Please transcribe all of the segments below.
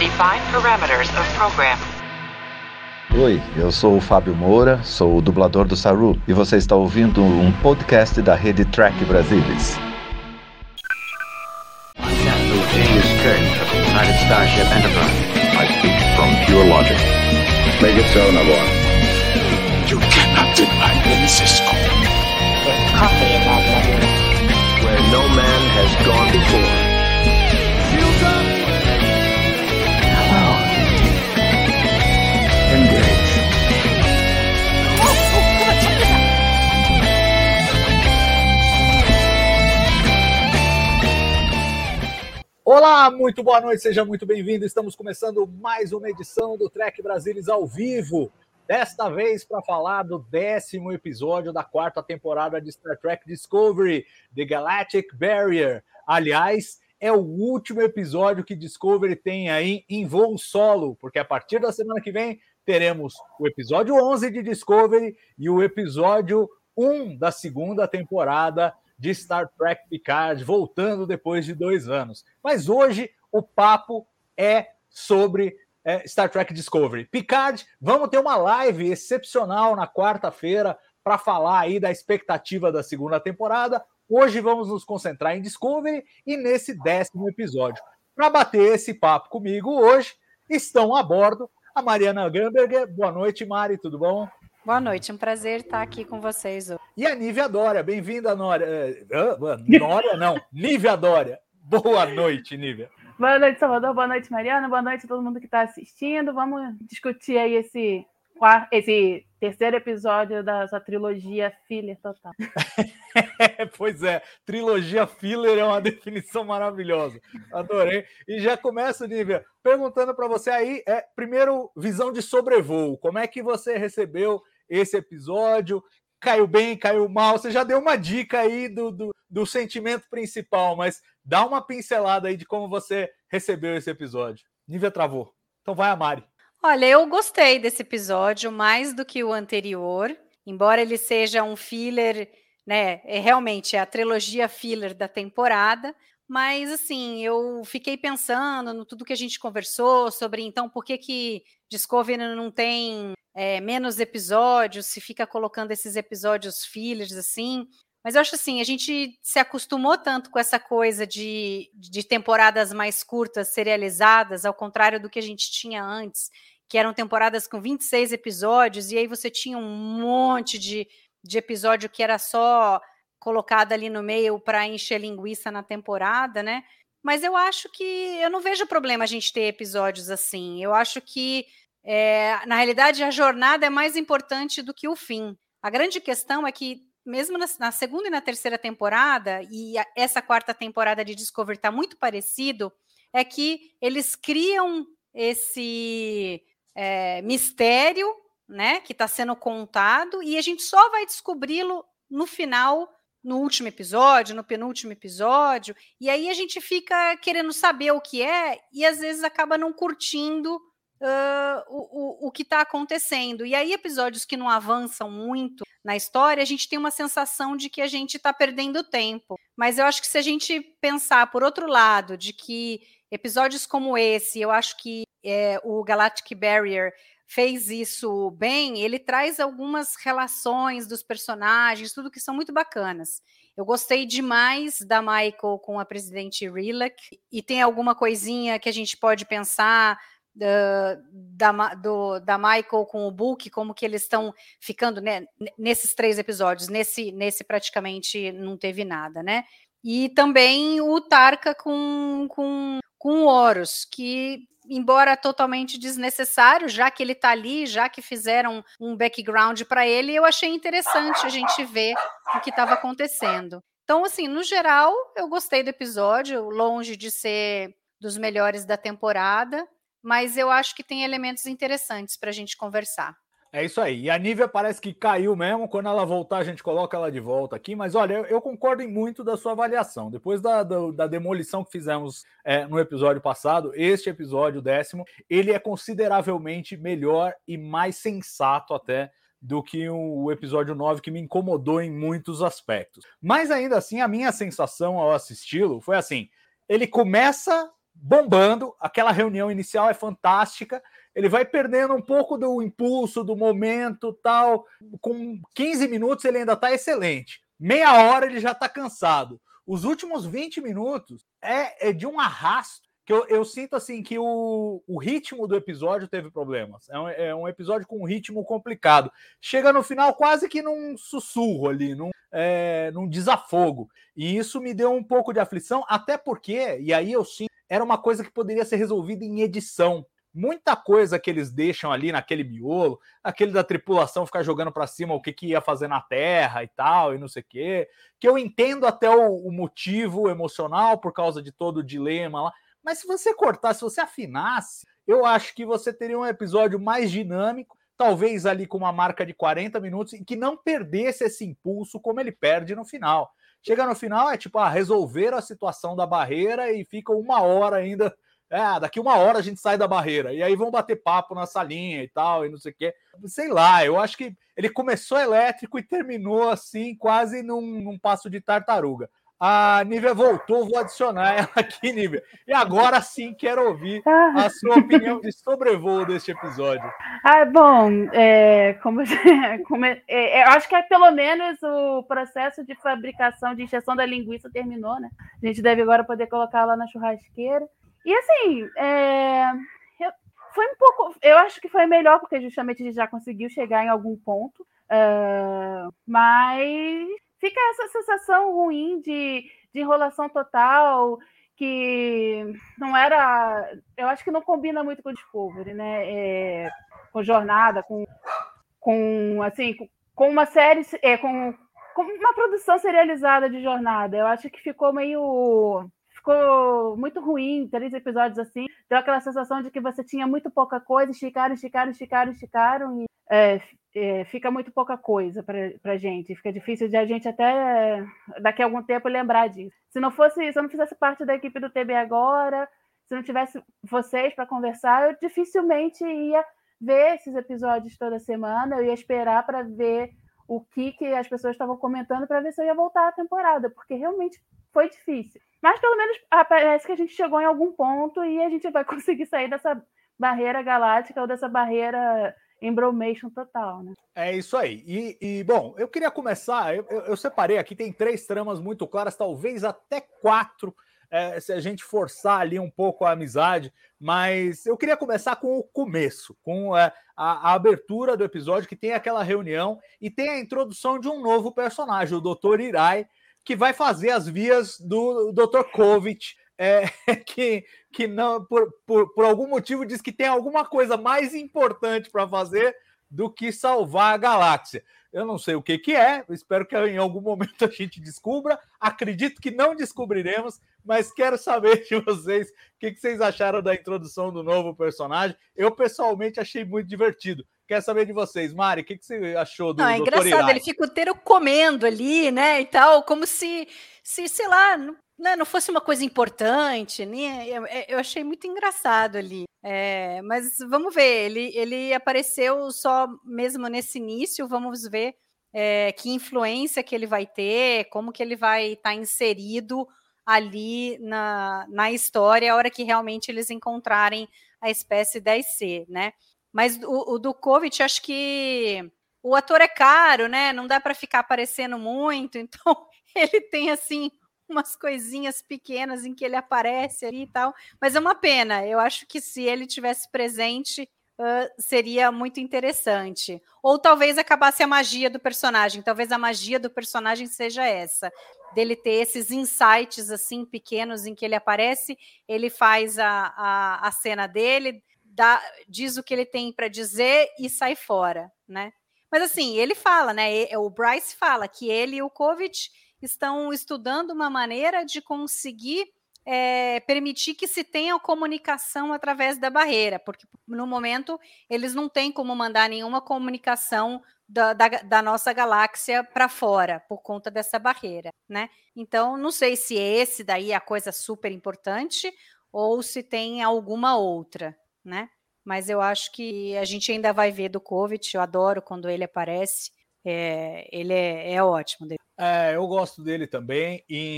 Define parameters of program. Oi, eu sou o Fábio Moura, sou o dublador do Saru e você está ouvindo um podcast da rede Trek Brasilis. Captain James Kirk of the United Starship Enterprise. I speak from pure logic. Make it so, Nabor. You cannot deny me, Cisco. There's coffee in that letter. Where no man has gone before. Hello. Engage. Olá, muito boa noite, seja muito bem-vindo. Estamos começando mais uma edição do Trek Brasilis ao vivo. Desta vez para falar do 10º episódio da 4ª temporada de Star Trek Discovery, The Galactic Barrier. Aliás, é o último episódio que Discovery tem aí em voo solo, porque a partir da semana que vem teremos o episódio 11 de Discovery e o episódio 1 da 2ª temporada de Star Trek Picard, voltando depois de 2 anos. Mas hoje o papo é sobre Star Trek Discovery. Picard, vamos ter uma live excepcional na quarta-feira para falar aí da expectativa da 2ª temporada. Hoje vamos nos concentrar em Discovery e nesse 10º episódio. Para bater esse papo comigo hoje, estão a bordo a Mariana Gamberger. Boa noite, Mari, tudo bom? Boa noite, um prazer estar aqui com vocês hoje. E a Nívia Dória, bem-vinda, Nória. Nória não, Nívia Dória. Boa noite, Nívia. Boa noite, Salvador. Boa noite, Mariana. Boa noite a todo mundo que está assistindo. Vamos discutir aí esse 3º episódio da sua trilogia filler total. Pois é, trilogia filler é uma definição maravilhosa. Adorei. E já começo, Nívia, perguntando para você aí, primeiro, visão de sobrevoo. Como é que você recebeu esse episódio? Caiu bem, caiu mal? Você já deu uma dica aí do sentimento principal, mas dá uma pincelada aí de como você recebeu esse episódio. Nívia travou. Então vai a Mari. Olha, eu gostei desse episódio mais do que o anterior, embora ele seja um filler, né? Realmente é a trilogia filler da temporada, mas assim, eu fiquei pensando no tudo que a gente conversou sobre, então, por que Discovery não tem menos episódios, se fica colocando esses episódios fillers assim. Mas eu acho assim, a gente se acostumou tanto com essa coisa de temporadas mais curtas, serializadas, ao contrário do que a gente tinha antes, que eram temporadas com 26 episódios, e aí você tinha um monte de episódio que era só colocado ali no meio para encher linguiça na temporada, né? Mas eu acho que eu não vejo problema a gente ter episódios assim. Eu acho que, na realidade, a jornada é mais importante do que o fim. A grande questão é que mesmo na 2ª e na 3ª temporada, e essa 4ª temporada de Discovery está muito parecido, é que eles criam esse mistério, né, que está sendo contado, e a gente só vai descobri-lo no final, no último episódio, no penúltimo episódio, e aí a gente fica querendo saber o que é, e às vezes acaba não curtindo o que está acontecendo. E aí episódios que não avançam muito na história, a gente tem uma sensação de que a gente está perdendo tempo. Mas eu acho que se a gente pensar por outro lado, de que episódios como esse, eu acho que o Galactic Barrier fez isso bem, ele traz algumas relações dos personagens, tudo que são muito bacanas. Eu gostei demais da Michael com a presidente Rillak, e tem alguma coisinha que a gente pode pensar da Michael com o Book, como que eles estão ficando, né, nesses 3 episódios, nesse praticamente não teve nada, né? E também o Tarka com o Horus, que, embora totalmente desnecessário, já que ele está ali, já que fizeram um background para ele, eu achei interessante a gente ver o que estava acontecendo. Então, assim, no geral, eu gostei do episódio, longe de ser dos melhores da temporada, mas eu acho que tem elementos interessantes para a gente conversar. É isso aí. E a Nívia parece que caiu mesmo. Quando ela voltar, a gente coloca ela de volta aqui. Mas olha, eu concordo em muito da sua avaliação. Depois da demolição que fizemos no episódio passado, este episódio 10º, ele é consideravelmente melhor e mais sensato até do que o episódio 9, que me incomodou em muitos aspectos. Mas ainda assim, a minha sensação ao assisti-lo foi assim, ele começa bombando, aquela reunião inicial é fantástica, ele vai perdendo um pouco do impulso, do momento, tal, com 15 minutos ele ainda está excelente, meia hora ele já está cansado, os últimos 20 minutos é de um arrasto, que eu sinto assim que o ritmo do episódio teve problemas, é um episódio com um ritmo complicado, chega no final quase que num sussurro ali, num desafogo, e isso me deu um pouco de aflição, até porque, e aí eu sinto, era uma coisa que poderia ser resolvida em edição. Muita coisa que eles deixam ali naquele miolo, aquele da tripulação ficar jogando para cima o que ia fazer na Terra e tal, e não sei o quê, que eu entendo até o motivo emocional por causa de todo o dilema lá, mas se você cortasse, se você afinasse, eu acho que você teria um episódio mais dinâmico, talvez ali com uma marca de 40 minutos, e que não perdesse esse impulso como ele perde no final. Chega no final, é tipo, resolver a situação da barreira e fica uma hora ainda. Daqui uma hora a gente sai da barreira. E aí vão bater papo na salinha e tal, e não sei o quê. Sei lá, eu acho que ele começou elétrico e terminou assim, quase num passo de tartaruga. A Nívia voltou, vou adicionar ela aqui, Nívia. E agora sim quero ouvir a sua opinião de sobrevoo deste episódio. Bom, eu acho que pelo menos o processo de fabricação, de injeção da linguiça terminou, né? A gente deve agora poder colocar lá na churrasqueira. E assim, foi um pouco... Eu acho que foi melhor, porque justamente a gente já conseguiu chegar em algum ponto. Mas... fica essa sensação ruim de enrolação total, que não era... Eu acho que não combina muito com o Discovery, né? Com Jornada, com uma série... com uma produção serializada de Jornada. Eu acho que ficou muito ruim, 3 episódios assim. Deu aquela sensação de que você tinha muito pouca coisa, esticaram, e fica muito pouca coisa pra gente. Fica difícil de a gente até daqui a algum tempo lembrar disso. Se eu não fizesse parte da equipe do TB agora, se não tivesse vocês para conversar, eu dificilmente ia ver esses episódios toda semana, eu ia esperar para ver o que as pessoas estavam comentando para ver se eu ia voltar à temporada, porque realmente foi difícil. Mas pelo menos parece que a gente chegou em algum ponto e a gente vai conseguir sair dessa barreira galáctica ou dessa barreira embromation total, né? É isso aí. E bom, eu queria começar, eu separei aqui, tem 3 tramas muito claras, talvez até 4, se a gente forçar ali um pouco a amizade, mas eu queria começar com o começo, com a abertura do episódio, que tem aquela reunião e tem a introdução de um novo personagem, o Dr. Irai, que vai fazer as vias do Dr. Kovich, que não, por algum motivo diz que tem alguma coisa mais importante para fazer do que salvar a galáxia. Eu não sei o que é, espero que em algum momento a gente descubra, acredito que não descobriremos, mas quero saber de vocês o que vocês acharam da introdução do novo personagem. Eu pessoalmente achei muito divertido. Quero saber de vocês. Mari, o que você achou do Dr. Irai? É engraçado, ele fica o inteiro comendo ali, né, e tal, como se sei lá, não fosse uma coisa importante, né? Eu achei muito engraçado ali. Mas vamos ver, ele apareceu só mesmo nesse início, vamos ver que influência que ele vai ter, como que ele vai estar inserido ali na história, a hora que realmente eles encontrarem a espécie 10C, né? Mas o do Kovich, acho que o ator é caro, né? Não dá para ficar aparecendo muito, então ele tem assim umas coisinhas pequenas em que ele aparece ali e tal, mas é uma pena, eu acho que se ele tivesse presente, seria muito interessante, ou talvez acabasse a magia do personagem, talvez a magia do personagem seja essa, dele ter esses insights assim pequenos em que ele aparece, ele faz a cena dele, diz o que ele tem para dizer e sai fora, né? Mas assim, ele fala, né? O Bryce fala que ele e o Kovich estão estudando uma maneira de conseguir permitir que se tenha comunicação através da barreira, porque no momento eles não têm como mandar nenhuma comunicação da nossa galáxia para fora, por conta dessa barreira, né? Então, não sei se esse daí é a coisa super importante ou se tem alguma outra, né? Mas eu acho que a gente ainda vai ver do Kovich, eu adoro quando ele aparece, ele é ótimo. Eu gosto dele também, e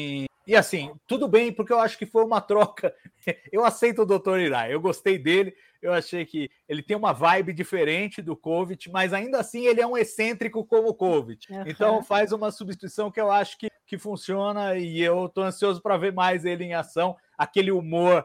E assim, tudo bem, porque eu acho que foi uma troca. Eu aceito o Dr. Hirai, eu gostei dele, eu achei que ele tem uma vibe diferente do Kovic, mas ainda assim ele é um excêntrico como o Kovic. Então faz uma substituição que eu acho que funciona e eu tô ansioso para ver mais ele em ação. Aquele humor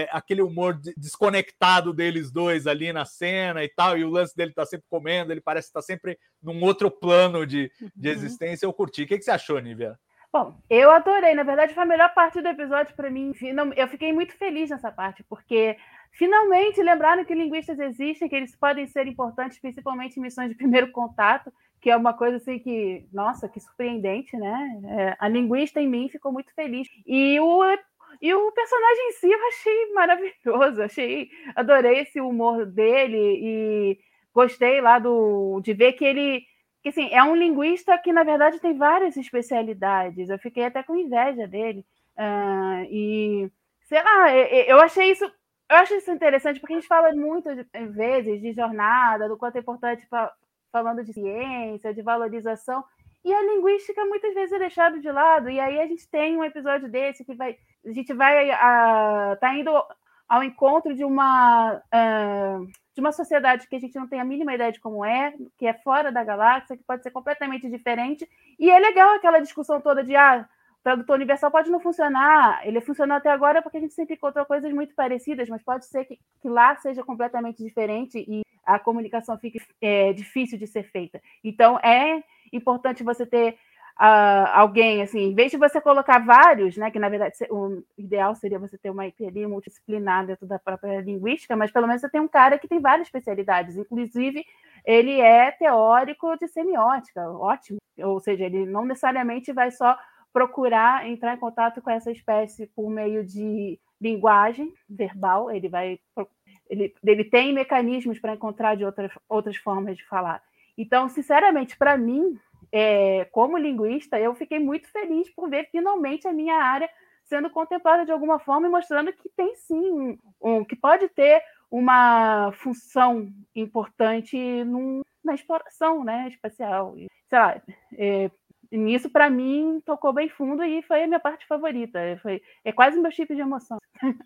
desconectado deles dois ali na cena e tal, e o lance dele tá sempre comendo, ele parece estar sempre num outro plano de existência. Eu curti. O que você achou, Nívia? Bom, eu adorei. Na verdade, foi a melhor parte do episódio para mim. Eu fiquei muito feliz nessa parte, porque finalmente lembraram que linguistas existem, que eles podem ser importantes, principalmente em missões de primeiro contato, que é uma coisa assim que, nossa, que surpreendente, né? A linguista em mim ficou muito feliz. E o personagem em si eu achei maravilhoso, adorei esse humor dele e gostei lá de ver que ele... Que, assim, é um linguista que, na verdade, tem várias especialidades. Eu fiquei até com inveja dele. E, sei lá, eu acho isso interessante, porque a gente fala muito, vezes, de jornada, do quanto é importante falando de ciência, de valorização, e a linguística muitas vezes é deixada de lado. E aí a gente tem um episódio desse que a gente vai tá indo ao encontro de uma sociedade que a gente não tem a mínima ideia de como é, que é fora da galáxia, que pode ser completamente diferente. E é legal aquela discussão toda de o tradutor universal pode não funcionar. Ele funcionou até agora porque a gente sempre encontrou coisas muito parecidas, mas pode ser que lá seja completamente diferente e a comunicação fique difícil de ser feita. Então, é importante você ter alguém, assim, em vez de você colocar vários, né, que na verdade o ideal seria você ter uma equipe multidisciplinar dentro da própria linguística, mas pelo menos você tem um cara que tem várias especialidades, inclusive ele é teórico de semiótica, ótimo, ou seja, ele não necessariamente vai só procurar entrar em contato com essa espécie por meio de linguagem verbal, ele tem mecanismos para encontrar de outras formas de falar. Então, sinceramente, para mim, como linguista, eu fiquei muito feliz por ver finalmente a minha área sendo contemplada de alguma forma e mostrando que tem sim, que pode ter uma função importante na exploração, né, espacial. Sei lá, nisso, para mim, tocou bem fundo e foi a minha parte favorita. É quase meu chip de emoção.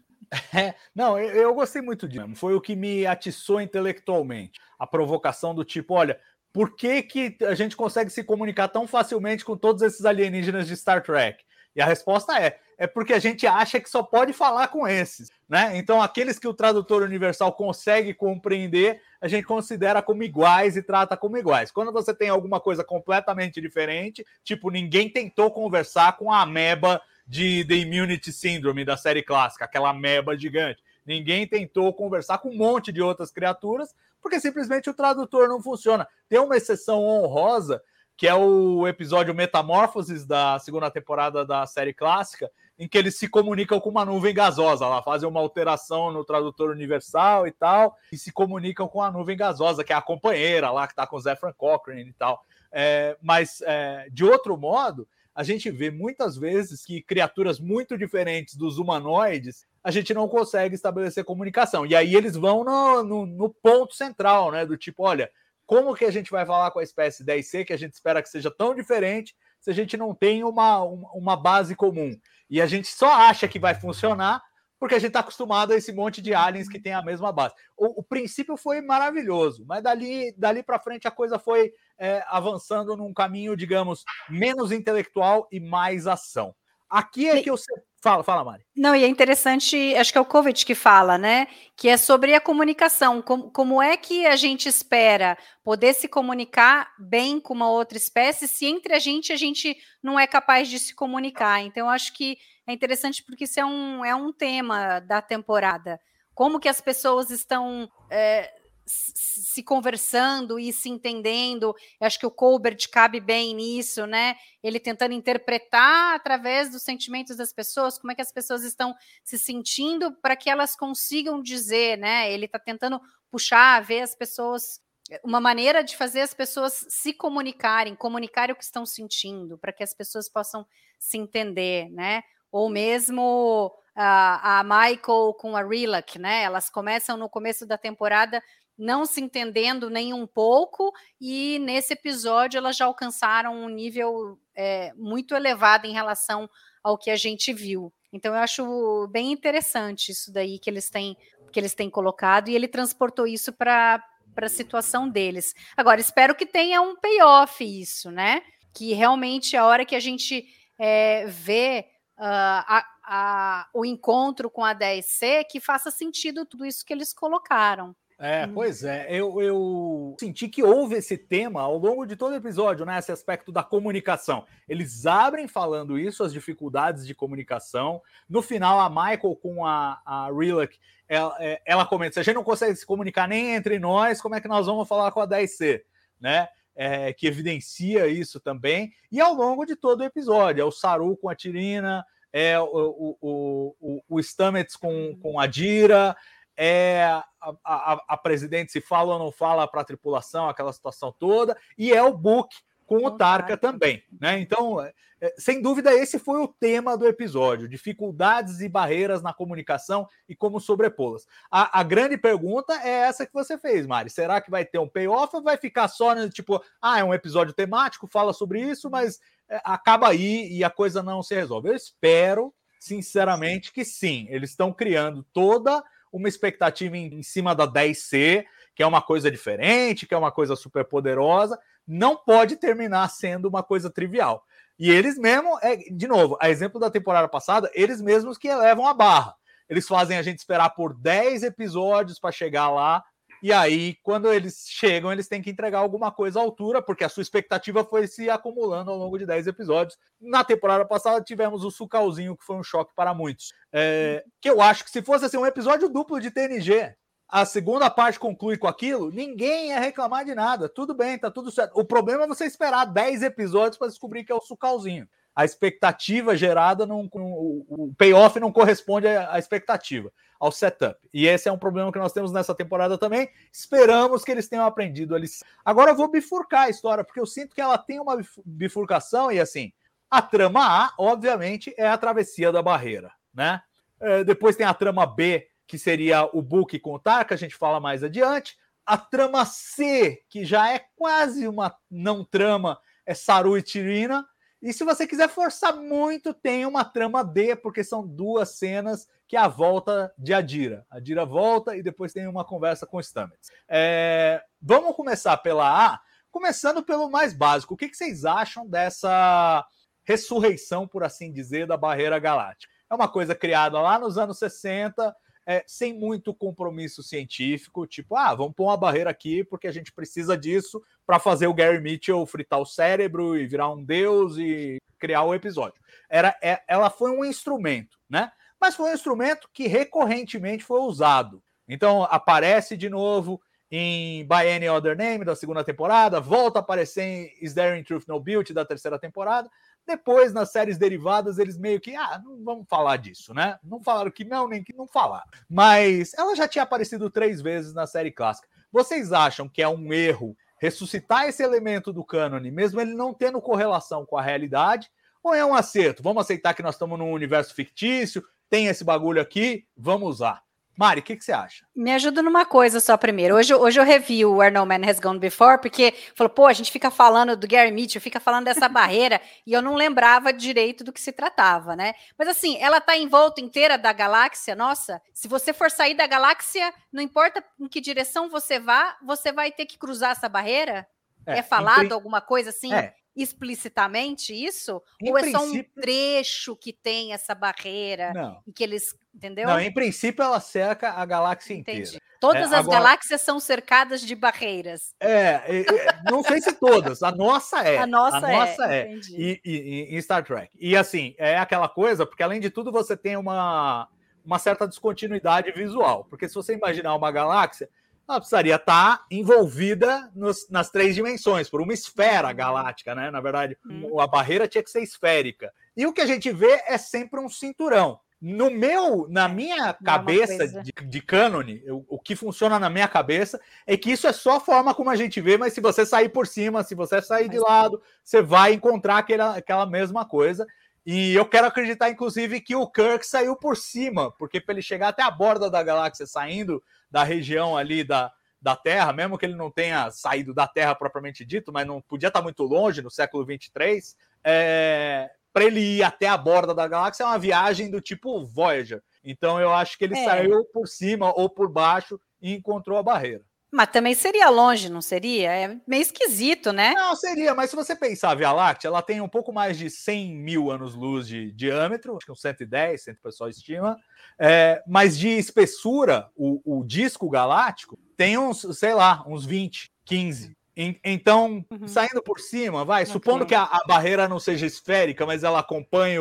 Não, eu gostei muito disso. Foi o que me atiçou intelectualmente. A provocação do tipo, olha, por que a gente consegue se comunicar tão facilmente com todos esses alienígenas de Star Trek? E a resposta é porque a gente acha que só pode falar com esses, né? Então, aqueles que o tradutor universal consegue compreender, a gente considera como iguais e trata como iguais. Quando você tem alguma coisa completamente diferente, tipo, ninguém tentou conversar com a ameba de The Immunity Syndrome da série clássica, aquela ameba gigante. Ninguém tentou conversar com um monte de outras criaturas, porque simplesmente o tradutor não funciona. Tem uma exceção honrosa, que é o episódio Metamorfoses da segunda temporada da série clássica, em que eles se comunicam com uma nuvem gasosa, lá fazem uma alteração no tradutor universal e tal, e se comunicam com a nuvem gasosa, que é a companheira lá, que está com o Zefran Cochrane e tal. Mas, de outro modo, a gente vê muitas vezes que criaturas muito diferentes dos humanoides, a gente não consegue estabelecer comunicação. E aí eles vão no ponto central, né? Do tipo, olha, como que a gente vai falar com a espécie 10C, que a gente espera que seja tão diferente, se a gente não tem uma base comum? E a gente só acha que vai funcionar porque a gente está acostumado a esse monte de aliens que tem a mesma base. O princípio foi maravilhoso, mas dali para frente a coisa foi avançando num caminho, digamos, menos intelectual e mais ação. Aqui é que eu... Fala, Mari. Não, e é interessante, acho que é o Kovic que fala, né? Que é sobre a comunicação. Como é que a gente espera poder se comunicar bem com uma outra espécie se entre a gente não é capaz de se comunicar? Então, eu acho que é interessante porque isso é um tema da temporada. Como que as pessoas estão se conversando e se entendendo. Eu acho que o Colbert cabe bem nisso, né? Ele tentando interpretar através dos sentimentos das pessoas, como é que as pessoas estão se sentindo para que elas consigam dizer, né? Ele está tentando puxar, ver as pessoas, uma maneira de fazer as pessoas se comunicarem o que estão sentindo, para que as pessoas possam se entender, né? Ou mesmo a Michael com a Rilak, né? Elas começam no começo da temporada não se entendendo nem um pouco, e nesse episódio elas já alcançaram um nível muito elevado em relação ao que a gente viu. Então eu acho bem interessante isso daí que eles têm colocado, e ele transportou isso para a situação deles. Agora, espero que tenha um payoff isso, né? Que realmente a hora que a gente vê o encontro com a 10C, que faça sentido tudo isso que eles colocaram. Pois é, eu senti que houve esse tema ao longo de todo o episódio, né? Esse aspecto da comunicação. Eles abrem falando isso, as dificuldades de comunicação. No final, a Michael com a Rilak, ela comenta: se a gente não consegue se comunicar nem entre nós, como é que nós vamos falar com a 10C, né? Que evidencia isso também. E ao longo de todo o episódio, o Saru com a T'Rina, o Stamets com a Jira, a presidente se fala ou não fala para a tripulação, aquela situação toda, e o Book com o Tarka também, né? Então, sem dúvida, esse foi o tema do episódio: dificuldades e barreiras na comunicação e como sobrepô-las. A grande pergunta é essa que você fez, Mari: será que vai ter um payoff ou vai ficar só no tipo, é um episódio temático, fala sobre isso, mas acaba aí e a coisa não se resolve? Eu espero, sinceramente, que sim. Eles estão criando toda uma expectativa em cima da 10C, que é uma coisa diferente, que é uma coisa super poderosa. Não pode terminar sendo uma coisa trivial. E eles mesmos, de novo, a exemplo da temporada passada, eles mesmos que elevam a barra. Eles fazem a gente esperar por 10 episódios para chegar lá, e aí, quando eles chegam, eles têm que entregar alguma coisa à altura, porque a sua expectativa foi se acumulando ao longo de 10 episódios. Na temporada passada, tivemos o Sucalzinho, que foi um choque para muitos. Que eu acho que se fosse assim, um episódio duplo de TNG, a segunda parte conclui com aquilo, ninguém ia reclamar de nada. Tudo bem, tá tudo certo. O problema é você esperar 10 episódios para descobrir que é o Sucalzinho. A expectativa gerada, o payoff não corresponde à expectativa, ao setup. E esse é um problema que nós temos nessa temporada também. Esperamos que eles tenham aprendido a lição. Agora eu vou bifurcar a história, porque eu sinto que ela tem uma bifurcação, e assim, a trama A, obviamente, é a travessia da barreira, né? Depois tem a trama B, que seria o Book com o Tarka, a gente fala mais adiante. A trama C, que já é quase uma não trama, é Saru e T'Rina. E se você quiser forçar muito, tem uma trama D, porque são 2 cenas, que é a volta de Adira. A Adira volta e depois tem uma conversa com o Stamets. Vamos começar pela A, começando pelo mais básico. O que vocês acham dessa ressurreição, por assim dizer, da barreira galáctica? É uma coisa criada lá nos anos 60, sem muito compromisso científico, tipo, vamos pôr uma barreira aqui porque a gente precisa disso para fazer o Gary Mitchell fritar o cérebro e virar um deus e criar o episódio. Ela foi um instrumento, né? Mas foi um instrumento que recorrentemente foi usado. Então, aparece de novo em By Any Other Name, da segunda temporada, volta a aparecer em Is There in Truth No Beauty, da terceira temporada. Depois, nas séries derivadas, eles meio que, não vamos falar disso, né? Não falaram que não, nem que não falaram. Mas ela já tinha aparecido 3 vezes na série clássica. Vocês acham que é um erro ressuscitar esse elemento do cânone, mesmo ele não tendo correlação com a realidade? Ou é um acerto? Vamos aceitar que nós estamos num universo fictício, tem esse bagulho aqui, vamos usar. Mari, o que você acha? Me ajuda numa coisa só primeiro. Hoje eu revi o Where No Man Has Gone Before, porque falou, a gente fica falando do Gary Mitchell, fica falando dessa barreira, e eu não lembrava direito do que se tratava, né? Mas assim, ela tá em volta inteira da galáxia, nossa, se você for sair da galáxia, não importa em que direção você vai ter que cruzar essa barreira? É falado alguma coisa assim? Explicitamente isso? Ou é só um trecho que tem essa barreira? Não. E que eles, entendeu? Não, em princípio ela cerca a galáxia inteira. Todas as galáxias são cercadas de barreiras. Não sei se todas, a nossa é. A nossa é. E em Star Trek. E assim, é aquela coisa, porque além de tudo você tem uma certa descontinuidade visual. Porque se você imaginar uma galáxia, ela precisaria estar envolvida nas 3 dimensões, por uma esfera galáctica, né? Na verdade, a barreira tinha que ser esférica. E o que a gente vê é sempre um cinturão. Na minha cabeça de cânone, o que funciona na minha cabeça é que isso é só a forma como a gente vê, mas se você sair por cima, se você sair de lado, você vai encontrar aquela mesma coisa. E eu quero acreditar, inclusive, que o Kirk saiu por cima, porque para ele chegar até a borda da galáxia, saindo da região ali da Terra, mesmo que ele não tenha saído da Terra propriamente dito, mas não podia estar muito longe no século 23, para ele ir até a borda da galáxia é uma viagem do tipo Voyager. Então eu acho que ele saiu por cima ou por baixo e encontrou a barreira. Mas também seria longe, não seria? É meio esquisito, né? Não, seria, mas se você pensar a Via Láctea, ela tem um pouco mais de 100 mil anos-luz de diâmetro, acho que uns 110, o pessoal estima, mas de espessura, o disco galáctico tem uns, sei lá, uns 20, 15. Então, saindo por cima, supondo que a barreira não seja esférica, mas ela acompanha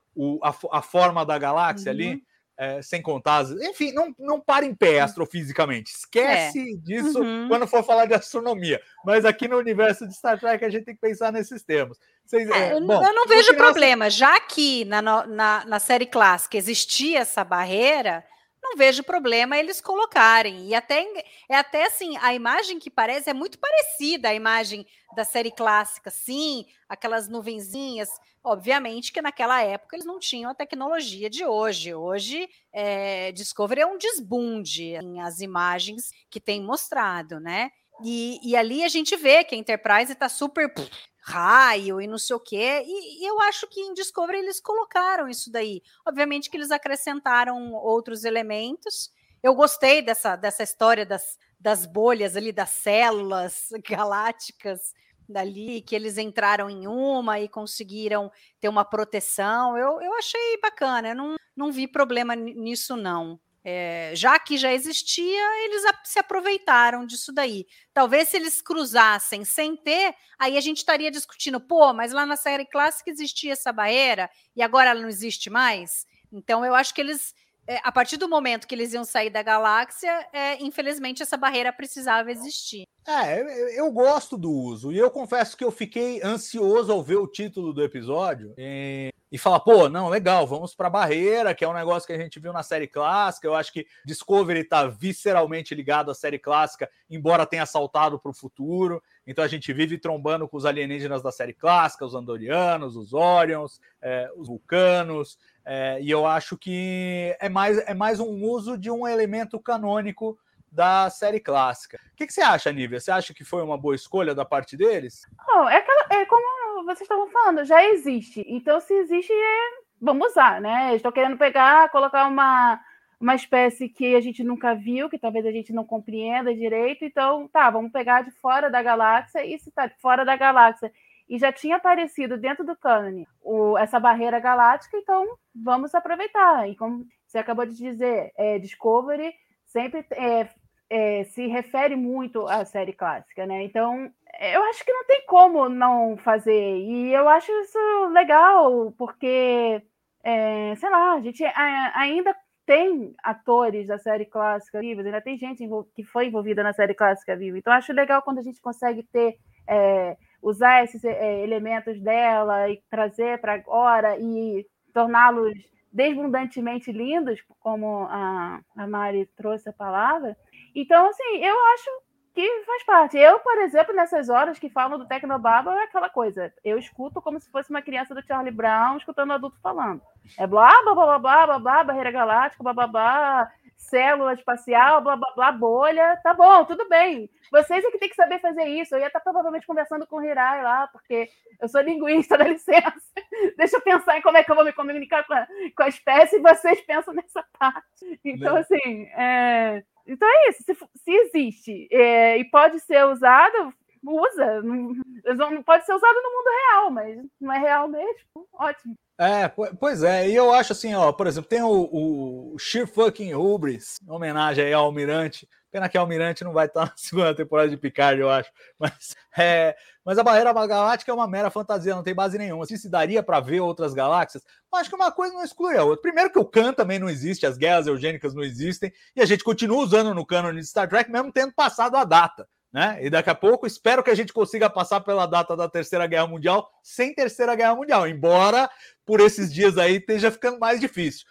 a forma da galáxia ali, sem contar, enfim, não para em pé astrofisicamente, esquece disso quando for falar de astronomia, mas aqui no universo de Star Trek a gente tem que pensar nesses termos. Eu não vejo problema, já que na série clássica existia essa barreira, não vejo problema eles colocarem, e até assim, a imagem que parece é muito parecida à imagem da série clássica, sim, aquelas nuvenzinhas. Obviamente que naquela época eles não tinham a tecnologia de hoje. Hoje, Discovery é um desbunde, assim, as imagens que tem mostrado, né? E ali a gente vê que a Enterprise está super raio e não sei o quê. E eu acho que em Discovery eles colocaram isso daí. Obviamente que eles acrescentaram outros elementos. Eu gostei dessa história das bolhas ali, das células galácticas, dali, que eles entraram em uma e conseguiram ter uma proteção. Eu achei bacana, eu não vi problema nisso, não. Já que já existia, eles se aproveitaram disso daí. Talvez se eles cruzassem sem ter, aí a gente estaria discutindo, mas lá na série clássica existia essa barreira e agora ela não existe mais? Então eu acho que eles, a partir do momento que eles iam sair da galáxia, infelizmente essa barreira precisava existir. Eu gosto do uso, e eu confesso que eu fiquei ansioso ao ver o título do episódio e falar, não, legal, vamos para a barreira, que é um negócio que a gente viu na série clássica. Eu acho que Discovery está visceralmente ligado à série clássica, embora tenha saltado para o futuro. Então a gente vive trombando com os alienígenas da série clássica, os Andorianos, os Orions, os Vulcanos, e eu acho que é mais um uso de um elemento canônico da série clássica. O que você acha, Nívia? Você acha que foi uma boa escolha da parte deles? Como vocês estavam falando, já existe. Então, se existe, vamos usar, né? Estou querendo colocar uma espécie que a gente nunca viu, que talvez a gente não compreenda direito. Então, vamos pegar de fora da galáxia, e se está de fora da galáxia e já tinha aparecido dentro do cânone essa barreira galáctica, então vamos aproveitar. E como você acabou de dizer, Discovery sempre se refere muito à série clássica, né? Então, eu acho que não tem como não fazer. E eu acho isso legal, porque, sei lá, a gente ainda tem atores da série clássica vivos, ainda tem gente que foi envolvida na série clássica viva. Então, eu acho legal quando a gente consegue usar esses elementos dela e trazer para agora e torná-los desbundantemente lindos, como a Mari trouxe a palavra. Então, assim, eu acho que faz parte. Eu, por exemplo, nessas horas que falam do Tecnobabble, é aquela coisa, eu escuto como se fosse uma criança do Charlie Brown escutando um adulto falando. Blá, blá, blá, blá, blá, blá, barreira galáctica, blá, blá, blá, célula espacial, blá, blá, blá, bolha. Tá bom, tudo bem. Vocês é que tem que saber fazer isso. Eu ia estar provavelmente conversando com o Hirai lá, porque eu sou linguista, dá licença. Deixa eu pensar em como é que eu vou me comunicar com a espécie, e vocês pensam nessa parte. Então, assim, então é isso. Se existe e pode ser usado, usa. Não pode ser usado no mundo real, mas não é real mesmo. Ótimo. Pois é, e eu acho assim, por exemplo, tem o Sheer Fucking Hubris, em homenagem aí ao Almirante. Pena que o Almirante não vai estar na segunda temporada de Picard, eu acho. Mas a barreira galáctica é uma mera fantasia, não tem base nenhuma. Se daria para ver outras galáxias, eu acho que uma coisa não exclui a outra. Primeiro que o Khan também não existe, as guerras eugênicas não existem, e a gente continua usando no cânone de Star Trek, mesmo tendo passado a data, né? E daqui a pouco espero que a gente consiga passar pela data da Terceira Guerra Mundial sem Terceira Guerra Mundial, embora por esses dias aí esteja ficando mais difícil.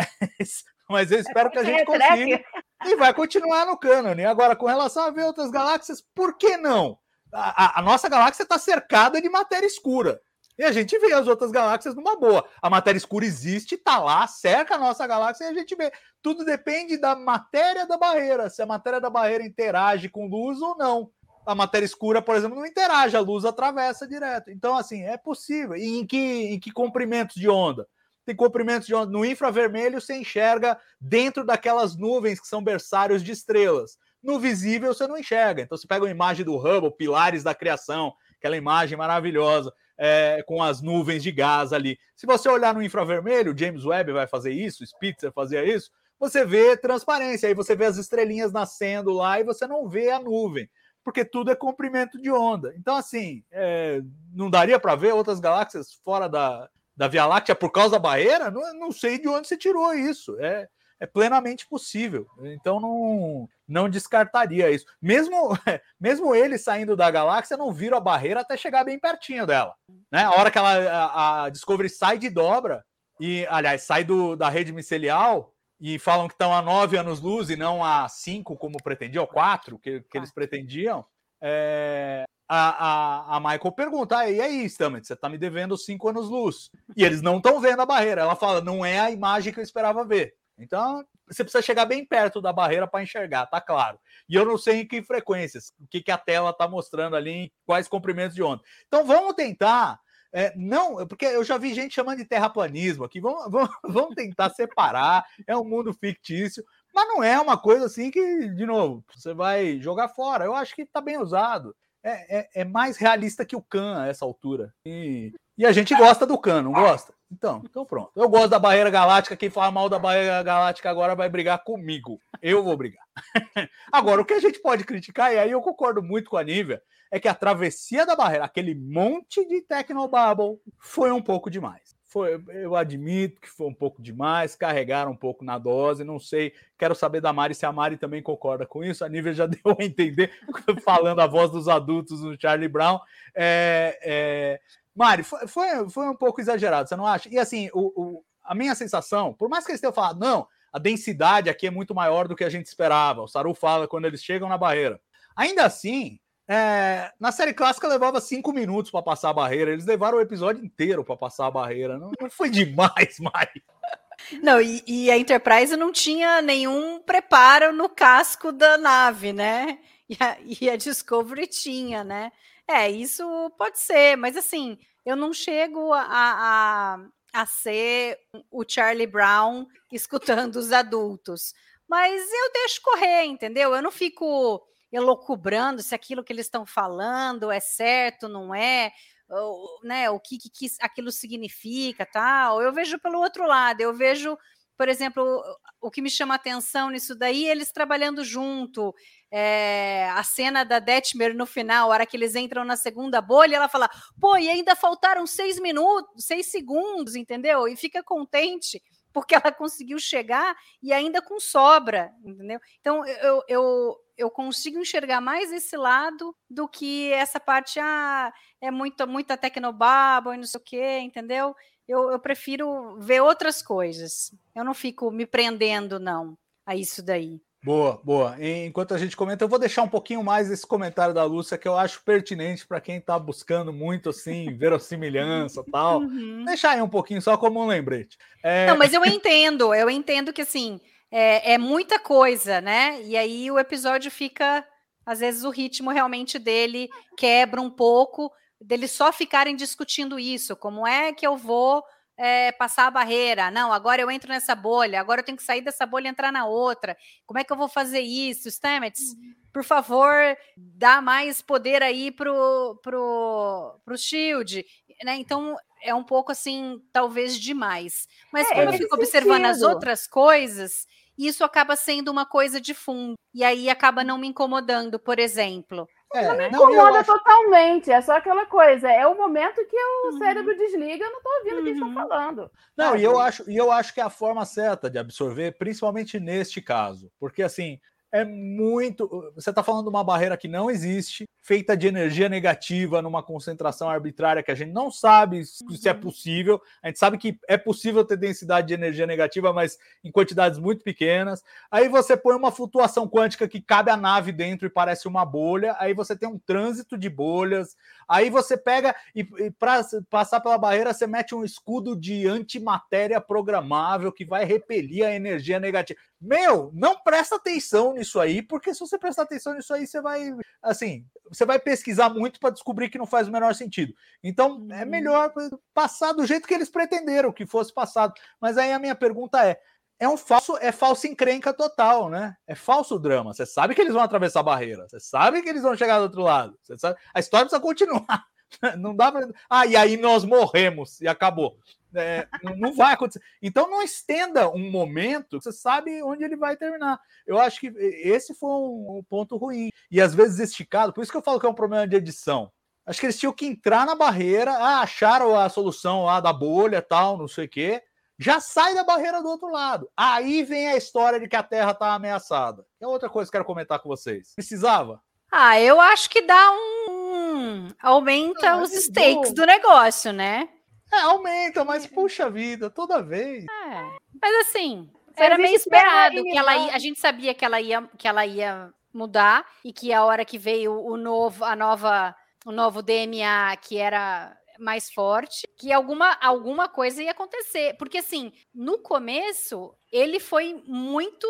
Mas eu espero que a gente consiga e vai continuar no cânone. Agora, com relação a ver outras galáxias, por que não? A nossa galáxia está cercada de matéria escura. E a gente vê as outras galáxias numa boa. A matéria escura existe, tá lá, cerca a nossa galáxia e a gente vê. Tudo depende da matéria da barreira, se a matéria da barreira interage com luz ou não. A matéria escura, por exemplo, não interage, a luz atravessa direto. Então, assim, é possível. E em que comprimentos de onda? Tem comprimentos de onda. No infravermelho, você enxerga dentro daquelas nuvens que são berçários de estrelas. No visível, você não enxerga. Então, você pega uma imagem do Hubble, Pilares da Criação, aquela imagem maravilhosa, com as nuvens de gás ali. Se você olhar no infravermelho, James Webb vai fazer isso, Spitzer fazia isso, você vê transparência, aí você vê as estrelinhas nascendo lá e você não vê a nuvem, porque tudo é comprimento de onda. Então, assim, não daria para ver outras galáxias fora da Via Láctea por causa da barreira? Não sei de onde você tirou isso. É plenamente possível. Então, não descartaria isso. Mesmo eles saindo da galáxia, não viram a barreira até chegar bem pertinho dela. Né? A hora que a Discovery sai de dobra, sai da rede micelial, e falam que estão a 9 anos-luz e não a 5, como pretendiam, ou 4, que eles pretendiam, a Michael pergunta, e aí, Stamets, você está me devendo 5 anos-luz. E eles não estão vendo a barreira. Ela fala, não é a imagem que eu esperava ver. Então, você precisa chegar bem perto da barreira para enxergar, tá claro. E eu não sei em que frequências, o que a tela está mostrando ali, em quais comprimentos de onda. Então, vamos tentar... não, porque eu já vi gente chamando de terraplanismo aqui. Vamos tentar separar. É um mundo fictício, mas não é uma coisa assim que, de novo, você vai jogar fora. Eu acho que está bem usado. É mais realista que o Khan a essa altura. E a gente gosta do Khan, não gosta? Então pronto. Eu gosto da barreira galáctica. Quem fala mal da barreira galáctica agora vai brigar comigo. Eu vou brigar. Agora, o que a gente pode criticar, e aí eu concordo muito com a Nívia, é que a travessia da barreira, aquele monte de Technobabble, foi um pouco demais. Eu admito que foi um pouco demais, carregaram um pouco na dose, não sei, quero saber da Mari se a Mari também concorda com isso. A Nívia já deu a entender, falando a voz dos adultos no Charlie Brown. Mari, foi um pouco exagerado, você não acha? E assim, a minha sensação, por mais que eles tenham falado, não, a densidade aqui é muito maior do que a gente esperava, o Saru fala quando eles chegam na barreira. Ainda assim, na série clássica levava 5 minutos para passar a barreira, eles levaram o episódio inteiro para passar a barreira, não foi demais, Mari? Não, e a Enterprise não tinha nenhum preparo no casco da nave, né? E a Discovery tinha, né? Isso pode ser, mas assim, eu não chego a ser o Charlie Brown escutando os adultos, mas eu deixo correr, entendeu? Eu não fico elocubrando se aquilo que eles estão falando é certo, não é, ou, né, o que aquilo significa, tal. Eu vejo pelo outro lado, eu vejo, por exemplo, o que me chama a atenção nisso daí, eles trabalhando junto, a cena da Detmer no final, a hora que eles entram na segunda bolha, ela fala, e ainda faltaram 6 segundos, entendeu? E fica contente, porque ela conseguiu chegar e ainda com sobra, entendeu? Então, eu consigo enxergar mais esse lado do que essa parte, é muita Technobabble e não sei o quê, entendeu? Eu prefiro ver outras coisas. Eu não fico me prendendo, não, a isso daí. Boa. Enquanto a gente comenta, eu vou deixar um pouquinho mais esse comentário da Lúcia, que eu acho pertinente para quem está buscando muito, assim, verossimilhança e tal. Deixar aí um pouquinho, só como um lembrete. Não, mas eu entendo que, assim, é muita coisa, né? E aí o episódio fica, às vezes o ritmo realmente dele quebra um pouco, deles só ficarem discutindo isso, como é que eu vou passar a barreira, não, agora eu entro nessa bolha, agora eu tenho que sair dessa bolha e entrar na outra, como é que eu vou fazer isso? Stamets, por favor, dá mais poder aí pro Shield, né? Então é um pouco assim, talvez demais, mas como eu fico observando as outras coisas, isso acaba sendo uma coisa de fundo, e aí acaba não me incomodando, por exemplo. Não me incomoda totalmente, é só aquela coisa, é o momento que o cérebro desliga, eu não estou ouvindo o que eles estão falando. Não, e eu acho que é a forma certa de absorver, principalmente neste caso, porque assim, é muito... Você está falando de uma barreira que não existe, feita de energia negativa numa concentração arbitrária que a gente não sabe se é possível. A gente sabe que é possível ter densidade de energia negativa, mas em quantidades muito pequenas. Aí você põe uma flutuação quântica que cabe a nave dentro e parece uma bolha. Aí você tem um trânsito de bolhas. Aí você pega e para passar pela barreira, você mete um escudo de antimatéria programável que vai repelir a energia negativa. Meu, não presta atenção nisso aí, porque se você prestar atenção nisso aí, você vai, assim, você vai pesquisar muito para descobrir que não faz o menor sentido. Então, é melhor passar do jeito que eles pretenderam que fosse passado. Mas aí a minha pergunta é falsa encrenca total, né? É falso drama. Você sabe que eles vão atravessar a barreira, você sabe que eles vão chegar do outro lado, você sabe, a história precisa continuar. Não dá para... e aí nós morremos e acabou. Não vai acontecer. Então não estenda um momento que você sabe onde ele vai terminar. Eu acho que esse foi um ponto ruim. E às vezes esticado, por isso que eu falo que é um problema de edição. Acho que eles tinham que entrar na barreira, acharam a solução lá da bolha, tal, não sei o quê, já sai da barreira do outro lado. Aí vem a história de que a Terra está ameaçada. É outra coisa que eu quero comentar com vocês. Precisava? Eu acho que dá aumenta os stakes do negócio, né? Aumenta, mas puxa vida, toda vez. Mas assim, era meio esperado que a gente sabia que ela ia mudar e que a hora que veio o novo DMA que era mais forte, que alguma coisa ia acontecer. Porque assim, no começo, ele foi muito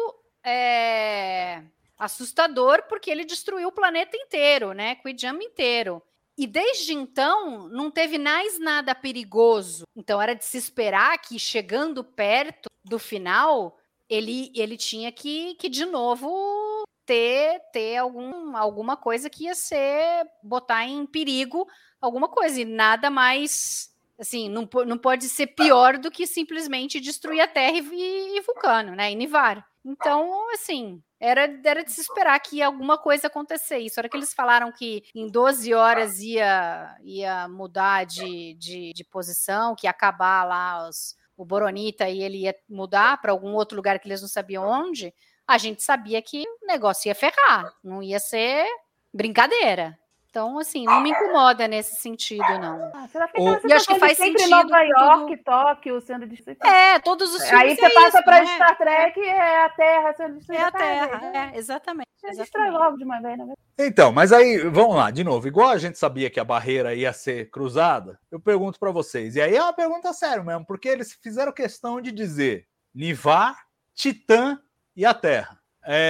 assustador porque ele destruiu o planeta inteiro, né? Quijama inteiro. E desde então, não teve mais nada perigoso. Então, era de se esperar que, chegando perto do final, ele tinha que de novo, ter alguma coisa que ia botar em perigo alguma coisa. E nada mais... Assim, não pode ser pior do que simplesmente destruir a Terra e Vulcano, né? E Nivar. Então, assim... Era de se esperar que alguma coisa acontecesse. Isso era que eles falaram que em 12 horas ia mudar de posição, que ia acabar lá o Boronita e ele ia mudar para algum outro lugar que eles não sabiam onde. A gente sabia que o negócio ia ferrar, não ia ser brincadeira. Então, assim, não me incomoda nesse sentido, não. Eu acho que faz sentido. Nova York, Tóquio sendo destruído. Todos os filmes. Aí você passa para Star Trek, é a Terra sendo destruída. É a Terra, exatamente. Destrói logo de uma vez, né? Então, mas aí, vamos lá, de novo. Igual a gente sabia que a barreira ia ser cruzada, eu pergunto para vocês. E aí é uma pergunta séria mesmo, porque eles fizeram questão de dizer Nivar, Titã e a Terra.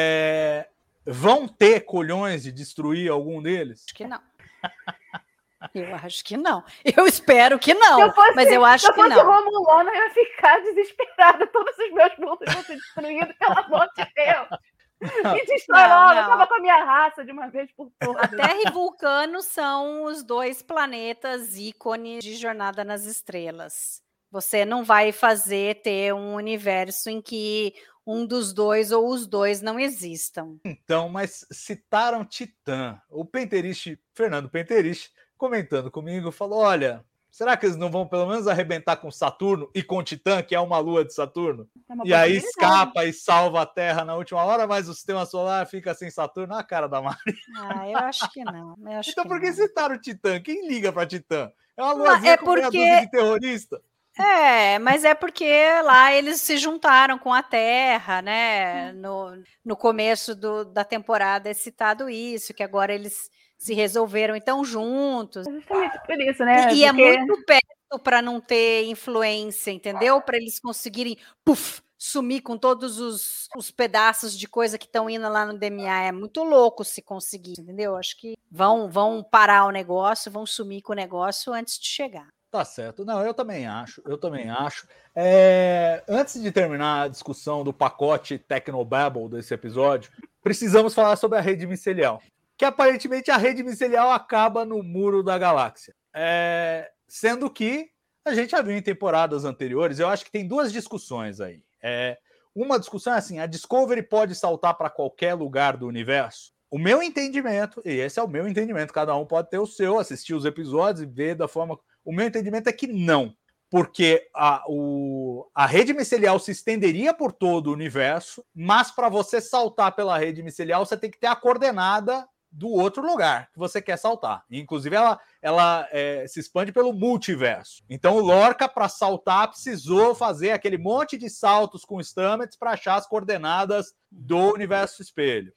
Vão ter colhões de destruir algum deles? Acho que não. Eu acho que não. Eu espero que não, mas eu acho que não. Se eu fosse Romulana, eu ia ficar desesperada. Todos os meus mundos vão ser destruídos, pelo amor de Deus. Me destrói logo, acaba com a minha raça de uma vez por todas. A Terra e Vulcano são os dois planetas ícones de Jornada nas Estrelas. Você não vai ter um universo em que um dos dois ou os dois não existam. Então, mas citaram Titã. O Fernando Penteriche, comentando comigo, falou, olha, será que eles não vão pelo menos arrebentar com Saturno e com Titã, que é uma lua de Saturno? E aí escapa e salva a Terra na última hora, mas o sistema solar fica sem Saturno na cara da Mari. Eu acho que não. Então por que citaram Titã? Quem liga para Titã? É uma luazinha com meia dúzia de terrorista. Mas é porque lá eles se juntaram com a Terra, né? No começo da temporada é citado isso, que agora eles se resolveram então juntos. Justamente por isso, né? E é muito perto para não ter influência, entendeu? Para eles conseguirem sumir com todos os pedaços de coisa que estão indo lá no DMA. É muito louco se conseguir, entendeu? Acho que vão parar o negócio, vão sumir com o negócio antes de chegar. Tá certo. Não, eu também acho. Antes de terminar a discussão do pacote Technobabble desse episódio, precisamos falar sobre a rede micelial. Que aparentemente a rede micelial acaba no muro da galáxia. Sendo que a gente já viu em temporadas anteriores, eu acho que tem duas discussões aí. Uma discussão é assim, a Discovery pode saltar para qualquer lugar do universo? O meu entendimento, e esse é o meu entendimento, cada um pode ter o seu, assistir os episódios e ver da forma... O meu entendimento é que não. porque a rede micelial se estenderia por todo o universo, mas para você saltar pela rede micelial, você tem que ter a coordenada do outro lugar que você quer saltar. Inclusive, ela se expande pelo multiverso. Então, o Lorca, para saltar, precisou fazer aquele monte de saltos com Stamets para achar as coordenadas do universo espelho.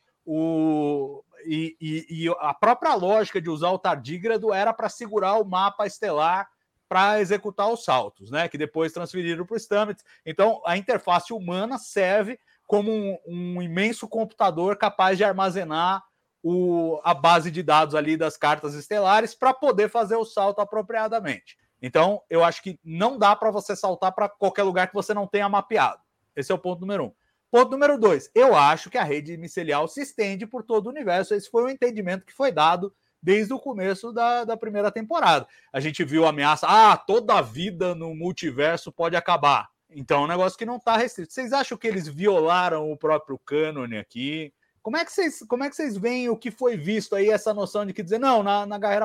E a própria lógica de usar o tardígrado era para segurar o mapa estelar para executar os saltos, né? Que depois transferiram para o Stamets. Então, a interface humana serve como um imenso computador capaz de armazenar a base de dados ali das cartas estelares para poder fazer o salto apropriadamente. Então, eu acho que não dá para você saltar para qualquer lugar que você não tenha mapeado. Esse é o ponto número 1. Ponto número 2, eu acho que a rede micelial se estende por todo o universo. Esse foi o entendimento que foi dado desde o começo da primeira temporada. A gente viu a ameaça, toda a vida no multiverso pode acabar. Então é um negócio que não está restrito. Vocês acham que eles violaram o próprio cânone aqui? Como é que vocês veem o que foi visto aí, essa noção de que dizer, não, na barreira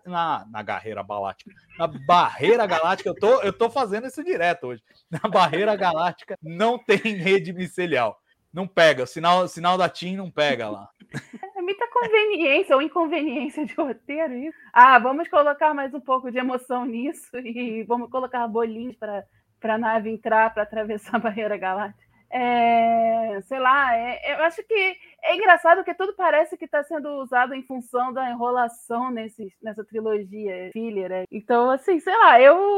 galáctica, eu tô fazendo isso direto hoje. Na barreira galáctica não tem rede micelial. Não pega, sinal da TIM não pega lá. É muita conveniência ou inconveniência de roteiro isso. Vamos colocar mais um pouco de emoção nisso e vamos colocar bolinhos para a nave entrar, para atravessar a barreira galáctica. Sei lá, eu acho que é engraçado que tudo parece que está sendo usado em função da enrolação nessa trilogia filler. Então, assim, sei lá,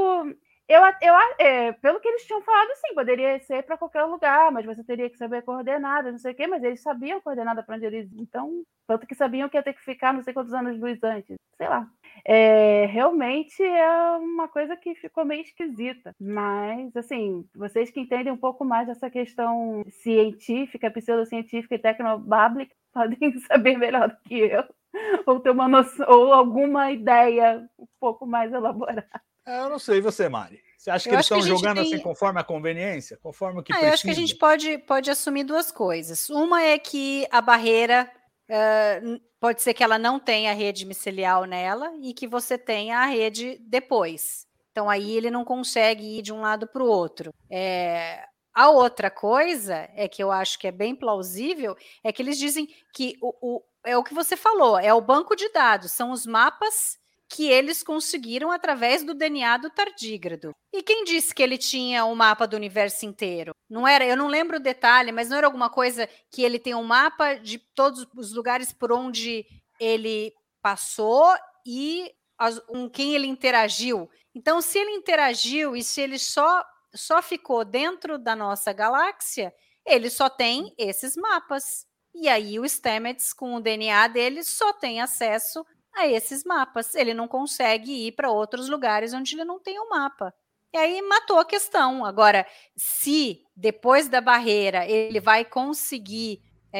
pelo que eles tinham falado, sim, poderia ser para qualquer lugar, mas você teria que saber coordenadas, não sei o quê, mas eles sabiam coordenada para onde eles... Então, tanto que sabiam que ia ter que ficar não sei quantos anos-luz antes. Sei lá. Realmente é uma coisa que ficou meio esquisita. Mas, assim, vocês que entendem um pouco mais dessa questão científica, pseudocientífica e tecnobáblica, podem saber melhor do que eu, ou ter uma noção, ou alguma ideia um pouco mais elaborada. Eu não sei, e você, Mari? Você acha que eles estão jogando assim conforme a conveniência? Conforme o que precisa? Eu acho que a gente pode assumir duas coisas. Uma é que a barreira pode ser que ela não tenha rede micelial nela e que você tenha a rede depois. Então, aí ele não consegue ir de um lado para o outro. A outra coisa é que eu acho que é bem plausível, é que eles dizem que é o que você falou, é o banco de dados, são os mapas que eles conseguiram através do DNA do tardígrado. E quem disse que ele tinha o mapa do universo inteiro? Não era, eu não lembro o detalhe, mas não era alguma coisa que ele tem um mapa de todos os lugares por onde ele passou e com quem ele interagiu. Então, se ele interagiu e se ele só ficou dentro da nossa galáxia, ele só tem esses mapas. E aí o Stamets, com o DNA dele, só tem acesso a esses mapas. Ele não consegue ir para outros lugares onde ele não tem o mapa. E aí matou a questão. Agora, se depois da barreira ele vai conseguir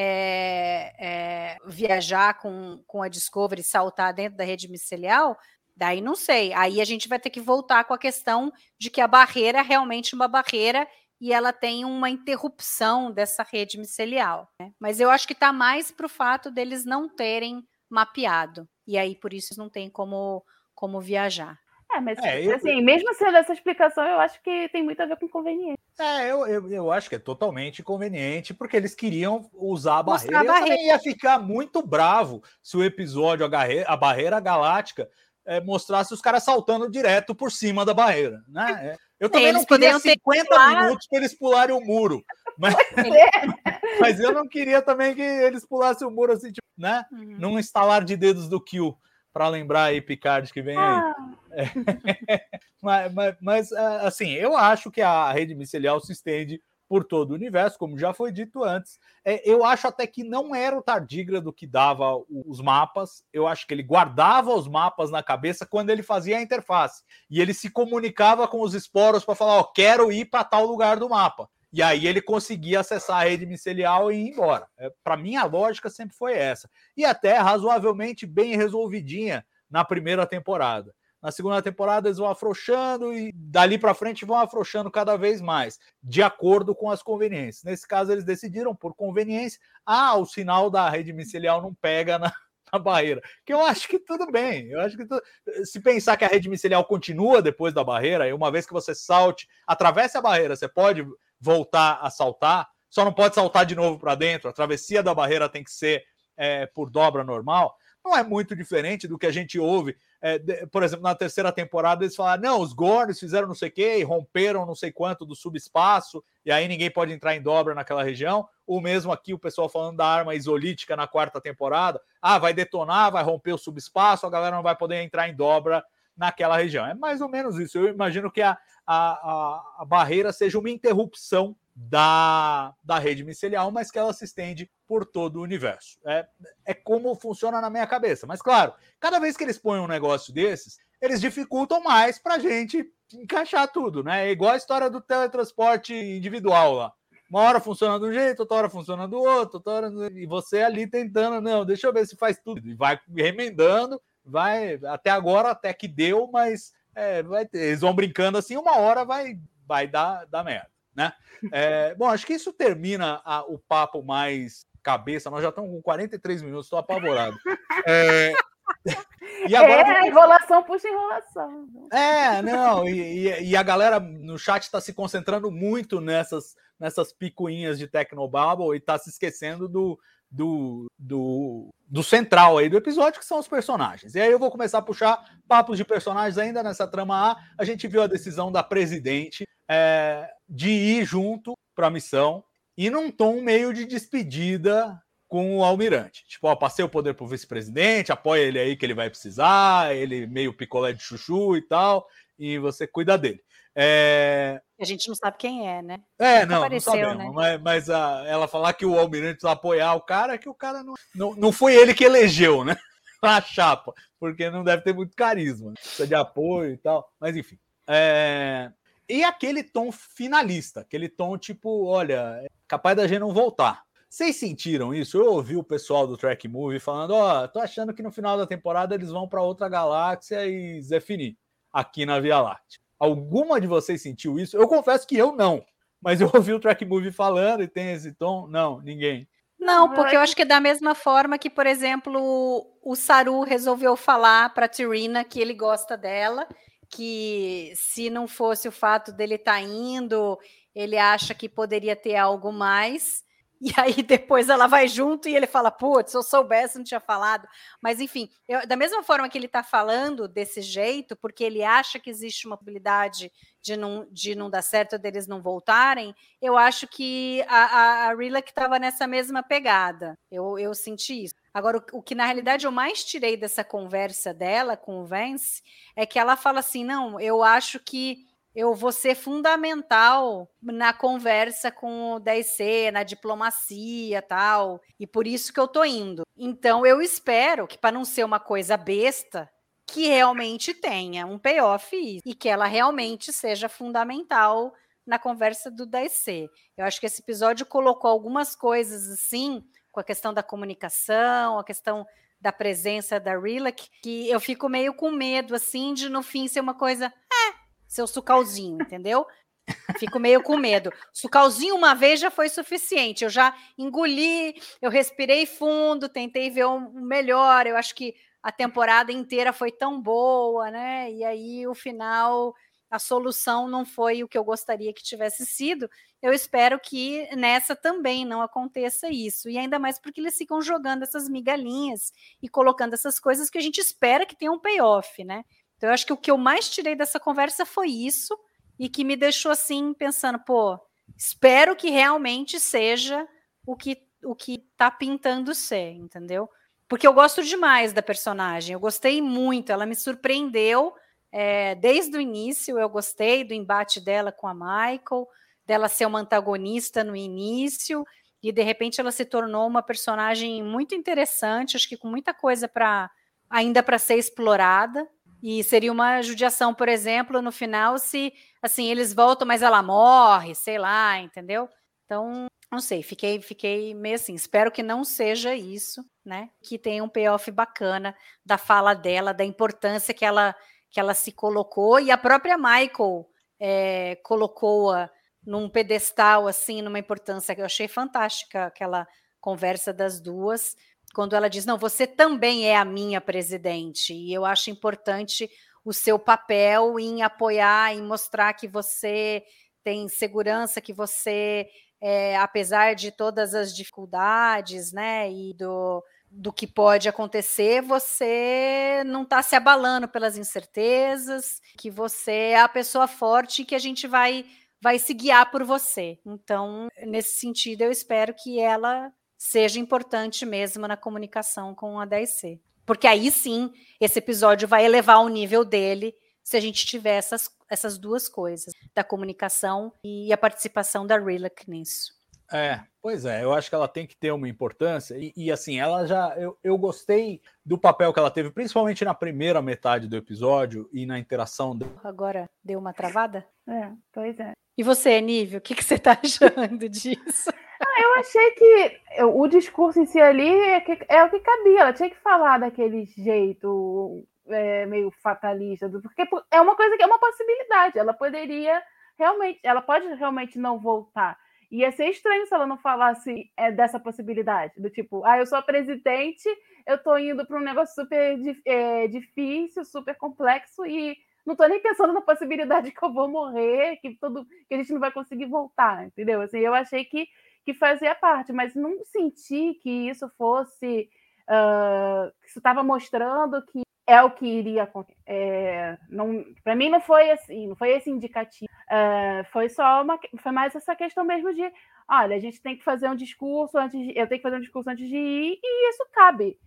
viajar com a Discovery e saltar dentro da rede micelial, daí não sei. Aí a gente vai ter que voltar com a questão de que a barreira é realmente uma barreira e ela tem uma interrupção dessa rede micelial, né? Mas eu acho que está mais para o fato deles não terem mapeado. E aí, por isso, não tem como viajar. Mas assim, mesmo sendo essa explicação, eu acho que tem muito a ver com conveniência. Eu acho que é totalmente conveniente, porque eles queriam usar a barreira. Eu também ia ficar muito bravo se o episódio A Barreira Galáctica mostrasse os caras saltando direto por cima da barreira, né? Eu também não queria 50 minutos para eles pularem o muro. Mas eu não queria também que eles pulassem o muro assim, tipo, né? Num estalar de dedos do Q, para lembrar aí Picard que vem aí. Mas, assim, eu acho que a rede micelial se estende por todo o universo, como já foi dito antes. Eu acho até que não era o tardígrado que dava os mapas, eu acho que ele guardava os mapas na cabeça quando ele fazia a interface. E ele se comunicava com os esporos para falar, quero ir para tal lugar do mapa. E aí ele conseguia acessar a rede micelial e ir embora. Para mim, a lógica sempre foi essa. E até razoavelmente bem resolvidinha na primeira temporada. Na segunda temporada eles vão afrouxando e dali para frente vão afrouxando cada vez mais, de acordo com as conveniências. Nesse caso, eles decidiram, por conveniência, o sinal da rede micelial não pega na barreira. Que eu acho que tudo bem. Eu acho que se pensar que a rede micelial continua depois da barreira, e uma vez que você salte, atravesse a barreira, você pode voltar a saltar, só não pode saltar de novo para dentro. A travessia da barreira tem que ser por dobra normal. Não é muito diferente do que a gente ouve. Por exemplo, na terceira temporada, eles falaram, não, os Gorns fizeram não sei o quê e romperam não sei quanto do subespaço, e aí ninguém pode entrar em dobra naquela região. Ou mesmo aqui o pessoal falando da arma isolítica na quarta temporada. Vai detonar, vai romper o subespaço, a galera não vai poder entrar em dobra naquela região. É mais ou menos isso. Eu imagino que a barreira seja uma interrupção da rede micelial, mas que ela se estende por todo o universo. É como funciona na minha cabeça. Mas, claro, cada vez que eles põem um negócio desses, eles dificultam mais para a gente encaixar tudo, né? É igual a história do teletransporte individual lá. Uma hora funciona de um jeito, outra hora funciona do outro, e você ali tentando, não, deixa eu ver se faz tudo. E vai remendando, vai até agora, até que deu, mas eles vão brincando assim, uma hora vai dar merda. Né? Bom, acho que isso termina o papo mais cabeça. Nós já estamos com 43 minutos, estou apavorado. E agora enrolação puxa enrolação. Não, e a galera no chat está se concentrando muito nessas picuinhas de Tecnobabble e está se esquecendo do central aí do episódio, que são os personagens. E aí eu vou começar a puxar papos de personagens ainda nessa trama A. A gente viu a decisão da presidente de ir junto para a missão e num tom meio de despedida com o almirante. Tipo, passei o poder pro vice-presidente, apoia ele aí que ele vai precisar, ele meio picolé de chuchu e tal, e você cuida dele. A gente não sabe quem é, né? Não sabemos, né? Mas ela falar que o almirante precisa apoiar o cara, que o cara não foi ele que elegeu, né? A chapa, porque não deve ter muito carisma, precisa de apoio e tal, mas enfim. E aquele tom finalista, aquele tom tipo, olha, é capaz da gente não voltar. Vocês sentiram isso? Eu ouvi o pessoal do Track Movie falando, tô achando que no final da temporada eles vão para outra galáxia e Zé Fini, aqui na Via Láctea. Alguma de vocês sentiu isso? Eu confesso que eu não, mas eu ouvi o Track Movie falando e tem esse tom. Não, ninguém. Não, porque eu acho que é da mesma forma que, por exemplo, o Saru resolveu falar para T'Rina que ele gosta dela, que se não fosse o fato dele estar indo, ele acha que poderia ter algo mais, e aí depois ela vai junto e ele fala, putz, se eu soubesse, não tinha falado. Mas enfim, da mesma forma que ele está falando desse jeito, porque ele acha que existe uma possibilidade de não dar certo, deles não voltarem, eu acho que a Rilla que estava nessa mesma pegada, eu senti isso. Agora, o que na realidade eu mais tirei dessa conversa dela com o Vance é que ela fala assim, não, eu acho que eu vou ser fundamental na conversa com o 10C, na diplomacia e tal, e por isso que eu tô indo. Então, eu espero que, para não ser uma coisa besta, que realmente tenha um payoff e que ela realmente seja fundamental na conversa do 10C. Eu acho que esse episódio colocou algumas coisas assim, com a questão da comunicação, a questão da presença da Rilla, que eu fico meio com medo, assim, de no fim ser uma coisa, seu sucalzinho, entendeu? Fico meio com medo. Sucalzinho uma vez já foi suficiente, eu já engoli, eu respirei fundo, tentei ver o melhor, eu acho que a temporada inteira foi tão boa, né? E aí, o final, a solução não foi o que eu gostaria que tivesse sido. Eu espero que nessa também não aconteça isso. E ainda mais porque eles ficam jogando essas migalhinhas e colocando essas coisas que a gente espera que tenham um payoff, né? Então, eu acho que o que eu mais tirei dessa conversa foi isso e que me deixou assim, pensando, espero que realmente seja o que tá pintando ser, entendeu? Porque eu gosto demais da personagem, eu gostei muito, ela me surpreendeu desde o início, eu gostei do embate dela com a Michael, dela ser uma antagonista no início, e de repente ela se tornou uma personagem muito interessante, acho que com muita coisa ainda para ser explorada, e seria uma judiação, por exemplo, no final, se assim, eles voltam, mas ela morre, sei lá, entendeu? Então, não sei, fiquei meio assim, espero que não seja isso, né? Que tenha um payoff bacana da fala dela, da importância que ela se colocou, e a própria Michael colocou-a num pedestal, assim, numa importância que eu achei fantástica, aquela conversa das duas, quando ela diz, não, você também é a minha presidente, e eu acho importante o seu papel em apoiar, em mostrar que você tem segurança, que você, apesar de todas as dificuldades, né, e do que pode acontecer, você não está se abalando pelas incertezas, que você é a pessoa forte e que a gente vai se guiar por você. Então, nesse sentido, eu espero que ela seja importante mesmo na comunicação com a 10C. Porque aí sim, esse episódio vai elevar o nível dele se a gente tiver essas duas coisas, da comunicação e a participação da Rilek nisso. Pois é, eu acho que ela tem que ter uma importância, e assim, ela já, eu gostei do papel que ela teve, principalmente na primeira metade do episódio e na interação. Agora deu uma travada? Pois é. E você, Nívio, o que você tá achando disso? Eu achei que o discurso em si ali é o que cabia, ela tinha que falar daquele jeito meio fatalista, porque é uma coisa que é uma possibilidade, ela pode realmente não voltar. Ia ser estranho se ela não falasse dessa possibilidade, do tipo, eu sou a presidente, eu tô indo para um negócio super difícil, super complexo, e não tô nem pensando na possibilidade que eu vou morrer, que a gente não vai conseguir voltar, entendeu? Assim, eu achei que fazia parte, mas não senti que isso fosse... que isso estava mostrando que é o que iria acontecer. Para mim não foi assim, não foi esse indicativo. Foi mais essa questão mesmo de, olha, a gente tem que fazer um discurso eu tenho que fazer um discurso antes de ir, e isso cabe.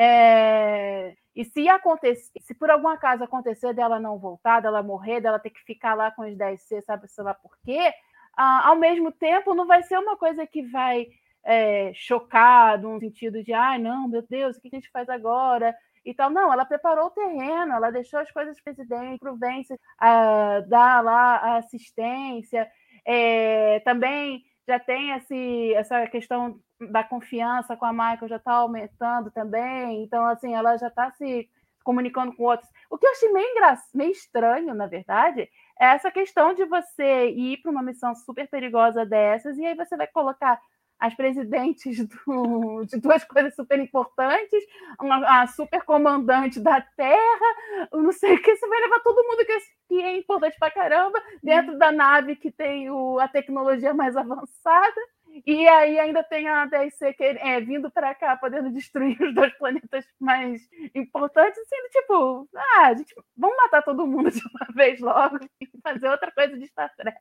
E se por algum acaso acontecer dela não voltar, dela morrer, dela ter que ficar lá com os 10C, sabe, sei lá por quê, ao mesmo tempo não vai ser uma coisa que vai chocar no sentido de, não, meu Deus, o que a gente faz agora? E tal. Não, ela preparou o terreno, ela deixou as coisas presidente, Prudência, dar lá a assistência. Também já tem essa questão da confiança com a Michael, já está aumentando também. Então, assim, ela já está se comunicando com outros. O que eu achei meio estranho, na verdade, é essa questão de você ir para uma missão super perigosa dessas, e aí você vai colocar as presidentes de duas coisas super importantes, a super comandante da Terra, não sei o que, você vai levar todo mundo que é importante pra caramba dentro da nave que tem a tecnologia mais avançada, e aí ainda tem a 10C vindo para cá, podendo destruir os dois planetas mais importantes, assim, tipo, vamos matar todo mundo de uma vez logo e fazer outra coisa de Star Trek.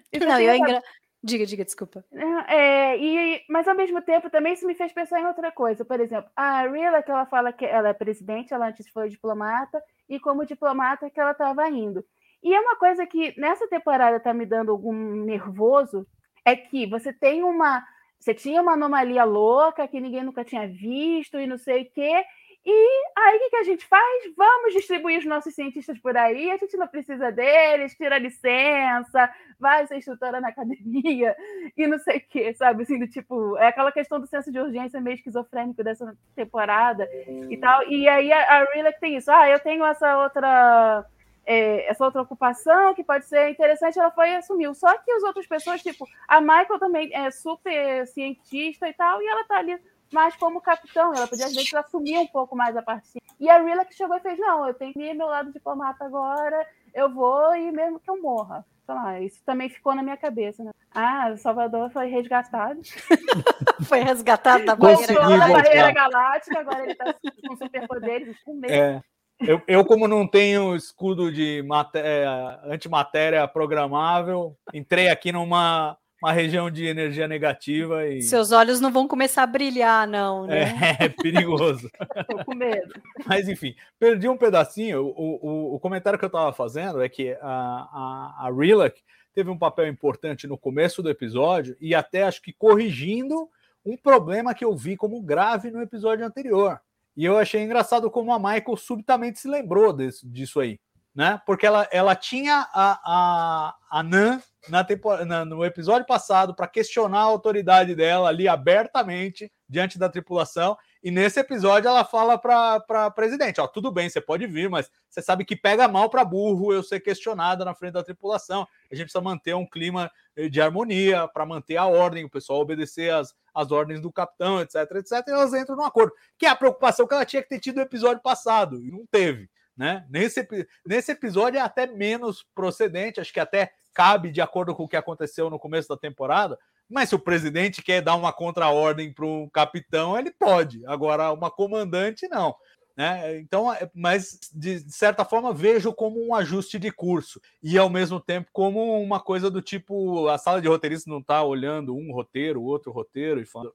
Diga, desculpa. Mas ao mesmo tempo também isso me fez pensar em outra coisa. Por exemplo, a Rilla, que ela fala que ela é presidente, ela antes foi diplomata, e como diplomata que ela estava indo. E é uma coisa que nessa temporada está me dando algum nervoso, é que você tinha uma anomalia louca que ninguém nunca tinha visto e não sei o quê. E aí, o que a gente faz? Vamos distribuir os nossos cientistas por aí, a gente não precisa deles, tira licença, vai ser instrutora na academia e não sei o quê, sabe? Assim, do tipo, é aquela questão do senso de urgência meio esquizofrênico dessa temporada e tal. E aí a Rilek tem isso. Eu tenho essa outra ocupação que pode ser interessante, ela foi e assumiu. Só que as outras pessoas, tipo, a Michael também é super cientista e tal, e ela tá ali mais como capitão, ela podia às vezes assumir um pouco mais a parte. E a Rilla que chegou e fez, não, eu tenho que ir meu lado diplomata agora, eu vou e mesmo que eu morra. Então, isso também ficou na minha cabeça, né? Salvador foi resgatado. Foi resgatado da barreira galáctica, agora ele tá com superpoderes, com medo. Eu, como não tenho escudo de antimatéria programável, entrei aqui numa região de energia negativa e... Seus olhos não vão começar a brilhar, não, né? É perigoso. Tô com medo. Mas, enfim, perdi um pedacinho. O comentário que eu estava fazendo é que a Rilek teve um papel importante no começo do episódio e até acho que corrigindo um problema que eu vi como grave no episódio anterior. E eu achei engraçado como a Michael subitamente se lembrou disso aí, né? Porque ela tinha a Nan no episódio passado para questionar a autoridade dela ali abertamente diante da tripulação, E nesse episódio ela fala para presidente, ó, tudo bem, você pode vir, mas você sabe que pega mal para burro eu ser questionada na frente da tripulação. A gente precisa manter um clima de harmonia para manter a ordem, o pessoal obedecer as ordens do capitão, etc, etc. E elas entram num acordo, que é a preocupação que ela tinha que ter tido no episódio passado, e não teve, né? Nesse episódio é até menos procedente, acho que até cabe de acordo com o que aconteceu no começo da temporada, mas se o presidente quer dar uma contra-ordem para um capitão, ele pode. Agora, uma comandante, não. Né? Então, mas de certa forma vejo como um ajuste de curso e ao mesmo tempo como uma coisa do tipo, a sala de roteiristas não está olhando um roteiro, outro roteiro e falando,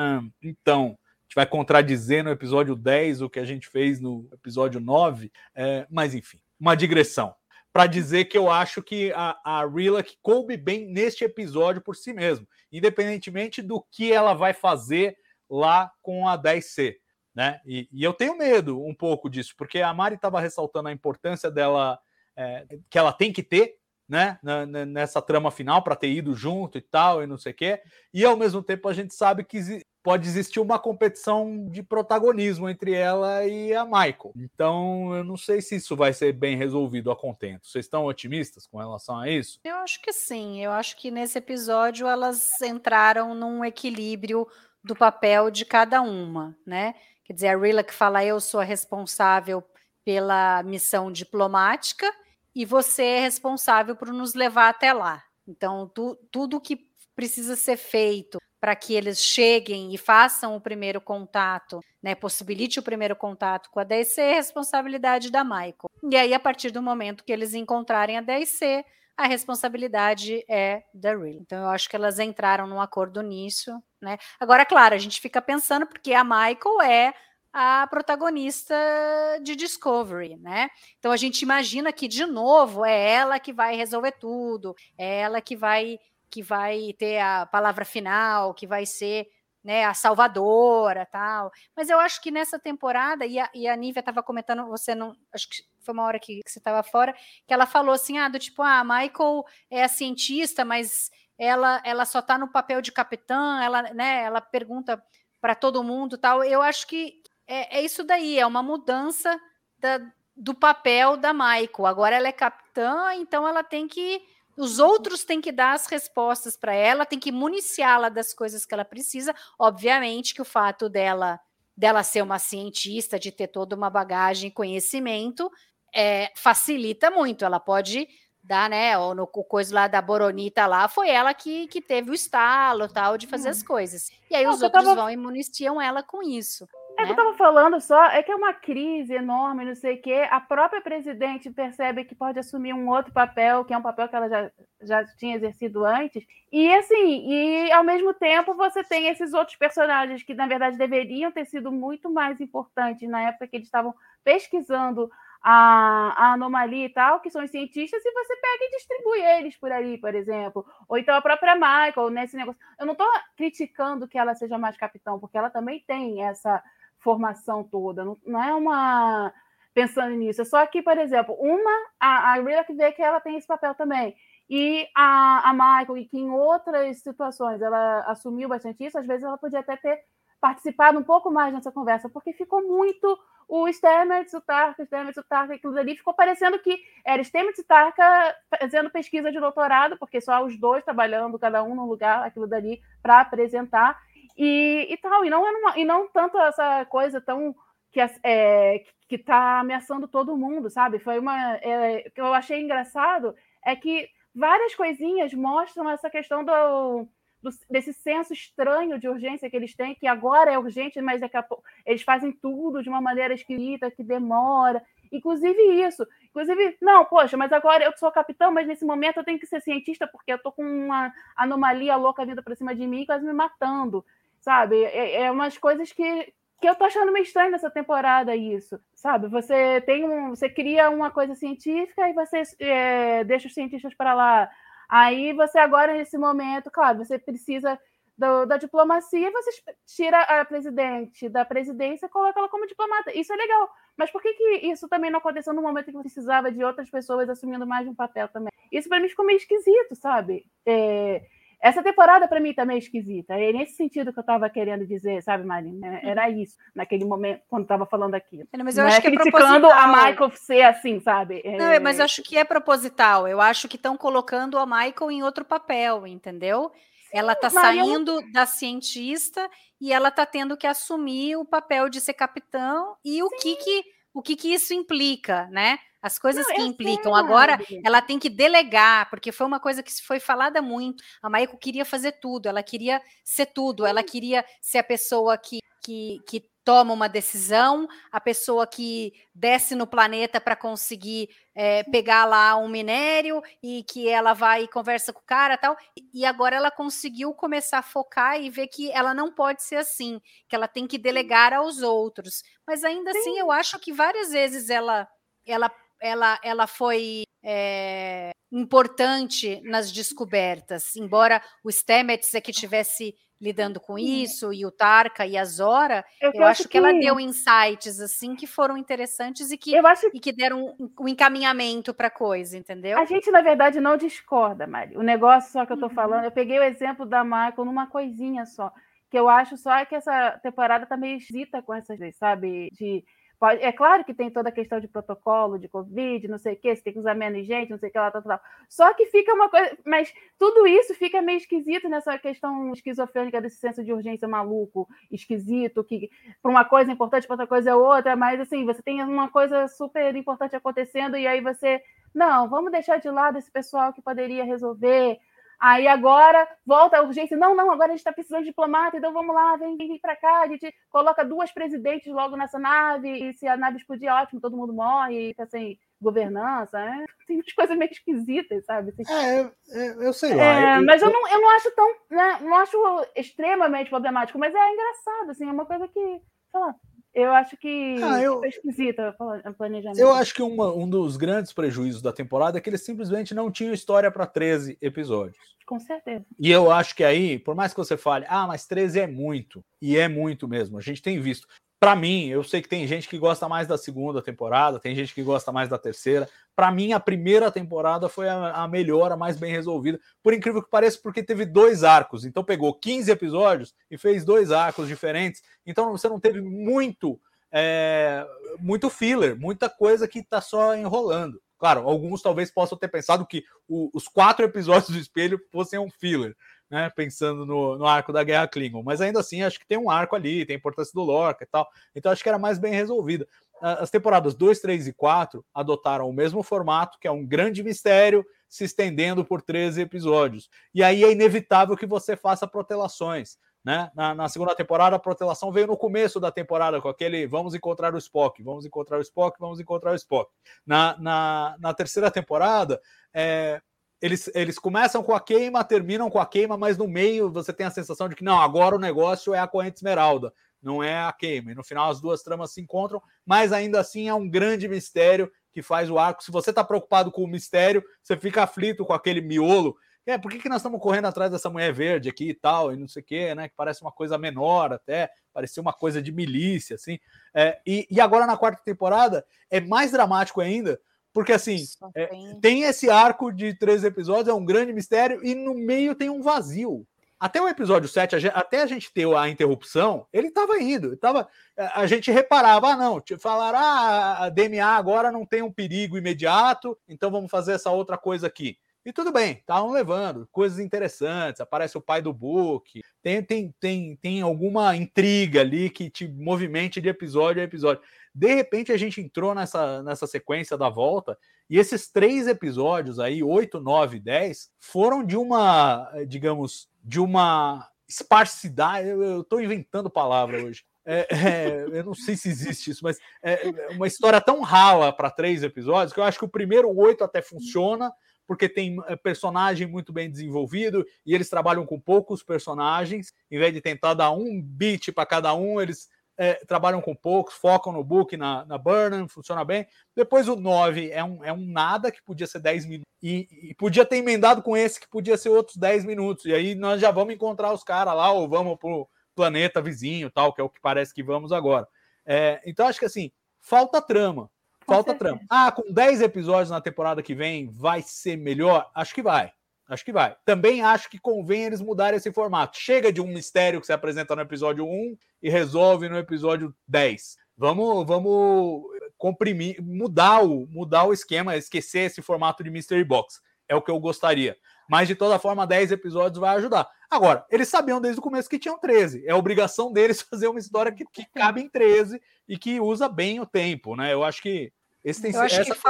então, a gente vai contradizer no episódio 10 o que a gente fez no episódio 9, mas enfim, uma digressão. Para dizer que eu acho que a Rilla coube bem neste episódio por si mesmo, independentemente do que ela vai fazer lá com a 10C. Né? E eu tenho medo um pouco disso, porque a Mari estava ressaltando a importância dela, que ela tem que ter, né? Nessa trama final, para ter ido junto e tal, e não sei o quê, e ao mesmo tempo a gente sabe que pode existir uma competição de protagonismo entre ela e a Michael. Então, eu não sei se isso vai ser bem resolvido a contento. Vocês estão otimistas com relação a isso? Eu acho que sim. Eu acho que nesse episódio elas entraram num equilíbrio do papel de cada uma, né? Quer dizer, a Rilla que fala, eu sou a responsável pela missão diplomática e você é responsável por nos levar até lá. Então, tudo que precisa ser feito para que eles cheguem e façam o primeiro contato, né, possibilite o primeiro contato com a 10C, é responsabilidade da Michael. E aí, a partir do momento que eles encontrarem a 10C, a responsabilidade é da Rilla. Então, eu acho que elas entraram num acordo nisso, né? Agora, claro, a gente fica pensando porque a Michael é a protagonista de Discovery, né? Então, a gente imagina que, de novo, é ela que vai resolver tudo, é ela que vai ter a palavra final, que vai ser, né, a salvadora, tal. Mas eu acho que nessa temporada, e a Nívia estava comentando, você não, acho que foi uma hora que você estava fora, que ela falou assim, do tipo, a Michael é a cientista, mas ela só está no papel de capitã, ela pergunta para todo mundo, tal. Eu acho que é isso daí, é uma mudança do papel da Michael. Agora ela é capitã, então ela tem que... Os outros têm que dar as respostas para ela, tem que municiá-la das coisas que ela precisa. Obviamente que o fato dela ser uma cientista, de ter toda uma bagagem e conhecimento, facilita muito. Ela pode dar, né? Ou no coisa lá da Boronita lá, foi ela que teve o estalo, tal, de fazer as coisas. E aí os outros vão e municiam ela com isso. É que eu estava falando só, é que é uma crise enorme, não sei o quê. A própria presidente percebe que pode assumir um outro papel, que é um papel que ela já tinha exercido antes. E assim, ao mesmo tempo você tem esses outros personagens que, na verdade, deveriam ter sido muito mais importantes na época que eles estavam pesquisando a anomalia e tal, que são os cientistas, e você pega e distribui eles por aí, por exemplo. Ou então a própria Michael, nesse negócio. Eu não estou criticando que ela seja mais capitão, porque ela também tem essa formação toda, não é uma... Pensando nisso, é só que, por exemplo, a Rilla que vê que ela tem esse papel também, e a Michael, e que em outras situações ela assumiu bastante isso, às vezes ela podia até ter participado um pouco mais nessa conversa, porque ficou muito o Stamets, o Tarka, aquilo ali ficou parecendo que era Stamets e Tarka fazendo pesquisa de doutorado, porque só os dois trabalhando, cada um num lugar, aquilo dali, para apresentar, e tal, e não tanto essa coisa tão que está ameaçando todo mundo, sabe? Foi o que eu achei engraçado é que várias coisinhas mostram essa questão desse senso estranho de urgência que eles têm, que agora é urgente, mas daqui a pouco eles fazem tudo de uma maneira esquisita, que demora. Inclusive isso. Não, poxa, mas agora eu sou capitão, mas nesse momento eu tenho que ser cientista porque eu estou com uma anomalia louca vindo para cima de mim, quase me matando. Sabe? É umas coisas que eu tô achando meio estranho nessa temporada isso, sabe? Você cria uma coisa científica e você deixa os cientistas para lá. Aí você agora, nesse momento, claro, você precisa da diplomacia, você tira a presidente da presidência e coloca ela como diplomata. Isso é legal. Mas por que isso também não aconteceu no momento em que precisava de outras pessoas assumindo mais de um papel também? Isso para mim ficou meio esquisito, sabe? Essa temporada, para mim, também é esquisita. É nesse sentido que eu estava querendo dizer, sabe, Marina? Era isso, naquele momento, quando estava falando aquilo. Mas eu acho que é criticando proposital. A Michael ser assim, sabe? Não, mas eu acho que é proposital. Eu acho que estão colocando a Michael em outro papel, entendeu? Sim, ela está saindo da cientista e ela está tendo que assumir o papel de ser capitão e o que isso implica, né? As coisas que implicam. Agora, ela tem que delegar, porque foi uma coisa que foi falada muito. A Michael queria fazer tudo, ela queria ser tudo, ela queria ser a pessoa que toma uma decisão, a pessoa que desce no planeta para conseguir pegar lá um minério e que ela vai e conversa com o cara e tal. E agora ela conseguiu começar a focar e ver que ela não pode ser assim, que ela tem que delegar aos outros. Mas ainda assim, eu acho que várias vezes ela foi importante nas descobertas, embora o Stamets é que tivesse lidando com isso, e o Tarka e a Zora, eu acho que ela deu insights assim que foram interessantes e que deram um encaminhamento para a coisa, entendeu? A gente, na verdade, não discorda, Mari. O negócio só que eu tô falando, eu peguei o exemplo da Michael numa coisinha só, que eu acho só que essa temporada tá meio esquisita com essas coisas, sabe? É claro que tem toda a questão de protocolo, de Covid, não sei o quê, você tem que usar menos gente, não sei o que lá, tal. Só que fica uma coisa... Mas tudo isso fica meio esquisito nessa questão esquizofrênica desse senso de urgência maluco, esquisito, que para uma coisa é importante, para outra coisa é outra, mas assim, você tem uma coisa super importante acontecendo e aí você... Não, vamos deixar de lado esse pessoal que poderia resolver... Aí agora volta a urgência. Não, agora a gente está precisando de diplomata, então vamos lá, vem para cá. A gente coloca 2 presidentes logo nessa nave, e se a nave explodir, ótimo, todo mundo morre, e fica sem governança. Tem umas coisas meio esquisitas, sabe? Assim, eu sei lá. Mas eu não acho tão. Né, não acho extremamente problemático, mas é engraçado, assim, é uma coisa que, sei lá. Eu acho que é esquisita o planejamento. Eu acho que um dos grandes prejuízos da temporada é que eles simplesmente não tinham história para 13 episódios. Com certeza. E eu acho que aí, por mais que você fale, mas 13 é muito, e é muito mesmo, a gente tem visto. Para mim, eu sei que tem gente que gosta mais da segunda temporada, tem gente que gosta mais da terceira. Para mim, a primeira temporada foi a melhor, a mais bem resolvida. Por incrível que pareça, porque teve 2 arcos. Então pegou 15 episódios e fez 2 arcos diferentes. Então você não teve muito filler, muita coisa que tá só enrolando. Claro, alguns talvez possam ter pensado que os 4 episódios do Espelho fossem um filler, né, pensando no arco da Guerra Klingon, mas ainda assim acho que tem um arco ali, tem a importância do Lorca e tal, então acho que era mais bem resolvida. As temporadas 2, 3 e 4 adotaram o mesmo formato, que é um grande mistério se estendendo por 13 episódios, e aí é inevitável que você faça protelações, né? Na segunda temporada a protelação veio no começo da temporada com aquele vamos encontrar o Spock, vamos encontrar o Spock, vamos encontrar o Spock. Na terceira temporada eles começam com a queima, terminam com a queima, mas no meio você tem a sensação de que não, agora o negócio é a corrente esmeralda, não é a queima. E no final as 2 tramas se encontram, mas ainda assim é um grande mistério que faz o arco. Se você está preocupado com o mistério, você fica aflito com aquele miolo. Por que nós estamos correndo atrás dessa mulher verde aqui e tal, e não sei o quê, né? Que parece uma coisa menor até, parecia uma coisa de milícia, assim. E agora na 4ª temporada é mais dramático ainda, porque assim, tem esse arco de 13 episódios, é um grande mistério, e no meio tem um vazio. Até o episódio 7, até a gente ter a interrupção, ele estava indo. A gente reparava, falaram, a DMA agora não tem um perigo imediato, então vamos fazer essa outra coisa aqui. E tudo bem, estavam levando coisas interessantes, aparece o pai do Book, tem alguma intriga ali que te movimente de episódio a episódio. De repente a gente entrou nessa sequência da volta, e esses 3 episódios aí, 8, 9 e 10, foram de uma, digamos, de uma esparsidade, eu estou inventando palavra hoje, eu não sei se existe isso, mas é uma história tão rala para 3 episódios, que eu acho que o primeiro 8 até funciona, porque tem personagem muito bem desenvolvido e eles trabalham com poucos personagens, em vez de tentar dar um beat para cada um, eles trabalham com poucos, focam no Book, na Burnham, funciona bem. Depois o 9 é um nada, que podia ser 10 minutos, e podia ter emendado com esse, que podia ser outros 10 minutos, e aí nós já vamos encontrar os caras lá, ou vamos pro planeta vizinho, tal, que é o que parece que vamos agora. Então acho que assim, falta trama. Com 10 episódios na temporada que vem, vai ser melhor? Acho que vai. Acho que vai. Também acho que convém eles mudarem esse formato. Chega de um mistério que você apresenta no episódio 1 e resolve no episódio 10. Vamos comprimir, mudar o esquema, esquecer esse formato de Mystery Box. É o que eu gostaria. Mas, de toda forma, 10 episódios vai ajudar. Agora, eles sabiam desde o começo que tinham 13. É obrigação deles fazer uma história que cabe em 13 e que usa bem o tempo, né? Eu acho que esse tem Eu acho que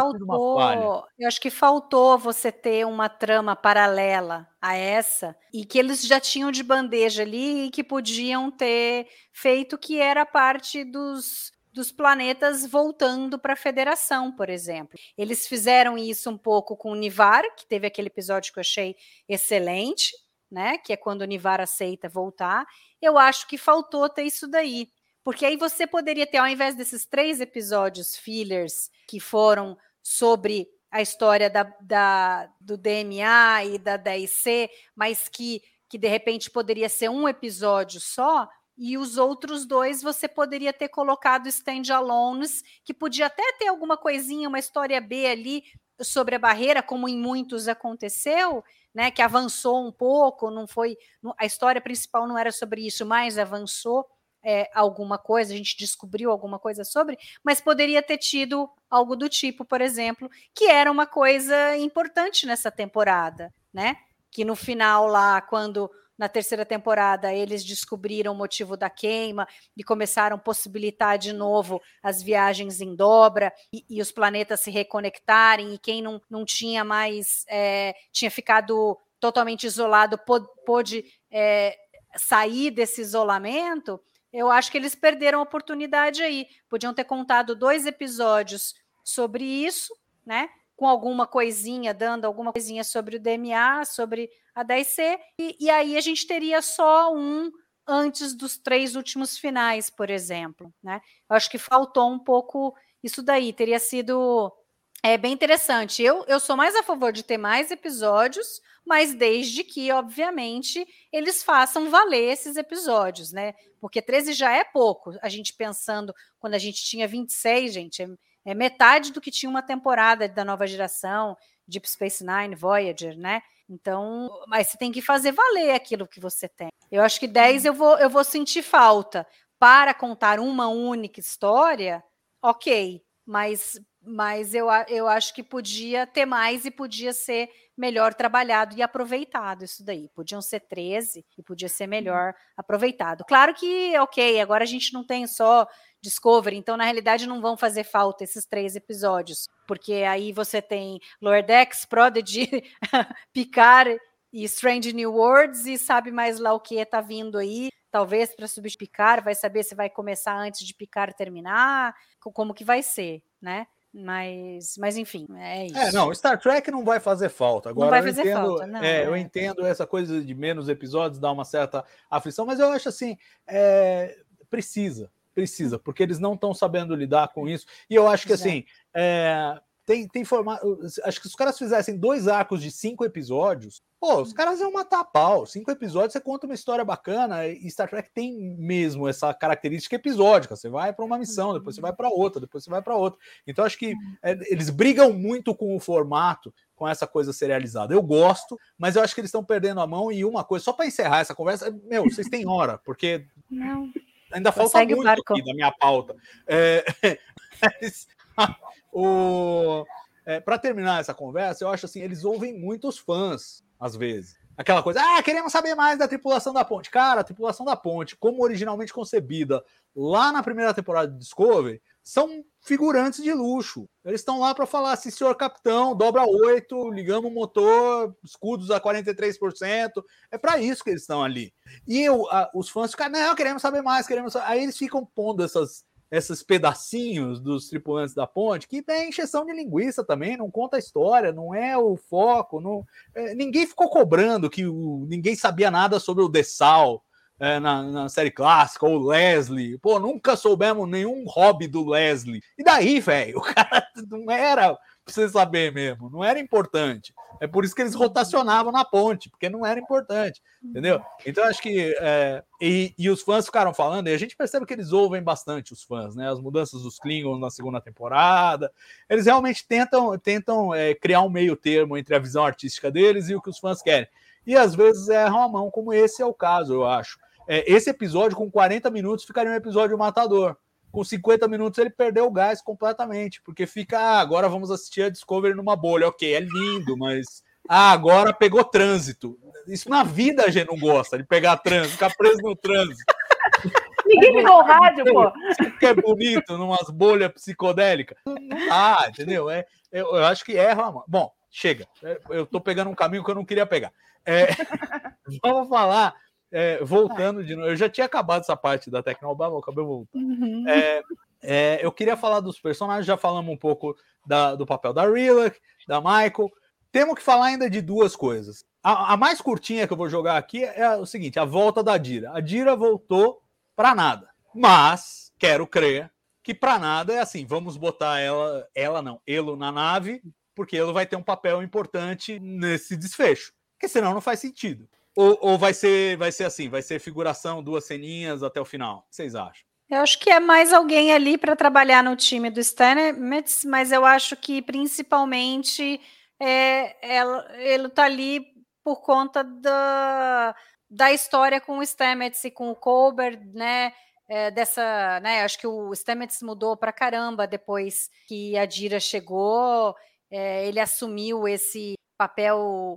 faltou você ter uma trama paralela a essa e que eles já tinham de bandeja ali e que podiam ter feito, que era parte dos planetas voltando para a Federação, por exemplo. Eles fizeram isso um pouco com o Nivar, que teve aquele episódio que eu achei excelente, né? Que é quando o Nivar aceita voltar. Eu acho que faltou ter isso daí. Porque aí você poderia ter, ao invés desses 3 episódios fillers que foram sobre a história do DMA e da 10C, mas que de repente poderia ser um episódio só, e os outros 2 você poderia ter colocado standalones, que podia até ter alguma coisinha, uma história B ali sobre a barreira, como em muitos aconteceu, né, que avançou um pouco, não foi, a história principal não era sobre isso, mas avançou alguma coisa, a gente descobriu alguma coisa sobre, mas poderia ter tido algo do tipo, por exemplo, que era uma coisa importante nessa temporada, né? Que no final lá, quando na terceira temporada eles descobriram o motivo da queima e começaram a possibilitar de novo as viagens em dobra e os planetas se reconectarem, e quem não tinha mais, tinha ficado totalmente isolado, pôde sair desse isolamento. Eu acho que eles perderam a oportunidade aí. Podiam ter contado 2 episódios sobre isso, né? Com alguma coisinha, dando alguma coisinha sobre o DMA, sobre a 10C, e aí a gente teria só um antes dos 3 últimos finais, por exemplo, né? Eu acho que faltou um pouco isso daí. Teria sido bem interessante. Eu sou mais a favor de ter mais episódios, mas desde que, obviamente, eles façam valer esses episódios, né? Porque 13 já é pouco. A gente pensando, quando a gente tinha 26, gente, é metade do que tinha uma temporada da nova geração, Deep Space Nine, Voyager, né? Então, mas você tem que fazer valer aquilo que você tem. Eu acho que 10 eu vou sentir falta. Para contar uma única história, ok, mas eu acho que podia ter mais e podia ser melhor trabalhado e aproveitado isso daí. Podiam ser 13 e podia ser melhor aproveitado. Claro que, ok, agora a gente não tem só Discovery, então na realidade não vão fazer falta esses 3 episódios, porque aí você tem Lower Decks, Prodigy, Picard e Strange New Worlds, e sabe mais lá o que tá vindo aí, talvez para substituir Picard, vai saber se vai começar antes de Picard terminar, como que vai ser, né? Mas enfim, é isso. Não, Star Trek não vai fazer falta. Agora, não vai fazer falta, não. Eu entendo essa coisa de menos episódios, dar uma certa aflição, mas eu acho assim, precisa, porque eles não estão sabendo lidar com isso. E eu acho que assim, tem formato. Acho que se os caras fizessem 2 arcos de 5 episódios, os caras iam matar a pau. 5 episódios, você conta uma história bacana, e Star Trek tem mesmo essa característica episódica. Você vai para uma missão, depois você vai para outra, depois você vai para outra. Então, acho que eles brigam muito com o formato, com essa coisa serializada. Eu gosto, mas eu acho que eles estão perdendo a mão. E uma coisa, só para encerrar essa conversa, vocês têm hora, porque não. Ainda falta muito aqui da minha pauta. Para terminar essa conversa, eu acho assim, eles ouvem muitos fãs, às vezes. Aquela coisa, queremos saber mais da tripulação da ponte. Cara, a tripulação da ponte, como originalmente concebida lá na primeira temporada de Discovery, são figurantes de luxo. Eles estão lá para falar assim, senhor capitão, dobra 8, ligamos o motor, escudos a 43%. É para isso que eles estão ali. E os fãs ficam, não, queremos saber mais, Aí eles ficam pondo esses pedacinhos dos tripulantes da ponte, que tem encheção de linguiça também, não conta a história, não é o foco. Ninguém ficou cobrando que ninguém sabia nada sobre o Dessal na série clássica, ou Leslie. Nunca soubemos nenhum hobby do Leslie. E daí, velho, o cara não era pra você saber mesmo, não era importante. É por isso que eles rotacionavam na ponte, porque não era importante, entendeu? Então, acho que... E os fãs ficaram falando, e a gente percebe que eles ouvem bastante os fãs, né? As mudanças dos Klingons na segunda temporada. Eles realmente tentam criar um meio termo entre a visão artística deles e o que os fãs querem. E, às vezes, erram a mão, como esse é o caso, eu acho. Esse episódio, com 40 minutos, ficaria um episódio matador. Com 50 minutos ele perdeu o gás completamente, porque fica, agora vamos assistir a Discovery numa bolha. Ok, é lindo, mas agora pegou trânsito. Isso na vida a gente não gosta, de pegar trânsito, ficar preso no trânsito. Ninguém ligou o rádio, pô. Isso que é bonito, numas bolhas psicodélicas. Não dá, entendeu? Eu acho que erra. Bom, chega. Eu tô pegando um caminho que eu não queria pegar. Vamos falar... voltando de novo, eu já tinha acabado essa parte da Tecnobabble, acabei voltando. Eu queria falar dos personagens, já falamos um pouco do papel da Rilla, da Michael. Temos que falar ainda de duas coisas. A mais curtinha que eu vou jogar aqui é o seguinte: a volta da Dira. A Dira voltou para nada, mas quero crer que para nada é assim, vamos botar Elo na nave, porque ele vai ter um papel importante nesse desfecho, porque senão não faz sentido. Ou vai ser assim, vai ser figuração, 2 ceninhas até o final? O que vocês acham? Eu acho que é mais alguém ali para trabalhar no time do Stamets, mas eu acho que principalmente ele está ali por conta da história com o Stamets e com o Colbert, né? Acho que o Stamets mudou para caramba depois que a Dira chegou, ele assumiu esse papel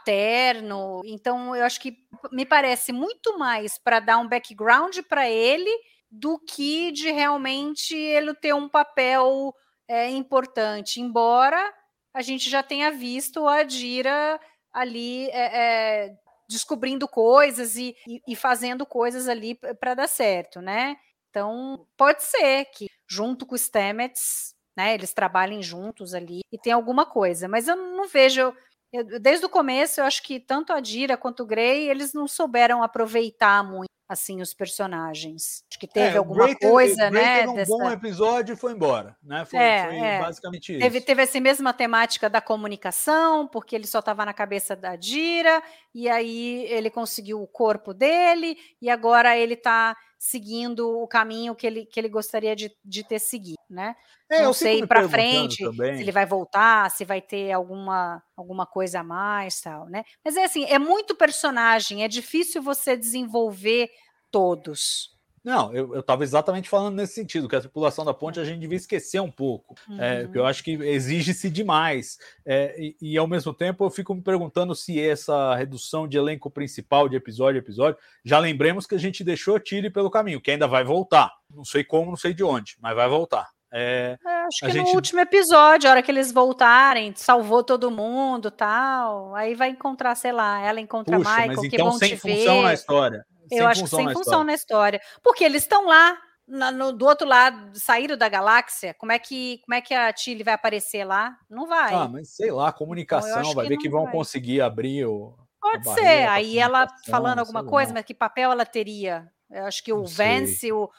paterno, então eu acho que me parece muito mais para dar um background para ele do que de realmente ele ter um papel importante, embora a gente já tenha visto a Dira ali descobrindo coisas e fazendo coisas ali para dar certo, né? Então pode ser que junto com o Stamets, né, eles trabalhem juntos ali e tem alguma coisa, mas eu não vejo... desde o começo, eu acho que tanto a Dira quanto o Grey, eles não souberam aproveitar muito assim os personagens. Acho que teve alguma coisa, né? Teve bom episódio e foi embora, né? Foi basicamente isso. Teve essa mesma temática da comunicação, porque ele só estava na cabeça da Dira, e aí ele conseguiu o corpo dele, e agora ele está seguindo o caminho que ele gostaria de ter seguido, né? Não sei para frente também se ele vai voltar, se vai ter alguma coisa a mais, tal, né? Mas assim, é muito personagem, é difícil você desenvolver todos. Não, eu estava exatamente falando nesse sentido, que a tripulação da ponte a gente devia esquecer um pouco, porque eu acho que exige-se demais, e ao mesmo tempo eu fico me perguntando se essa redução de elenco principal de episódio a episódio, já lembremos que a gente deixou a Tilly pelo caminho, que ainda vai voltar, não sei como, não sei de onde, mas vai voltar. Acho que no último episódio, a hora que eles voltarem, salvou todo mundo, tal, aí vai encontrar, sei lá, ela encontra Michael, mas que então bom sem te função ver. na história. Eu acho que sem função na história. Porque eles estão lá, do outro lado, saíram da galáxia. Como é que a Tilly vai aparecer lá? Não vai. Mas sei lá, comunicação, então, vai ver que vão conseguir abrir o... Pode ser. Aí ela falando alguma coisa, mas que papel ela teria? Eu acho que o Vance, o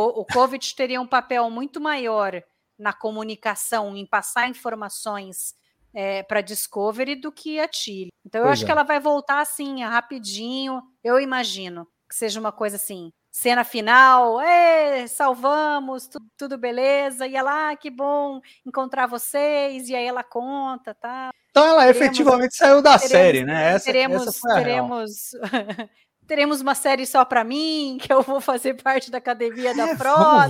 Kovic teria um papel muito maior na comunicação, em passar informações para Discovery do que a Tilly. Então eu acho que ela vai voltar assim, rapidinho, eu imagino que seja uma coisa assim, cena final, salvamos, tudo beleza, e ela, que bom encontrar vocês, e aí ela conta, tá? Então ela efetivamente saiu da série, né? Teremos uma série só para mim, que eu vou fazer parte da academia da frota.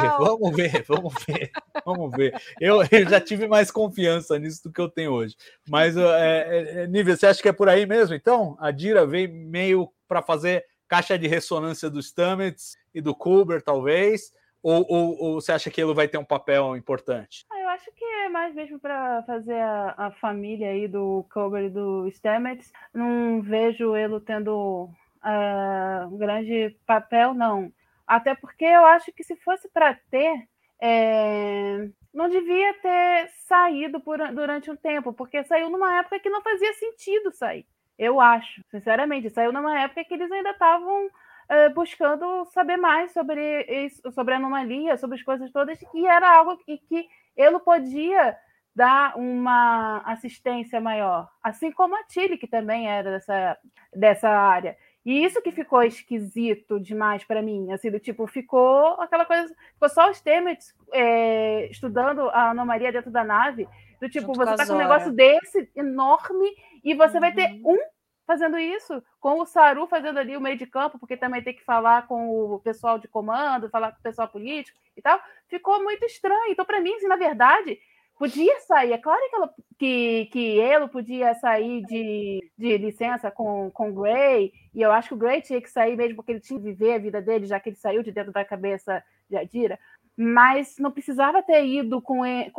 Vamos ver. Eu já tive mais confiança nisso do que eu tenho hoje. Mas, Nívia, você acha que é por aí mesmo? Então, a Dira veio meio para fazer caixa de ressonância do Stamets e do Colbert, talvez? Ou você acha que ele vai ter um papel importante? Eu acho que é mais mesmo para fazer a família aí do Colbert e do Stamets. Não vejo ele tendo... um grande papel, não. Até porque eu acho que se fosse para ter, não devia ter saído durante um tempo, porque saiu numa época que não fazia sentido sair. Eu acho, sinceramente, saiu numa época que eles ainda estavam buscando saber mais sobre a anomalia, sobre as coisas todas, e era algo que ele podia dar uma assistência maior, assim como a Tilly, que também era dessa área. E isso que ficou esquisito demais para mim, assim, do tipo, ficou aquela coisa, ficou só os Stamets estudando a anomalia dentro da nave, do tipo, Junto você com tá a com um Zora. negócio desse, enorme, e você vai ter fazendo isso, com o Saru fazendo ali o meio de campo, porque também tem que falar com o pessoal de comando, falar com o pessoal político e tal, ficou muito estranho. Então, para mim, assim, na verdade, podia sair, é claro que ele podia sair de licença com o Grey, e eu acho que o Grey tinha que sair mesmo porque ele tinha que viver a vida dele, já que ele saiu de dentro da cabeça de Adira, mas não precisava ter ido com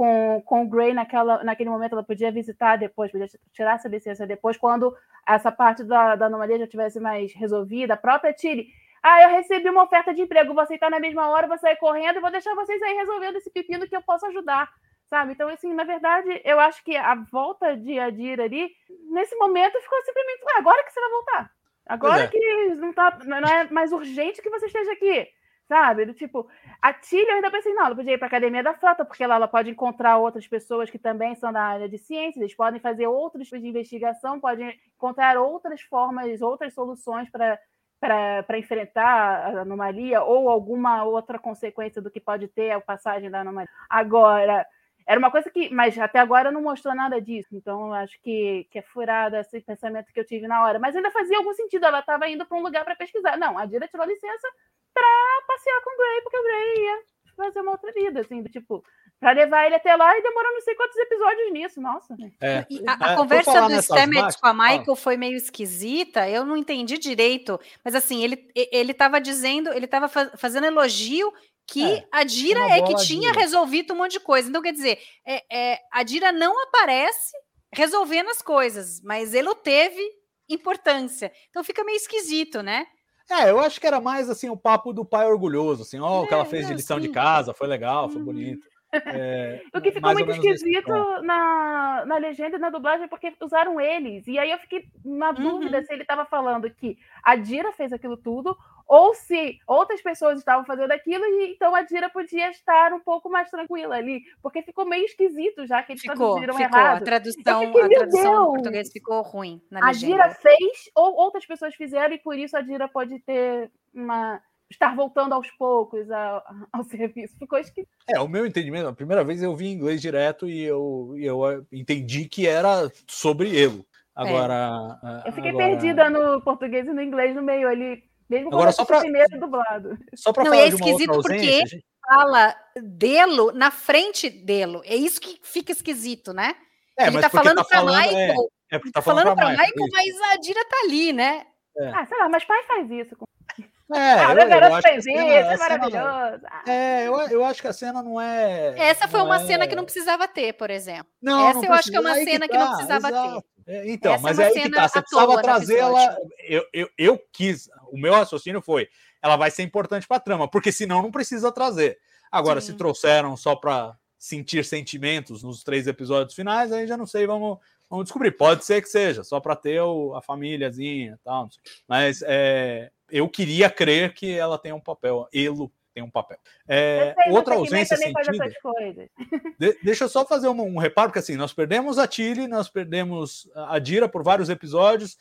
o Grey naquele momento. Ela podia visitar depois, podia tirar essa licença depois, quando essa parte da anomalia já tivesse mais resolvida. A própria Tilly, eu recebi uma oferta de emprego, vou aceitar na mesma hora, vou sair correndo e vou deixar vocês aí resolvendo esse pepino que eu posso ajudar. Sabe? Então, assim, na verdade, eu acho que a volta de Adira ali, nesse momento, ficou simplesmente, agora que você vai voltar. Agora que não é mais urgente que você esteja aqui. Sabe? Do tipo, a Tilly, eu ainda pensei, não, ela podia ir para a Academia da Frota, porque lá ela pode encontrar outras pessoas que também são da área de ciências, eles podem fazer outros tipos de investigação, podem encontrar outras formas, outras soluções para enfrentar a anomalia ou alguma outra consequência do que pode ter a passagem da anomalia. Agora, era uma coisa que, mas até agora não mostrou nada disso, então eu acho que é furada esse pensamento que eu tive na hora, mas ainda fazia algum sentido, ela estava indo para um lugar para pesquisar. Não, a Adira tirou licença para passear com o Grey, porque o Grey ia fazer uma outra vida, assim, tipo, para levar ele até lá, e demorou não sei quantos episódios nisso, nossa. A conversa do Stamets com a Michael foi meio esquisita, eu não entendi direito, mas assim, ele estava dizendo, ele estava fazendo elogio que a Adira que tinha resolvido um monte de coisa. Então, quer dizer, a Adira não aparece resolvendo as coisas, mas ele teve importância. Então fica meio esquisito, né? Eu acho que era mais assim o papo do pai orgulhoso, assim, o que ela fez de lição de casa, foi legal, foi bonito. O que ficou muito esquisito na legenda e na dublagem, porque usaram eles. E aí eu fiquei na dúvida se ele estava falando que a Adira fez aquilo tudo, ou se outras pessoas estavam fazendo aquilo, e então a Adira podia estar um pouco mais tranquila ali, porque ficou meio esquisito, já que eles traduziram errado. A tradução em português ficou ruim na legenda. A Adira fez, ou outras pessoas fizeram, e por isso a Adira pode ter estar voltando aos poucos ao serviço. Ficou esquisito. O meu entendimento, a primeira vez eu vi em inglês direto e eu entendi que era sobre ele. Agora... eu fiquei perdida no português e no inglês no meio ali. Mesmo quando agora, eu primeiro dublado. Só para falar de uma esquisito outra ausência, porque ele fala dele na frente dele. É isso que fica esquisito, né? Ele tá falando para Michael. Porque tá falando para Michael, mas a Adira tá ali, né? Sei lá, mas pai faz isso. O garoto fez isso, é maravilhoso. Eu acho que a cena não é... Essa foi uma cena que não precisava ter, por exemplo. Essa eu acho que é uma cena que não precisava ter. Então, mas é aí que tá, você precisava trazê-la. Eu quis, o meu raciocínio foi, ela vai ser importante para a trama, porque senão não precisa trazer. Agora, se trouxeram só para sentir sentimentos nos 3 episódios finais, aí já não sei, vamos descobrir. Pode ser que seja, só para ter a famíliazinha e tal. Mas eu queria crer que ela tem um papel, ele tem um papel. Outra ausência sentida... Deixa eu só fazer um reparo, porque assim, nós perdemos a Tilly, nós perdemos a Adira por vários episódios,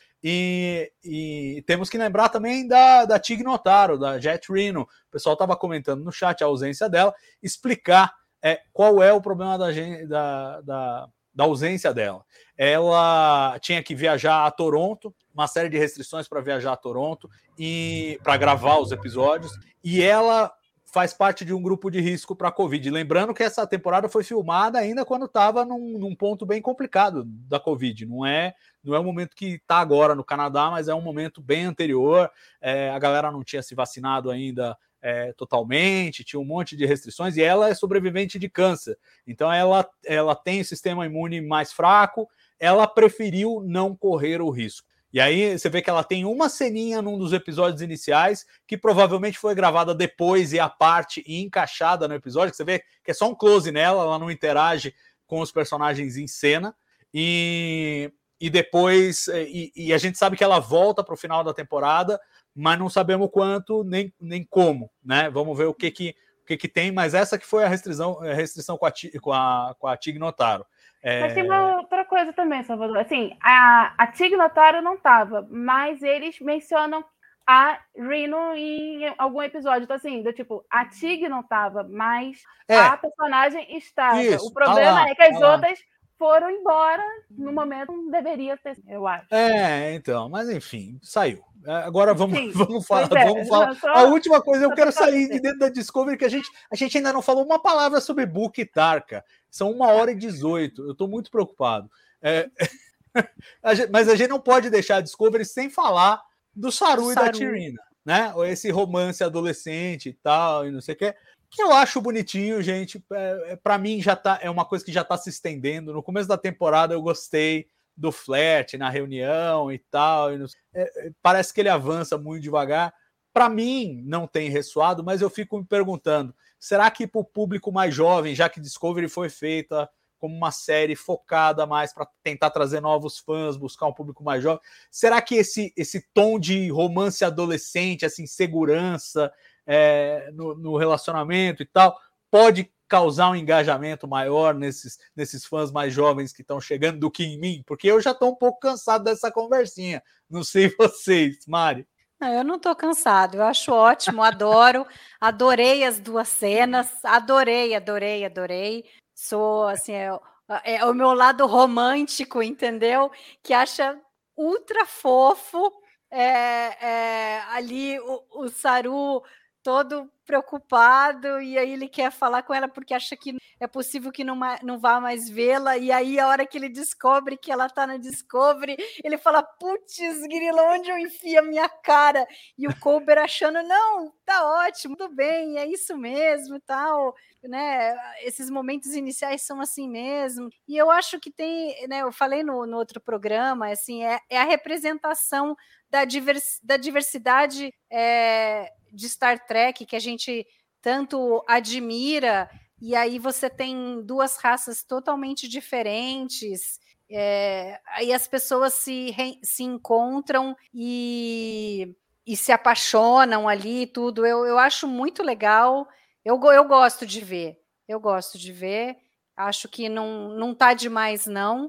e temos que lembrar também da Tig Notaro, da Jet Reno. O pessoal estava comentando no chat a ausência dela, explicar qual é o problema da ausência dela. Ela tinha que viajar a Toronto, uma série de restrições para viajar a Toronto e para gravar os episódios, e ela faz parte de um grupo de risco para a Covid. Lembrando que essa temporada foi filmada ainda quando estava num ponto bem complicado da Covid. Não é o momento que está agora no Canadá, mas é um momento bem anterior. A galera não tinha se vacinado ainda totalmente, tinha um monte de restrições, e ela é sobrevivente de câncer. Então ela tem o sistema imune mais fraco, ela preferiu não correr o risco. E aí você vê que ela tem uma ceninha num dos episódios iniciais, que provavelmente foi gravada depois e a parte encaixada no episódio, que você vê que é só um close nela, ela não interage com os personagens em cena, e depois, e a gente sabe que ela volta para o final da temporada, mas não sabemos quanto, nem como, né? Vamos ver o que tem, mas essa que foi a restrição com a Tig Notaro. Mas tem uma outra coisa também, Salvador. Assim, a Tig Notaro não tava, mas eles mencionam a Reno em algum episódio. Então, assim, a Tig não tava, mas a personagem estava. Isso, O problema é que as lá. outras foram embora no momento que não deveria ter, eu acho. Então, mas enfim, saiu. Agora vamos falar. A Só, última coisa, eu quero sair de dentro da Discovery, que a gente ainda não falou uma palavra sobre Book e Tarka. São 1h18. Eu estou muito preocupado. Mas a gente não pode deixar a Discovery sem falar do Saru e da T'Rina, né? Esse romance adolescente e tal, e não sei o que eu acho bonitinho, gente. Para mim é uma coisa que já está se estendendo. No começo da temporada eu gostei do flerte na reunião e tal. Parece que ele avança muito devagar. Para mim, não tem ressoado, mas eu fico me perguntando, será que para o público mais jovem, já que Discovery foi feita como uma série focada mais para tentar trazer novos fãs, buscar um público mais jovem, será que esse tom de romance adolescente, essa insegurança no relacionamento e tal, pode causar um engajamento maior nesses fãs mais jovens que estão chegando do que em mim? Porque eu já estou um pouco cansado dessa conversinha. Não sei vocês, Mari. Eu não estou cansado, eu acho ótimo, adorei as duas cenas, adorei. Sou, assim, é o meu lado romântico, entendeu? Que acha ultra fofo ali o Saru todo preocupado, e aí ele quer falar com ela porque acha que é possível que não vá mais vê-la, e aí a hora que ele descobre que ela tá na Discovery, ele fala, putz, grila, onde eu enfio a minha cara? E o Culber achando, não, tá ótimo, tudo bem, é isso mesmo, tal, né? Esses momentos iniciais são assim mesmo, e eu acho que tem, né, eu falei no outro programa, assim, é a representação da diversidade de Star Trek que a gente tanto admira, e aí você tem duas raças totalmente diferentes, aí as pessoas se encontram e se apaixonam ali, tudo. Eu acho muito legal, eu gosto de ver, acho que não tá demais, não.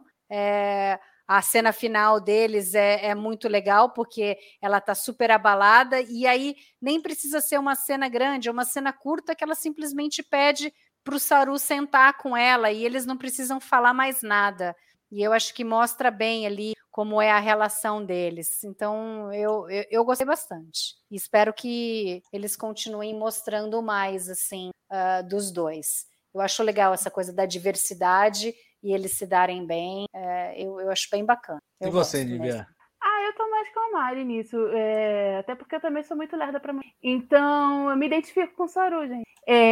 A cena final deles é muito legal, porque ela está super abalada, e aí nem precisa ser uma cena grande, é uma cena curta que ela simplesmente pede para o Saru sentar com ela, e eles não precisam falar mais nada. E eu acho que mostra bem ali como é a relação deles. Então, eu gostei bastante. E espero que eles continuem mostrando mais, assim, dos dois. Eu acho legal essa coisa da diversidade e eles se darem bem, eu acho bem bacana. E você, Nívia? Eu tô mais com a Mari nisso, até porque eu também sou muito lerda pra mim. Então, eu me identifico com o Saru, gente.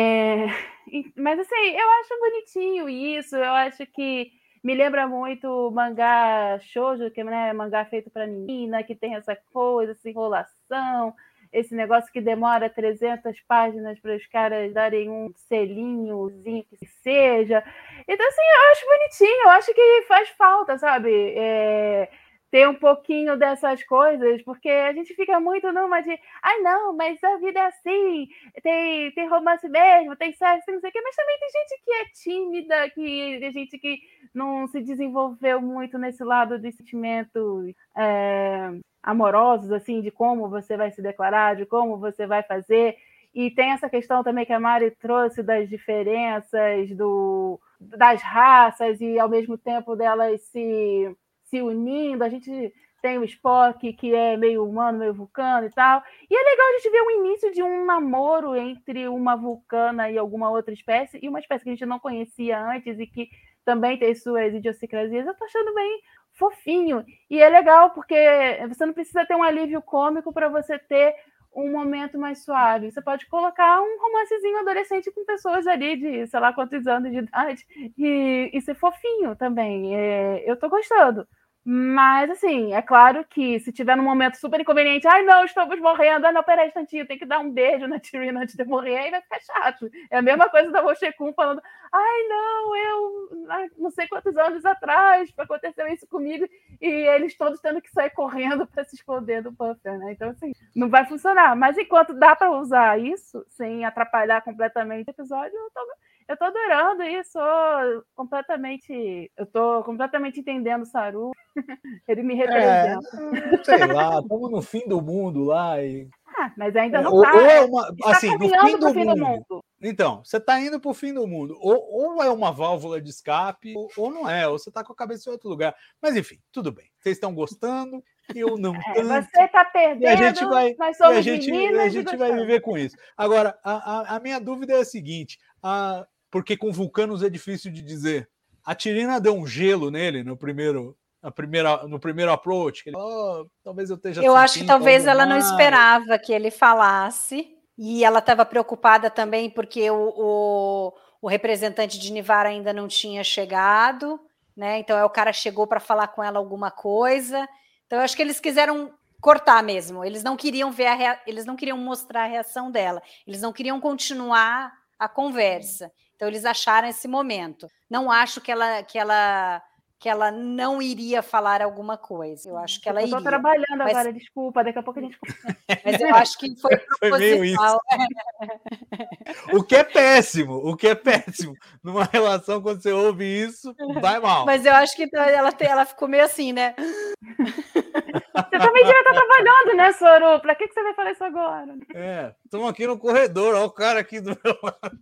Mas assim, eu acho bonitinho isso, eu acho que me lembra muito mangá shoujo, que é, né, mangá feito pra menina, que tem essa coisa, essa enrolação, esse negócio que demora 300 páginas para os caras darem um selinhozinho que seja. Então, assim, eu acho bonitinho, eu acho que faz falta, sabe? Ter um pouquinho dessas coisas, porque a gente fica muito numa de não, mas a vida é assim, tem romance mesmo, tem sexo, tem não sei o quê, mas também tem gente que é tímida, tem gente que não se desenvolveu muito nesse lado dos sentimentos amorosos, assim, de como você vai se declarar, de como você vai fazer. E tem essa questão também que a Mari trouxe das diferenças das raças e, ao mesmo tempo, delas se unindo. A gente tem o Spock, que é meio humano, meio vulcano e tal. E é legal a gente ver o início de um namoro entre uma vulcana e alguma outra espécie, e uma espécie que a gente não conhecia antes e que também tem suas idiosincrasias. Eu tô achando bem fofinho. E é legal porque você não precisa ter um alívio cômico para você ter um momento mais suave. Você pode colocar um romancezinho adolescente com pessoas ali de sei lá quantos anos de idade e ser fofinho também. Eu tô gostando. Mas, assim, é claro que se tiver num momento super inconveniente, não, estamos morrendo, não, peraí, instantinho, tem que dar um beijo na T'Rina antes de morrer, aí vai ficar chato. É a mesma coisa da Roshekun falando, não, eu não sei quantos anos atrás aconteceu isso comigo, e eles todos tendo que sair correndo para se esconder do Puffer, né? Então, assim, não vai funcionar. Mas enquanto dá para usar isso, sem atrapalhar completamente o episódio, Eu tô adorando isso, eu tô completamente entendendo o Saru. Ele me representa. Sei lá, estamos no fim do mundo lá e... mas ainda não ou tá. é uma, Está assim, no caminhando pro fim do mundo. Então, você tá indo pro fim do mundo. Ou é uma válvula de escape, ou não é. Ou você tá com a cabeça em outro lugar. Mas enfim, tudo bem. Vocês estão gostando, eu não tanto. Você tá perdendo, e a gente vai, nós somos a gente vai viver com isso. Agora, a minha dúvida é a seguinte, porque com vulcanos é difícil de dizer. A Tirina deu um gelo nele no primeiro approach. Ele falou, talvez eu esteja Eu acho que talvez ela não mais. esperava que ele falasse. E ela estava preocupada também porque o representante de Nivar ainda não tinha chegado, né? Então o cara chegou para falar com ela alguma coisa. Então eu acho que eles quiseram cortar mesmo. Eles não queriam eles não queriam mostrar a reação dela. Eles não queriam continuar a conversa. Então eles acharam esse momento. Não acho que ela não iria falar alguma coisa. Eu acho que ela iria. Eu tô trabalhando agora, desculpa, daqui a pouco a gente... Mas eu acho que foi meio isso. O que é péssimo. Numa relação, quando você ouve isso, vai mal. Mas eu acho que ela ficou meio assim, né? Você também devia estar trabalhando, né, Soru? Pra que você vai falar isso agora? Estamos aqui no corredor, olha o cara aqui do meu lado.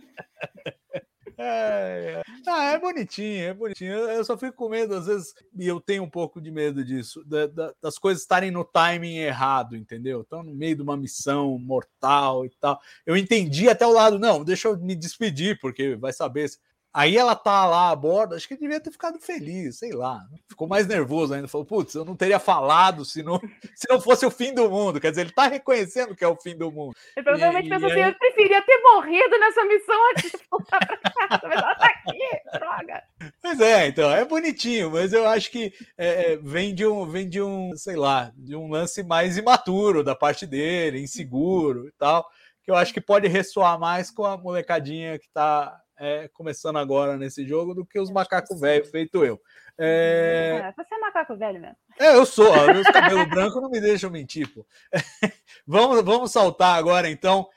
É bonitinho. Eu só fico com medo, às vezes, e eu tenho um pouco de medo disso, das coisas estarem no timing errado, entendeu? Estão no meio de uma missão mortal e tal. Eu entendi até o lado, não, deixa eu me despedir, porque vai saber. Aí ela tá lá a bordo, acho que devia ter ficado feliz, sei lá. Ficou mais nervoso ainda, falou, putz, eu não teria falado se não fosse o fim do mundo. Quer dizer, ele tá reconhecendo que é o fim do mundo. Ele provavelmente pensou assim, eu preferia ter morrido nessa missão antes de voltar pra casa, mas ela tá aqui, droga. Pois então, é bonitinho, mas eu acho que vem de um, sei lá, de um lance mais imaturo da parte dele, inseguro e tal, que eu acho que pode ressoar mais com a molecadinha que tá começando agora nesse jogo do que os macacos velhos, feito eu. Você é macaco velho mesmo. Eu sou, meus cabelos brancos não me deixam mentir, pô. Vamos saltar agora, então,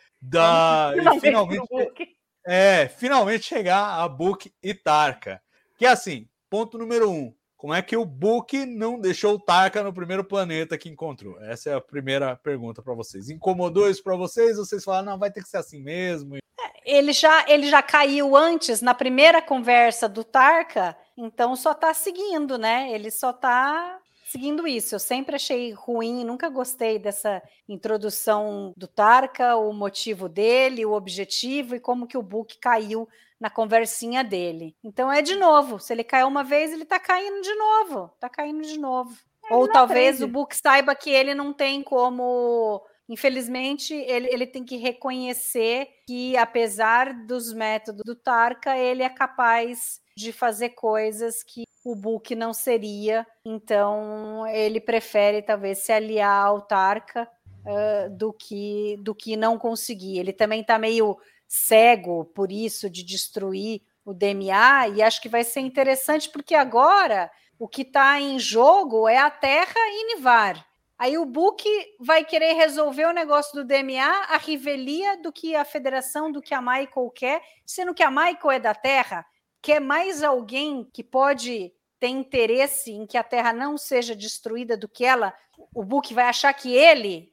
finalmente chegar a Book e Tarka. Que é assim, ponto número 1. Como é que o Book não deixou o Tarka no primeiro planeta que encontrou? Essa é a primeira pergunta para vocês. Incomodou isso para vocês? Vocês falaram, não, vai ter que ser assim mesmo? Ele já caiu antes, na primeira conversa do Tarka, então só está seguindo, né? Ele só está seguindo isso. Eu sempre achei ruim, nunca gostei dessa introdução do Tarka, o motivo dele, o objetivo e como que o Book caiu na conversinha dele. Então é de novo, se ele caiu uma vez, ele está caindo de novo. Ou talvez o Book saiba que ele não tem como... Infelizmente, ele tem que reconhecer que, apesar dos métodos do Tarka, ele é capaz de fazer coisas que o Book não seria. Então, ele prefere, talvez, se aliar ao Tarka do que não conseguir. Ele também está meio cego por isso, de destruir o DMA, e acho que vai ser interessante, porque agora o que está em jogo é a Terra e Nivar. Aí o Book vai querer resolver o negócio do DMA, a revelia do que a Federação, do que a Michael quer, sendo que a Michael é da Terra, quer mais alguém que pode ter interesse em que a Terra não seja destruída do que ela. O Book vai achar que ele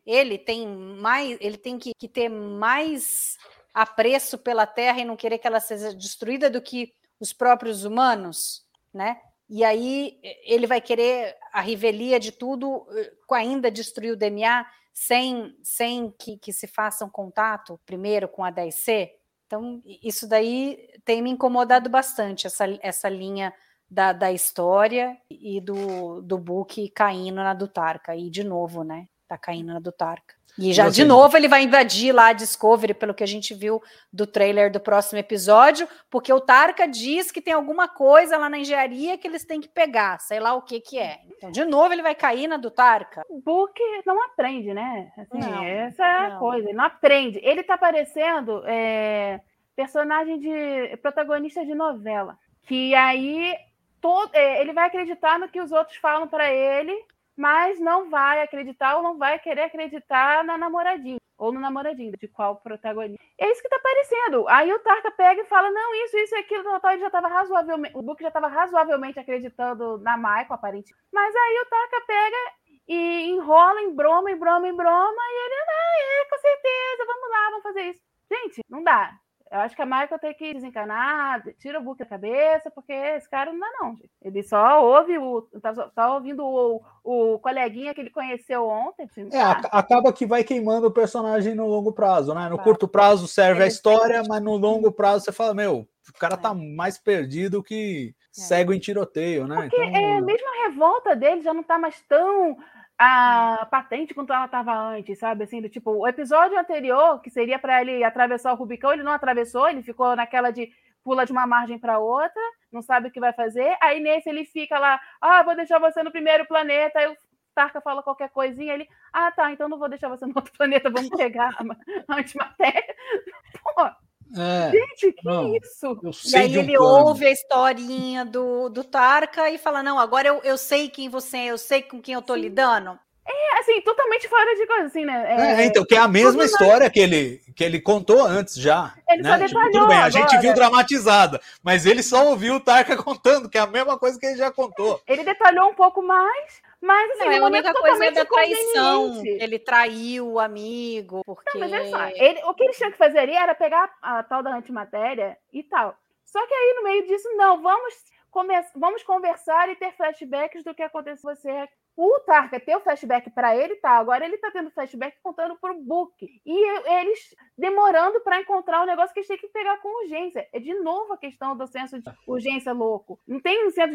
tem que ter mais apreço pela Terra e não querer que ela seja destruída do que os próprios humanos, né? E aí ele vai querer a revelia de tudo, ainda destruir o DMA, sem que se faça um contato primeiro com a 10C. Então, isso daí tem me incomodado bastante, essa linha da história e do Book caindo na do Tarka. E de novo, né? Tá caindo na do Tarka. E já de novo ele vai invadir lá a Discovery, pelo que a gente viu do trailer do próximo episódio, porque o Tarka diz que tem alguma coisa lá na engenharia que eles têm que pegar, sei lá o que é. Então, de novo, ele vai cair na do Tarka. O Book não aprende, né? Assim, essa é a coisa, ele não aprende. Ele tá parecendo personagem de protagonista de novela, que aí ele vai acreditar no que os outros falam para ele, mas não vai acreditar ou não vai querer acreditar na namoradinha. ou no namoradinho, de qual protagonista. É isso que tá aparecendo. Aí o Tarka pega e fala, não, isso e aquilo, ele já tava razoavelmente, o Book já tava razoavelmente acreditando na Michael, aparentemente. Mas aí o Tarka pega e enrola em broma, e ele, com certeza, vamos lá, vamos fazer isso. Gente, não dá. Eu acho que a Michael tem que desencanar, tira o Book da cabeça, porque esse cara não dá, não, gente. Ele só ouve tá ouvindo o coleguinha que ele conheceu ontem. Assim, acaba que vai queimando o personagem no longo prazo, né? No curto prazo serve a história, mas no longo prazo você fala, o cara tá mais perdido que cego em tiroteio, né? Porque mesmo a revolta dele já não tá mais tão patente quanto ela estava antes, sabe? Assim, do tipo, o episódio anterior, que seria para ele atravessar o Rubicão, ele não atravessou, ele ficou naquela de pula de uma margem para outra, não sabe o que vai fazer. Aí nesse ele fica lá, vou deixar você no primeiro planeta. Aí o Tarka fala qualquer coisinha, ele, tá, então não vou deixar você no outro planeta, vamos pegar a antimatéria. Pô, gente, que isso? E aí ele ouve a historinha do Tarka e fala, não, agora eu sei quem você é, eu sei com quem eu tô lidando. Assim, totalmente fora de coisa, assim, né? Então, que é a mesma história que ele contou antes já. Ele só detalhou tudo bem, a agora. gente viu dramatizada, mas ele só ouviu o Tarka contando, que é a mesma coisa que ele já contou. Ele detalhou um pouco mais, mas assim, a única coisa é da traição. Ele traiu o amigo, porque... Não, mas olha só, o que ele tinha que fazer ali era pegar a tal da antimatéria e tal. Só que aí, no meio disso, não, vamos conversar e ter flashbacks do que aconteceu com você. O Tarka ter o flashback para ele, agora ele tá tendo flashback contando pro Book. E eles demorando para encontrar um negócio que eles têm que pegar com urgência. É de novo a questão do senso de urgência louco. Não tem senso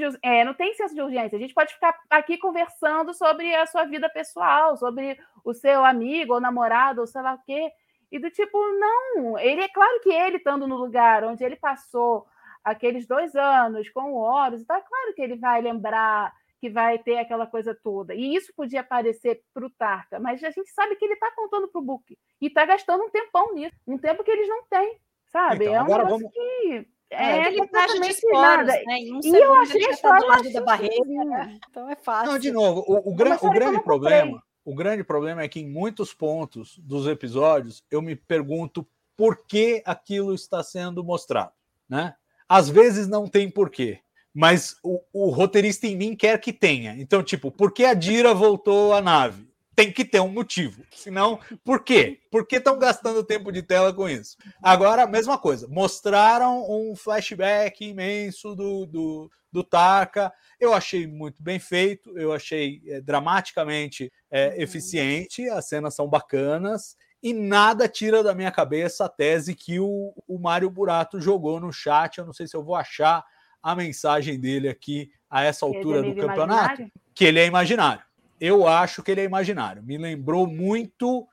de urgência. A gente pode ficar aqui conversando sobre a sua vida pessoal, sobre o seu amigo ou namorado, ou sei lá o quê. E do tipo, não. Ele, é claro que ele estando no lugar onde ele passou aqueles 2 anos com o Horus, então é claro que ele vai lembrar, que vai ter aquela coisa toda. E isso podia aparecer para o Tarka, mas a gente sabe que ele está contando para o Book. E está gastando um tempão nisso. Um tempo que eles não têm, sabe? Então, é um negócio que... ele taxa de esporos, né? Em um e eu achei a história do lado da barreira, né? Então é fácil. Não, de novo, o grande problema é que em muitos pontos dos episódios eu me pergunto por que aquilo está sendo mostrado, né? Às vezes não tem porquê, mas o roteirista em mim quer que tenha. Então, tipo, por que a Dira voltou à nave? Tem que ter um motivo. Senão, por quê? Por que estão gastando tempo de tela com isso? Agora, a mesma coisa. Mostraram um flashback imenso do Tarka. Eu achei muito bem feito. Eu achei dramaticamente eficiente. As cenas são bacanas. E nada tira da minha cabeça a tese que o Mário Burato jogou no chat. Eu não sei se eu vou achar a mensagem dele aqui a essa altura do campeonato. Imaginário? Que ele é imaginário. Eu acho que ele é imaginário. Me lembrou muito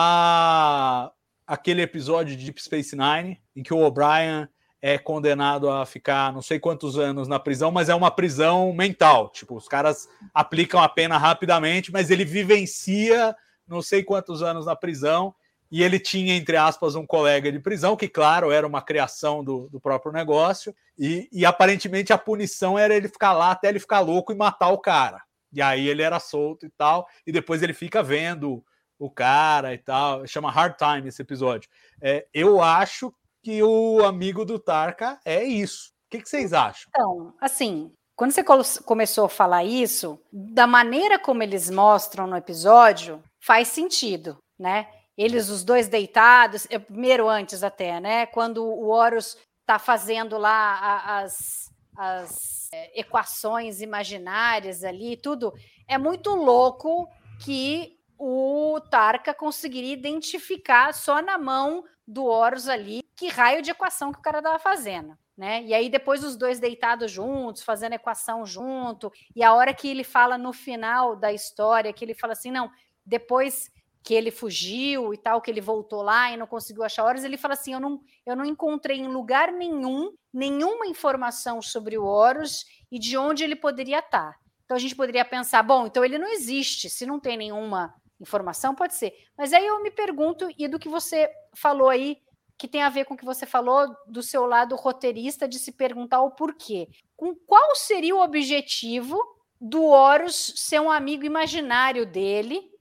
aquele episódio de Deep Space Nine, em que o O'Brien é condenado a ficar não sei quantos anos na prisão, mas é uma prisão mental. Tipo, os caras aplicam a pena rapidamente, mas ele vivencia não sei quantos anos na prisão, e ele tinha, entre aspas, um colega de prisão, que, claro, era uma criação do próprio negócio, e aparentemente a punição era ele ficar lá até ele ficar louco e matar o cara. E aí ele era solto e tal, e depois ele fica vendo o cara e tal. Chama Hard Time esse episódio. Eu acho que o amigo do Tarka é isso. O que vocês acham? Então, assim, quando você começou a falar isso, da maneira como eles mostram no episódio, faz sentido, né? Eles, os dois deitados, primeiro antes até, né? Quando o Horus está fazendo lá as equações imaginárias ali, tudo, é muito louco que o Tarka conseguiria identificar só na mão do Horus ali que raio de equação que o cara estava fazendo, né? E aí depois os dois deitados juntos, fazendo equação junto, e a hora que ele fala no final da história, que ele fala assim, não, depois que ele fugiu e tal, que ele voltou lá e não conseguiu achar Horus, ele fala assim, eu não encontrei em lugar nenhuma informação sobre o Horus e de onde ele poderia estar. Então a gente poderia pensar, bom, então ele não existe, se não tem nenhuma informação, pode ser. Mas aí eu me pergunto, e do que você falou aí, que tem a ver com o que você falou do seu lado roteirista, de se perguntar o porquê. Qual seria o objetivo do Horus ser um amigo imaginário dele,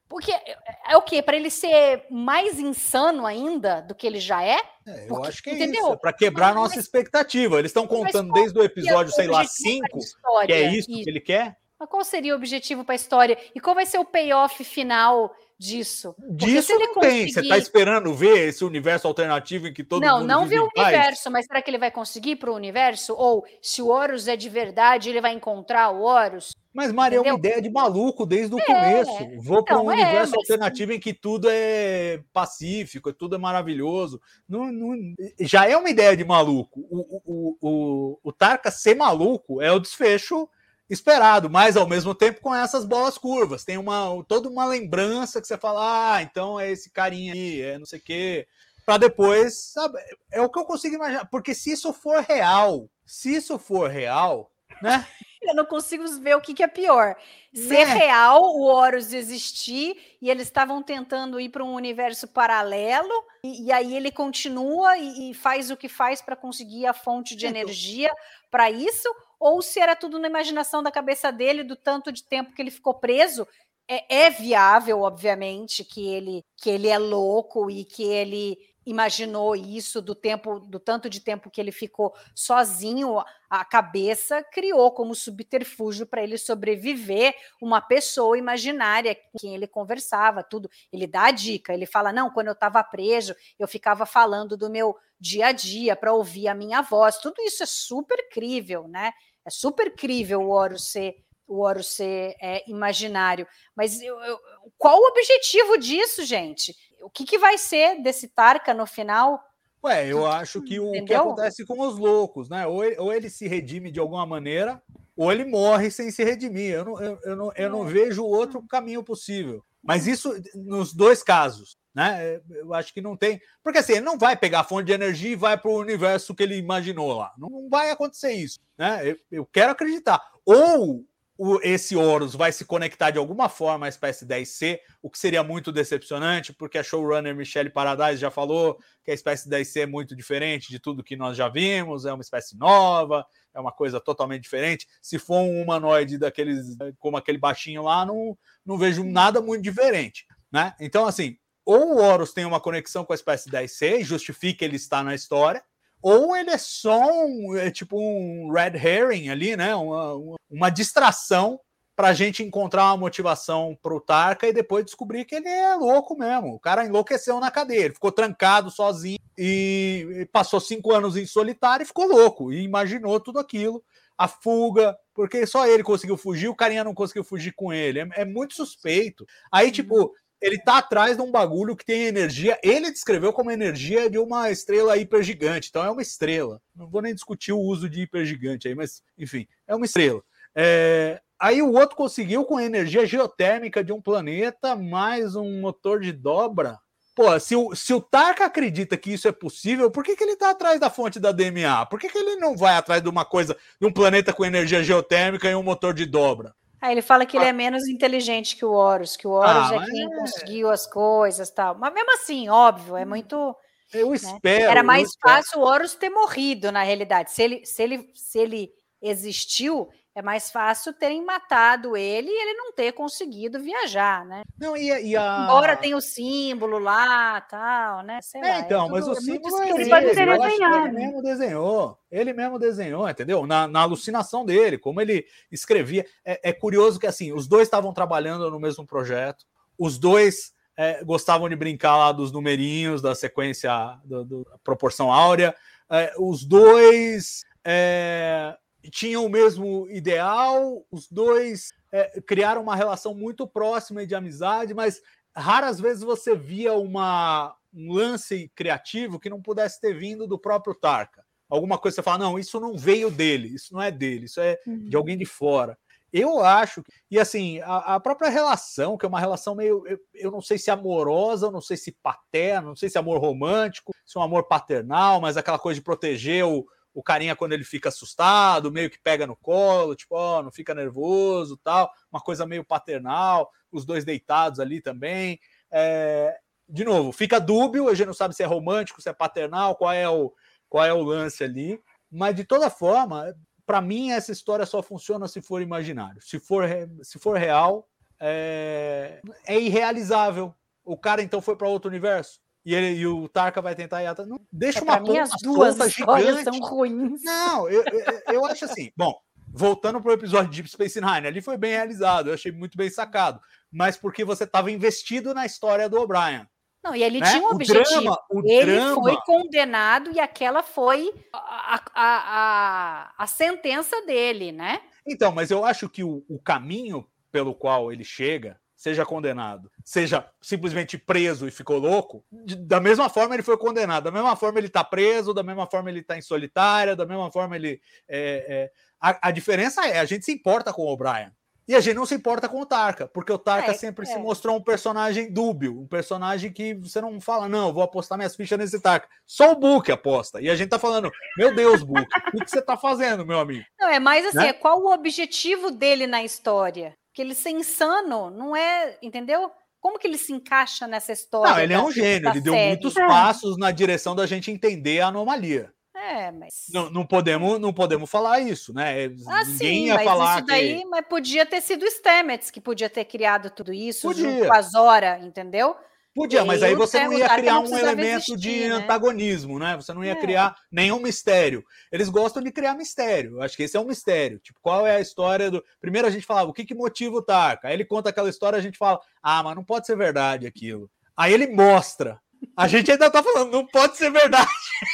Porque é o quê? Para ele ser mais insano ainda do que ele já é? Eu acho que é entendeu? isso, é para quebrar a nossa expectativa. Eles estão contando desde o episódio, sei lá, 5, que é isso que ele quer. Mas qual seria o objetivo para a história? E qual vai ser o payoff final disso? Disso não tem. Você está esperando ver esse universo alternativo em que todo mundo não vê o paz? universo, mas será que ele vai conseguir para o universo? Ou se o Horus é de verdade, ele vai encontrar o Horus? Mas, Maria, é uma ideia de maluco desde o começo. Vou para um universo alternativo em que tudo é pacífico, tudo é maravilhoso. Já é uma ideia de maluco. O Tarka ser maluco é o desfecho esperado, mas ao mesmo tempo com essas bolas curvas. Tem toda uma lembrança que você fala, então é esse carinha aí, é não sei o quê. Para depois, sabe? É o que eu consigo imaginar. Porque se isso for real, né? Eu não consigo ver o que é pior. Ser real, o Horus existir, e eles estavam tentando ir para um universo paralelo, e aí ele continua e faz o que faz para conseguir a fonte de energia para isso, ou se era tudo na imaginação da cabeça dele, do tanto de tempo que ele ficou preso. É viável, obviamente, que ele é louco e que ele imaginou isso do tanto de tempo que ele ficou sozinho, a cabeça criou como subterfúgio para ele sobreviver uma pessoa imaginária com quem ele conversava, tudo. Ele dá a dica, ele fala, não, quando eu estava preso, eu ficava falando do meu dia a dia para ouvir a minha voz. Tudo isso é super crível, né? É super crível o Horus ser imaginário. Mas qual o objetivo disso, gente? O que vai ser desse Tarka no final? Eu acho que o que acontece com os loucos, né? Ou ele se redime de alguma maneira, ou ele morre sem se redimir. Eu não vejo outro caminho possível. Mas isso nos dois casos, né? Eu acho que não tem. Porque assim, ele não vai pegar a fonte de energia e vai para o universo que ele imaginou lá. Não vai acontecer isso, né? Eu quero acreditar. Ou esse Horus vai se conectar de alguma forma à espécie 10C, o que seria muito decepcionante, porque a showrunner Michelle Paradise já falou que a espécie 10C é muito diferente de tudo que nós já vimos, é uma espécie nova, é uma coisa totalmente diferente. Se for um humanoide daqueles, como aquele baixinho lá, não vejo nada muito diferente, né? Então, assim, ou o Horus tem uma conexão com a espécie 10C e justifica ele estar na história, ou ele é só um red herring ali, né? Uma distração para a gente encontrar uma motivação para o Tarka e depois descobrir que ele é louco mesmo. O cara enlouqueceu na cadeia, ele ficou trancado sozinho e passou 5 anos em solitário e ficou louco e imaginou tudo aquilo. A fuga, porque só ele conseguiu fugir, o carinha não conseguiu fugir com ele. É muito suspeito. Aí, ele tá atrás de um bagulho que tem energia. Ele descreveu como energia de uma estrela hipergigante. Então é uma estrela. Não vou nem discutir o uso de hipergigante aí, mas, enfim, é uma estrela. Aí o outro conseguiu com energia geotérmica de um planeta, mais um motor de dobra. Pô, se o Tarka acredita que isso é possível, por que ele tá atrás da fonte da DMA? Por que ele não vai atrás de uma coisa, de um planeta com energia geotérmica e um motor de dobra? Ele fala que ele é menos inteligente que o Horus é quem conseguiu as coisas e tal. Mas mesmo assim, óbvio, é muito... Eu espero... Era mais fácil o Horus ter morrido, na realidade. Se ele existiu, é mais fácil terem matado ele e ele não ter conseguido viajar, né? Não, Embora tenha o símbolo lá, tal, né? Sei lá, então, mas o símbolo ele pode ter desenhado. Ele mesmo desenhou, entendeu? Na alucinação dele, como ele escrevia. É curioso que, assim, os dois estavam trabalhando no mesmo projeto, os dois gostavam de brincar lá dos numerinhos, da sequência, da proporção áurea, os dois... tinham o mesmo ideal, os dois criaram uma relação muito próxima de amizade, mas raras vezes você via um lance criativo que não pudesse ter vindo do próprio Tarka. Alguma coisa que você fala, não, isso não veio dele, isso não é dele, isso é de alguém de fora. Eu acho que... E assim, a própria relação, que é uma relação meio... Eu não sei se amorosa, não sei se paterna, não sei se amor romântico, se é um amor paternal, mas aquela coisa de proteger o carinha quando ele fica assustado, meio que pega no colo, tipo, não fica nervoso, tal, uma coisa meio paternal, os dois deitados ali também. De novo, fica dúbio, a gente não sabe se é romântico, se é paternal, qual é o lance ali, mas de toda forma, para mim essa história só funciona se for imaginário. Se for real, é irrealizável. O cara então foi para outro universo e o Tarka vai tentar ir atrás. Não, deixa uma ponta as duas histórias gigante. são ruins. Não, eu acho assim. Bom, voltando pro episódio de Deep Space Nine, ali foi bem realizado, eu achei muito bem sacado. Mas porque você estava investido na história do O'Brien. Não, e ele né? tinha um objetivo. Ele drama... foi condenado e aquela foi a sentença dele, né? Então, mas eu acho que o caminho pelo qual ele chega, seja condenado, seja simplesmente preso e ficou louco, da mesma forma ele foi condenado, da mesma forma ele está preso, da mesma forma ele está em solitária, da mesma forma ele... A diferença é, a gente se importa com o O'Brien. E a gente não se importa com o Tarka, porque o Tarka sempre se mostrou um personagem dúbio, um personagem que você não fala, não, eu vou apostar minhas fichas nesse Tarka. Só o Book aposta. E a gente tá falando, meu Deus, Book, o que você tá fazendo, meu amigo? Não, é mais assim, né? Qual o objetivo dele na história? Que ele ser insano, não é, entendeu? Como que ele se encaixa nessa história? Não, ele é um gênio, ele deu muitos passos na direção da gente entender a anomalia. Mas... Não podemos falar isso, né? Ninguém ia falar isso daí, mas podia ter sido o Stamets que podia ter criado tudo isso junto com a Zora, entendeu? Podia, mas aí você não ia criar um elemento de antagonismo, né? Você não ia criar nenhum mistério. Eles gostam de criar mistério. Eu acho que esse é um mistério. Tipo, qual é a história do... Primeiro a gente falava, o que motiva o Tarka? Aí ele conta aquela história, a gente fala, mas não pode ser verdade aquilo. Aí ele mostra. A gente ainda tá falando, não pode ser verdade.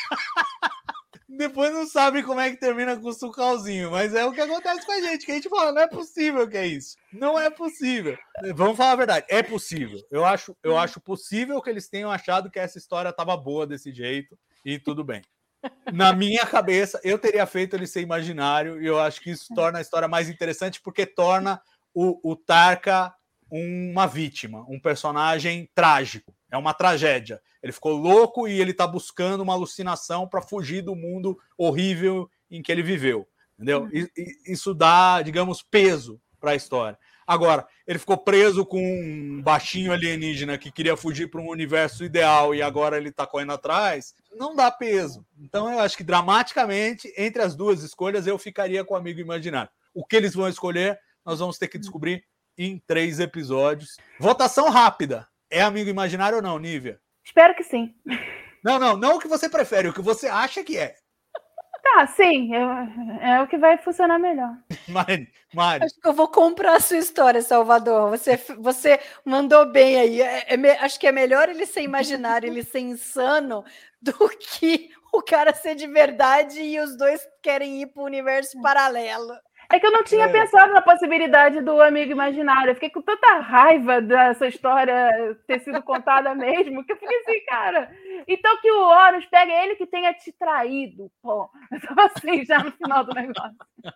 Depois não sabe como é que termina com o sucalzinho, mas é o que acontece com a gente, que a gente fala, não é possível que é isso. Não é possível. Vamos falar a verdade, é possível. Eu acho possível que eles tenham achado que essa história estava boa desse jeito e tudo bem. Na minha cabeça, eu teria feito ele ser imaginário e eu acho que isso torna a história mais interessante porque torna o Tarka uma vítima, um personagem trágico. É uma tragédia. Ele ficou louco e ele está buscando uma alucinação para fugir do mundo horrível em que ele viveu. Entendeu? Isso dá, digamos, peso para a história. Agora, ele ficou preso com um baixinho alienígena que queria fugir para um universo ideal e agora ele está correndo atrás. Não dá peso. Então, eu acho que dramaticamente, entre as duas escolhas, eu ficaria com o Amigo Imaginário. O que eles vão escolher, nós vamos ter que descobrir em 3 episódios. Votação rápida. É Amigo Imaginário ou não, Nívia? Espero que sim. Não o que você prefere, o que você acha que é. Tá, sim. É o que vai funcionar melhor. Mari. Acho que eu vou comprar a sua história, Salvador. Você mandou bem aí. Acho que é melhor ele ser imaginário, ele ser insano, do que o cara ser de verdade e os dois querem ir para o universo paralelo. É que eu não tinha pensado na possibilidade do Amigo Imaginário. Eu fiquei com tanta raiva dessa história ter sido contada mesmo, que eu fiquei assim, cara... Então que o Horus pega ele que tenha te traído, pô. Eu tava assim já no final do negócio.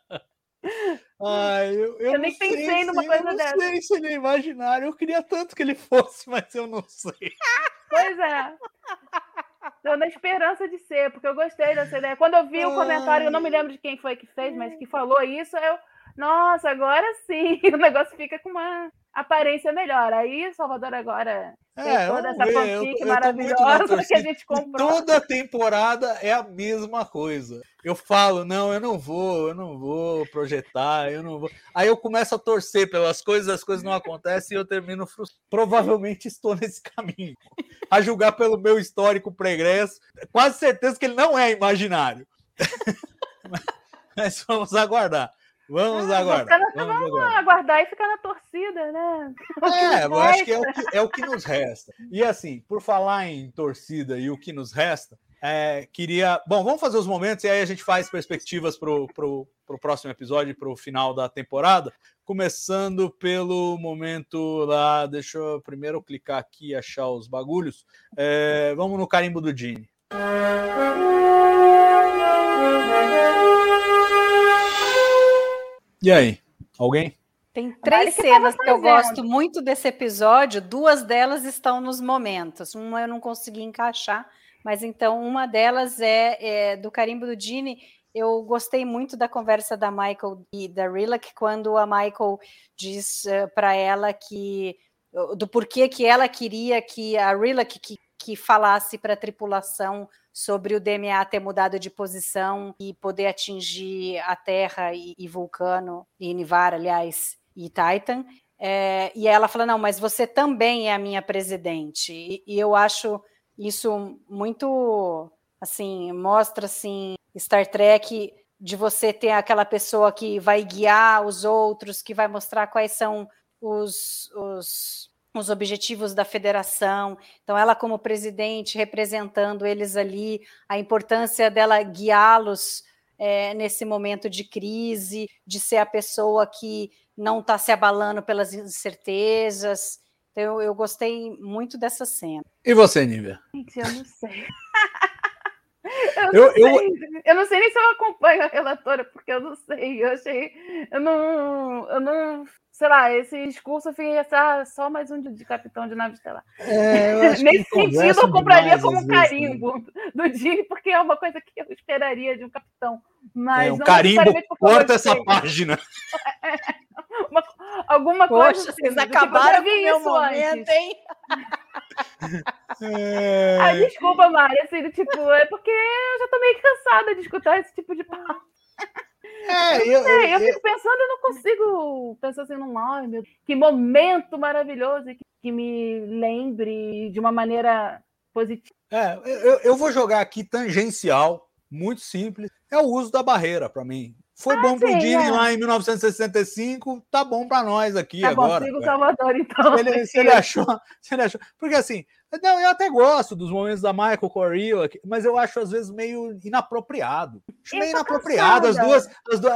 Eu nem pensei numa coisa dessa. Eu não sei se ele é imaginário. Eu queria tanto que ele fosse, mas eu não sei. Pois é. Estou na esperança de ser, porque eu gostei dessa ideia. Quando eu vi o comentário, eu não me lembro de quem foi que fez, mas que falou isso, nossa, agora sim, o negócio fica com uma aparência melhor. Aí, Salvador agora tem toda essa fanfic maravilhosa que a gente comprou. Toda temporada é a mesma coisa. Eu falo, eu não vou projetar, eu não vou. Aí eu começo a torcer pelas coisas, as coisas não acontecem e eu termino frustrado. Provavelmente estou nesse caminho. A julgar pelo meu histórico pregresso, quase certeza que ele não é imaginário. Mas vamos aguardar. Vamos aguardar. Vamos aguardar e ficar na torcida, né? Eu acho que é o que nos resta. E assim, por falar em torcida e o que nos resta, queria... Bom, vamos fazer os momentos e aí a gente faz perspectivas pro próximo episódio, pro final da temporada. Começando pelo momento lá... Deixa eu primeiro clicar aqui e achar os bagulhos. Vamos no carimbo do Gene. E aí? Alguém? Tem 3 cenas que eu gosto muito desse episódio, 2 delas estão nos momentos. Uma eu não consegui encaixar, mas então uma delas é do carimbo do Gene. Eu gostei muito da conversa da Michael e da Rilek, quando a Michael diz para ela do porquê que ela queria que a Rilek que falasse para a tripulação sobre o DMA ter mudado de posição e poder atingir a Terra e Vulcano, e Nivar, aliás, e Titan. E ela fala, não, mas você também é a minha presidente. E eu acho isso muito, assim, mostra, assim, Star Trek, de você ter aquela pessoa que vai guiar os outros, que vai mostrar quais são os objetivos da federação. Então, ela como presidente, representando eles ali, a importância dela guiá-los nesse momento de crise, de ser a pessoa que não está se abalando pelas incertezas. Então, eu gostei muito dessa cena. E você, Nívia? Gente, eu não sei. Eu não sei nem se eu acompanho a relatora, porque eu não sei. Eu não sei lá, esse discurso eu fiquei só mais um de capitão de nave estelar. Nesse sentido, eu compraria como um carimbo do Gene, porque é uma coisa que eu esperaria de um capitão. Mas um carimbo, corta essa página. Alguma coisa. Poxa, assim, vocês acabaram com o meu momento, hein? Desculpa, Mari, assim, é porque eu já tô meio cansada de escutar esse tipo de papo. Eu fico pensando, eu não consigo pensar assim, ai meu Deus, que momento maravilhoso que me lembre de uma maneira positiva. Eu vou jogar aqui tangencial, muito simples, é o uso da barreira para mim. Foi bom pro Gene lá em 1965, tá bom para nós aqui agora. Tá bom, siga o Salvador, então. Se ele achou. Porque assim, não, eu até gosto dos momentos da Michael Correal, mas eu acho às vezes meio inapropriado. Acho meio inapropriado. As duas,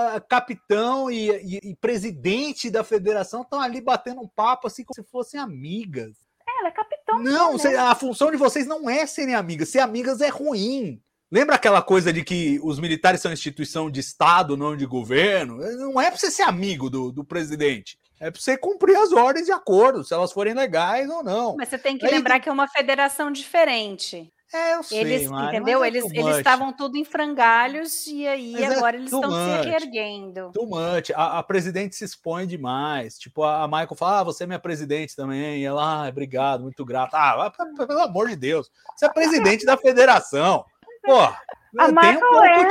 capitão e presidente da federação estão ali batendo um papo assim como se fossem amigas. Ela é capitão. Não, a função de vocês não é serem amigas. Ser amigas é ruim. Lembra aquela coisa de que os militares são instituição de Estado, não de governo? Não é para você ser amigo do presidente. É para você cumprir as ordens de acordo, se elas forem legais ou não. Mas você tem que lembrar que é uma federação diferente. Eu sei, Mari, entendeu? Eles estavam tudo em frangalhos e aí agora eles estão se reerguendo. Too much. A presidente se expõe demais. Tipo, a Michael fala, você é minha presidente também. E ela, obrigado, muito grato. Pelo amor de Deus. Você é presidente da federação. Pô, tem um pouco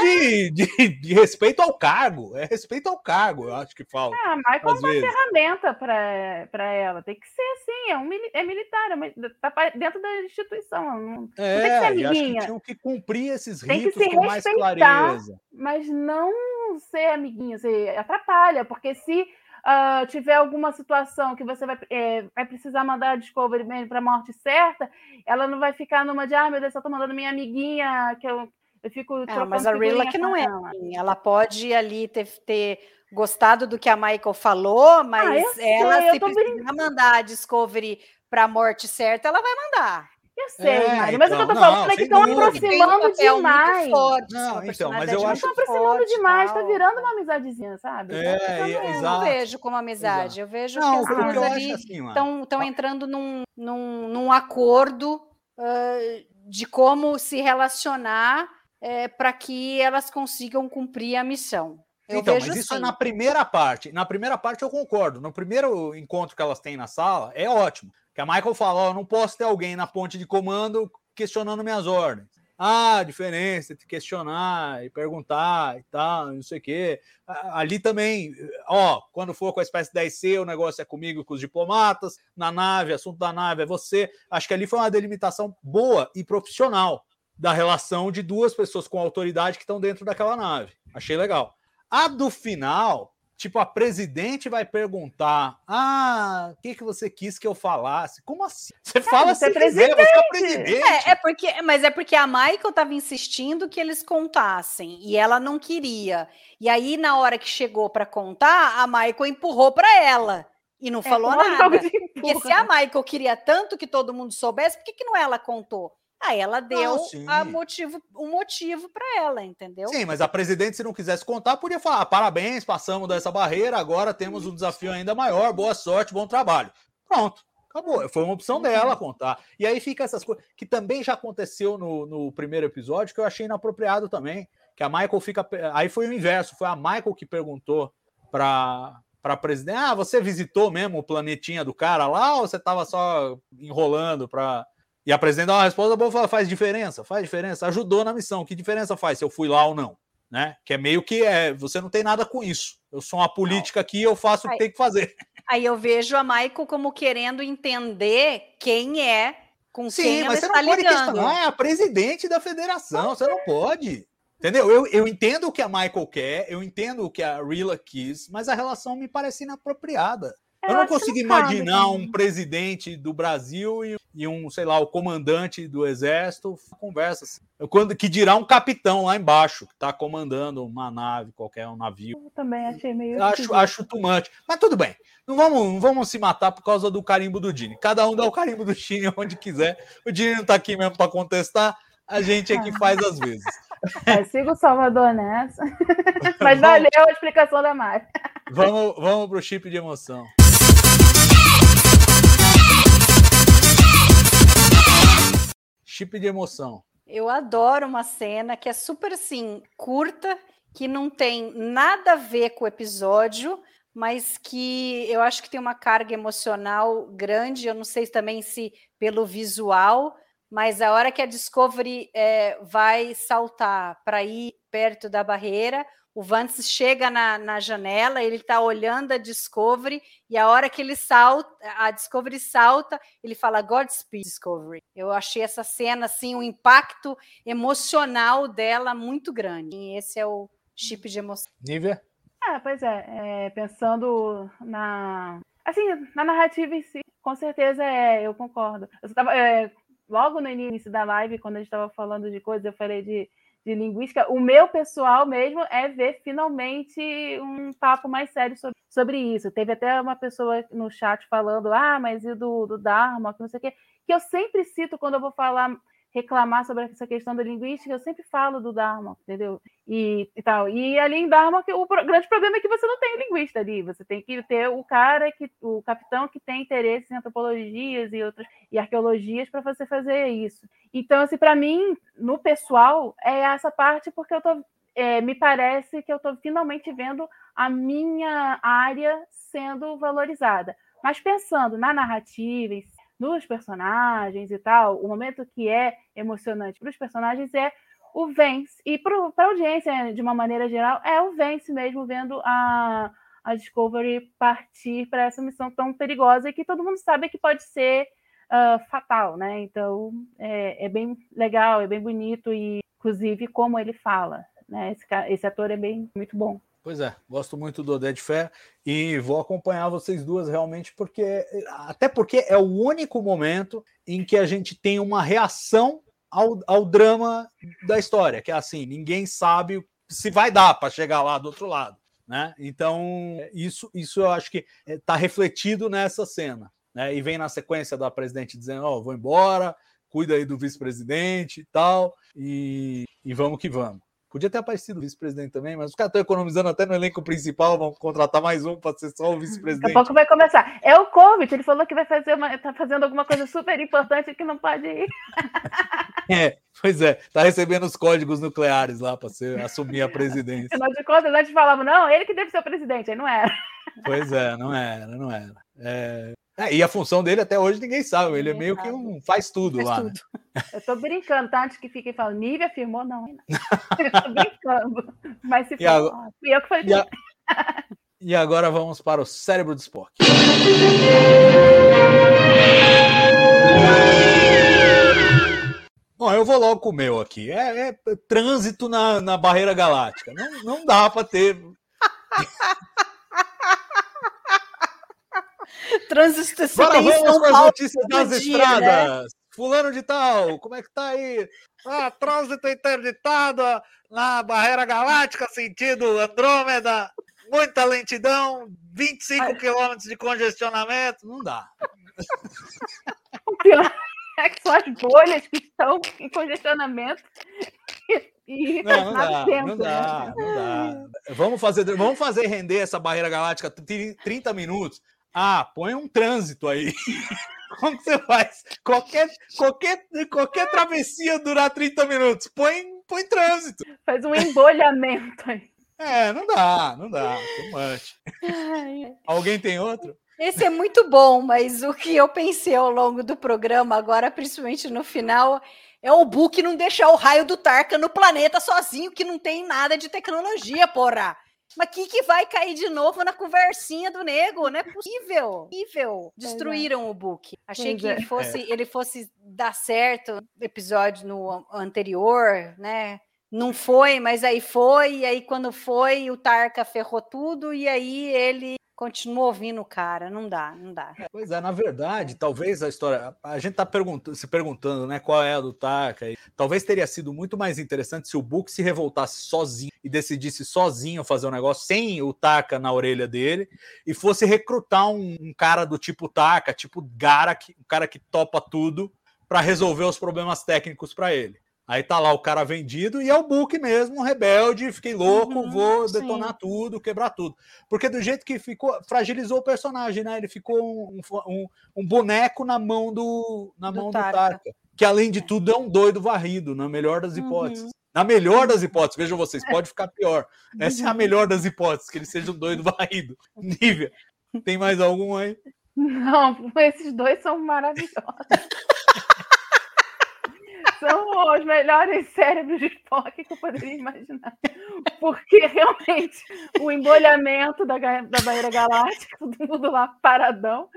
de respeito ao cargo. É respeito ao cargo, eu acho que falta. A Michael é uma ferramenta para ela. Tem que ser assim, é militar, tá dentro da instituição. Não tem que ser amiguinha. Acho que tinham que cumprir esses ritos com mais clareza. Mas não ser amiguinha, você atrapalha, porque se tiver alguma situação que você vai precisar mandar a Discovery para a morte certa, ela não vai ficar numa de, meu Deus, eu tô mandando minha amiguinha, que eu fico trocando. Mas a Rilla que não é assim. Ela pode ali ter gostado do que a Michael falou, mas se precisar mandar a Discovery para a morte certa, ela vai mandar. Eu sei, Mari, mas o que eu tô falando é que estão aproximando demais. Mas eu acho que estão aproximando demais, tá virando uma amizadezinha, sabe? Eu não vejo como amizade, eu vejo que as duas ali estão entrando num acordo de como se relacionar para que elas consigam cumprir a missão. Mas isso é na primeira parte. Na primeira parte eu concordo. No primeiro encontro que elas têm na sala, é ótimo. Que a Michael fala, eu não posso ter alguém na ponte de comando questionando minhas ordens. A diferença entre questionar e perguntar e tal, não sei o quê. Ali também, quando for com a espécie 10C, o negócio é comigo e com os diplomatas. Na nave, assunto da nave é você. Acho que ali foi uma delimitação boa e profissional da relação de duas pessoas com autoridade que estão dentro daquela nave. Achei legal. A do final, tipo, a presidente vai perguntar, o que você quis que eu falasse? Como assim? Você fala se quiser, você é presidente. Mas é porque a Michael estava insistindo que eles contassem, e ela não queria. E aí, na hora que chegou para contar, a Michael empurrou para ela, e não falou nada. Porque se a Michael queria tanto que todo mundo soubesse, por que não ela contou? Aí ela deu um motivo para ela, entendeu? Sim, mas a presidente, se não quisesse contar, podia falar, parabéns, passamos dessa barreira, agora temos um desafio ainda maior, boa sorte, bom trabalho. Pronto, acabou. Foi uma opção dela contar. E aí fica essas coisas, que também já aconteceu no primeiro episódio, que eu achei inapropriado também, que a Michael fica... Aí foi o inverso, foi a Michael que perguntou para a presidente, você visitou mesmo o planetinha do cara lá, ou você estava só enrolando para... E a presidente dá uma resposta boa, fala, faz diferença, ajudou na missão, que diferença faz se eu fui lá ou não, né? Que é meio que, você não tem nada com isso, eu sou uma política aqui, eu faço o que tem que fazer. Aí eu vejo a Michael como querendo entender quem é, com quem ela mas você está não pode ligando. questionar, é a presidente da federação, você não pode. Entendeu? Eu entendo o que a Michael quer, eu entendo o que a Rilla quis, mas a relação me parece inapropriada. Eu não consigo imaginar um presidente do Brasil e um, sei lá, o comandante do exército conversa assim. Que dirá um capitão lá embaixo, que está comandando uma nave, qualquer um navio. Eu também achei meio... Acho too much. Mas tudo bem. Não vamos se matar por causa do carimbo do Gini. Cada um dá o carimbo do Gini onde quiser. O Gini não está aqui mesmo para contestar. A gente é que faz às vezes. Siga o Salvador nessa. Mas valeu a explicação da Mari. Vamos pro chip de emoção. Chip de emoção. Eu adoro uma cena que é super assim, curta, que não tem nada a ver com o episódio, mas que eu acho que tem uma carga emocional grande. Eu não sei também se pelo visual, mas a hora que a Discovery vai saltar para ir perto da barreira, o Vance chega na janela, ele está olhando a Discovery, e a hora que ele salta, a Discovery salta, ele fala Godspeed, Discovery. Eu achei essa cena, assim, um impacto emocional dela muito grande. E esse é o chip de emoção. Nívia? Pois pensando na narrativa em si, com certeza eu concordo. Eu tava, logo no início da live, quando a gente estava falando de coisas, eu falei de linguística. O meu pessoal mesmo é ver finalmente um papo mais sério sobre isso. Teve até uma pessoa no chat falando, mas e do Dharma, que não sei o quê, que eu sempre cito quando eu vou reclamar sobre essa questão da linguística, eu sempre falo do Dharma, entendeu? E tal. E ali em Dharma, o grande problema é que você não tem linguista ali, você tem que ter o capitão que tem interesse em antropologias e arqueologias para você fazer isso. Então, assim, para mim, no pessoal, é essa parte, porque me parece que eu estou finalmente vendo a minha área sendo valorizada. Mas pensando na narrativa, nos personagens e tal, o momento que é emocionante para os personagens é o Vance. E para a audiência, de uma maneira geral, é o Vance mesmo vendo a Discovery partir para essa missão tão perigosa e que todo mundo sabe que pode ser fatal, né? Então, é bem legal, é bem bonito e, inclusive, como ele fala, né? Esse ator é muito bom. Pois é, gosto muito do Oded Fehr e vou acompanhar vocês duas realmente, porque é o único momento em que a gente tem uma reação ao drama da história, que é assim, ninguém sabe se vai dar para chegar lá do outro lado, né? Então, isso eu acho que está refletido nessa cena, né? E vem na sequência da presidente dizendo, vou embora, cuida aí do vice-presidente e tal, e vamos que vamos. Podia ter aparecido o vice-presidente também, mas os caras estão economizando até no elenco principal, vão contratar mais um para ser só o vice-presidente. Daqui a pouco vai começar. É o Covid, ele falou que vai tá fazendo alguma coisa super importante que não pode ir. Pois é, tá recebendo os códigos nucleares lá para assumir a presidência. Afinal de contas, antes falavam, não, ele que deve ser o presidente, aí não era. Pois é, não era. E a função dele até hoje ninguém sabe, ele é meio que faz tudo lá. Tudo. Né? Eu tô brincando, tá? Antes que fiquem falando, Nívia afirmou, não. Eu tô brincando. Mas se for, fui eu que falei. E agora vamos para o cérebro do Spock. Bom, eu vou logo com o meu aqui. É trânsito na barreira galáctica. Não dá para ter... Trânsito. Agora vamos com as notícias das estradas. Né? Fulano de tal, como é que tá aí? Trânsito interditado na barreira galáctica, sentido Andrômeda, muita lentidão, 25 quilômetros de congestionamento. Não dá. O pior é que são as bolhas que estão em congestionamento. Não dá. Vamos fazer render essa barreira galáctica 30 minutos. Põe um trânsito aí. Como que você faz? Qualquer travessia durar 30 minutos. Põe trânsito. Faz um embolhamento aí. Não dá. Too much. Alguém tem outro? Esse é muito bom, mas o que eu pensei ao longo do programa, agora, principalmente no final, é o Book não deixar o raio do Tarka no planeta sozinho, que não tem nada de tecnologia, porra. Mas que vai cair de novo na conversinha do nego? Não é possível. Destruíram o Book. Achei que ele fosse dar certo no episódio no anterior, né? Não foi, mas aí foi. E aí, quando foi, o Tarka ferrou tudo. E aí, ele continuou ouvindo o cara. Não dá. Pois é, na verdade, talvez a história... A gente tá se perguntando, né, qual é a do Tarka. Talvez teria sido muito mais interessante se o Book se revoltasse sozinho e decidisse sozinho fazer um negócio sem o Tarka na orelha dele e fosse recrutar um cara do tipo Tarka, tipo Garak, um cara que topa tudo para resolver os problemas técnicos para ele. Aí tá lá o cara vendido e é o Book mesmo, um rebelde, fiquei louco, vou detonar tudo, quebrar tudo. Porque do jeito que ficou, fragilizou o personagem, né? Ele ficou um boneco na mão do Tarka. Que além de tudo é um doido varrido, na melhor das hipóteses. Na melhor das hipóteses, vejam vocês, pode ficar pior. Essa é a melhor das hipóteses, que ele seja um doido varrido. Nívia, tem mais algum aí? Não, esses dois são maravilhosos. São os melhores cérebros de Spock que eu poderia imaginar. Porque, realmente, o embolhamento da barreira galáctica, todo mundo lá paradão.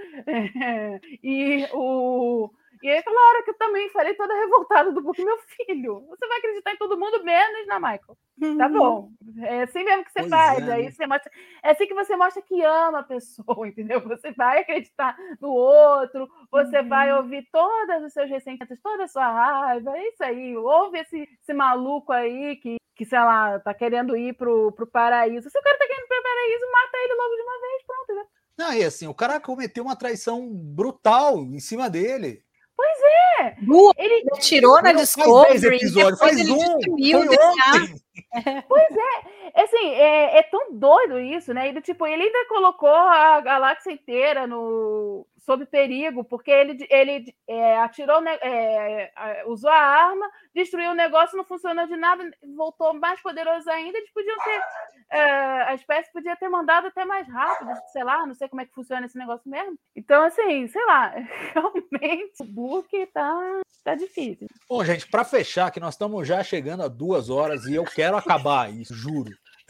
E aí, aquela hora que eu também falei toda revoltada do Book, meu filho, você vai acreditar em todo mundo, menos na Michael. Tá bom. É assim mesmo que você faz. Aí você mostra, é assim que você mostra que ama a pessoa, entendeu? Você vai acreditar no outro, você vai ouvir todos os seus ressentimentos, toda a sua raiva, é isso aí. Ouve esse maluco aí que, sei lá, tá querendo ir pro paraíso. Se o cara tá querendo ir pro paraíso, mata ele logo de uma vez, pronto, né? Não, e assim, o cara cometeu uma traição brutal em cima dele. Pois é! Ele tirou na Discovery. Faz 10 episódios, faz ele foi ontem. Pois é, assim, é tão doido isso, né? Ele ainda colocou a galáxia inteira sob perigo, porque ele atirou, usou a arma, destruiu o negócio, não funcionou de nada, voltou mais poderoso ainda. Eles podiam ter, a espécie podia ter mandado até mais rápido, sei lá, não sei como é que funciona esse negócio mesmo. Então, assim, sei lá, realmente o Book tá difícil. Bom, gente, para fechar, que nós estamos já chegando a 2 horas e eu quero acabar isso, juro.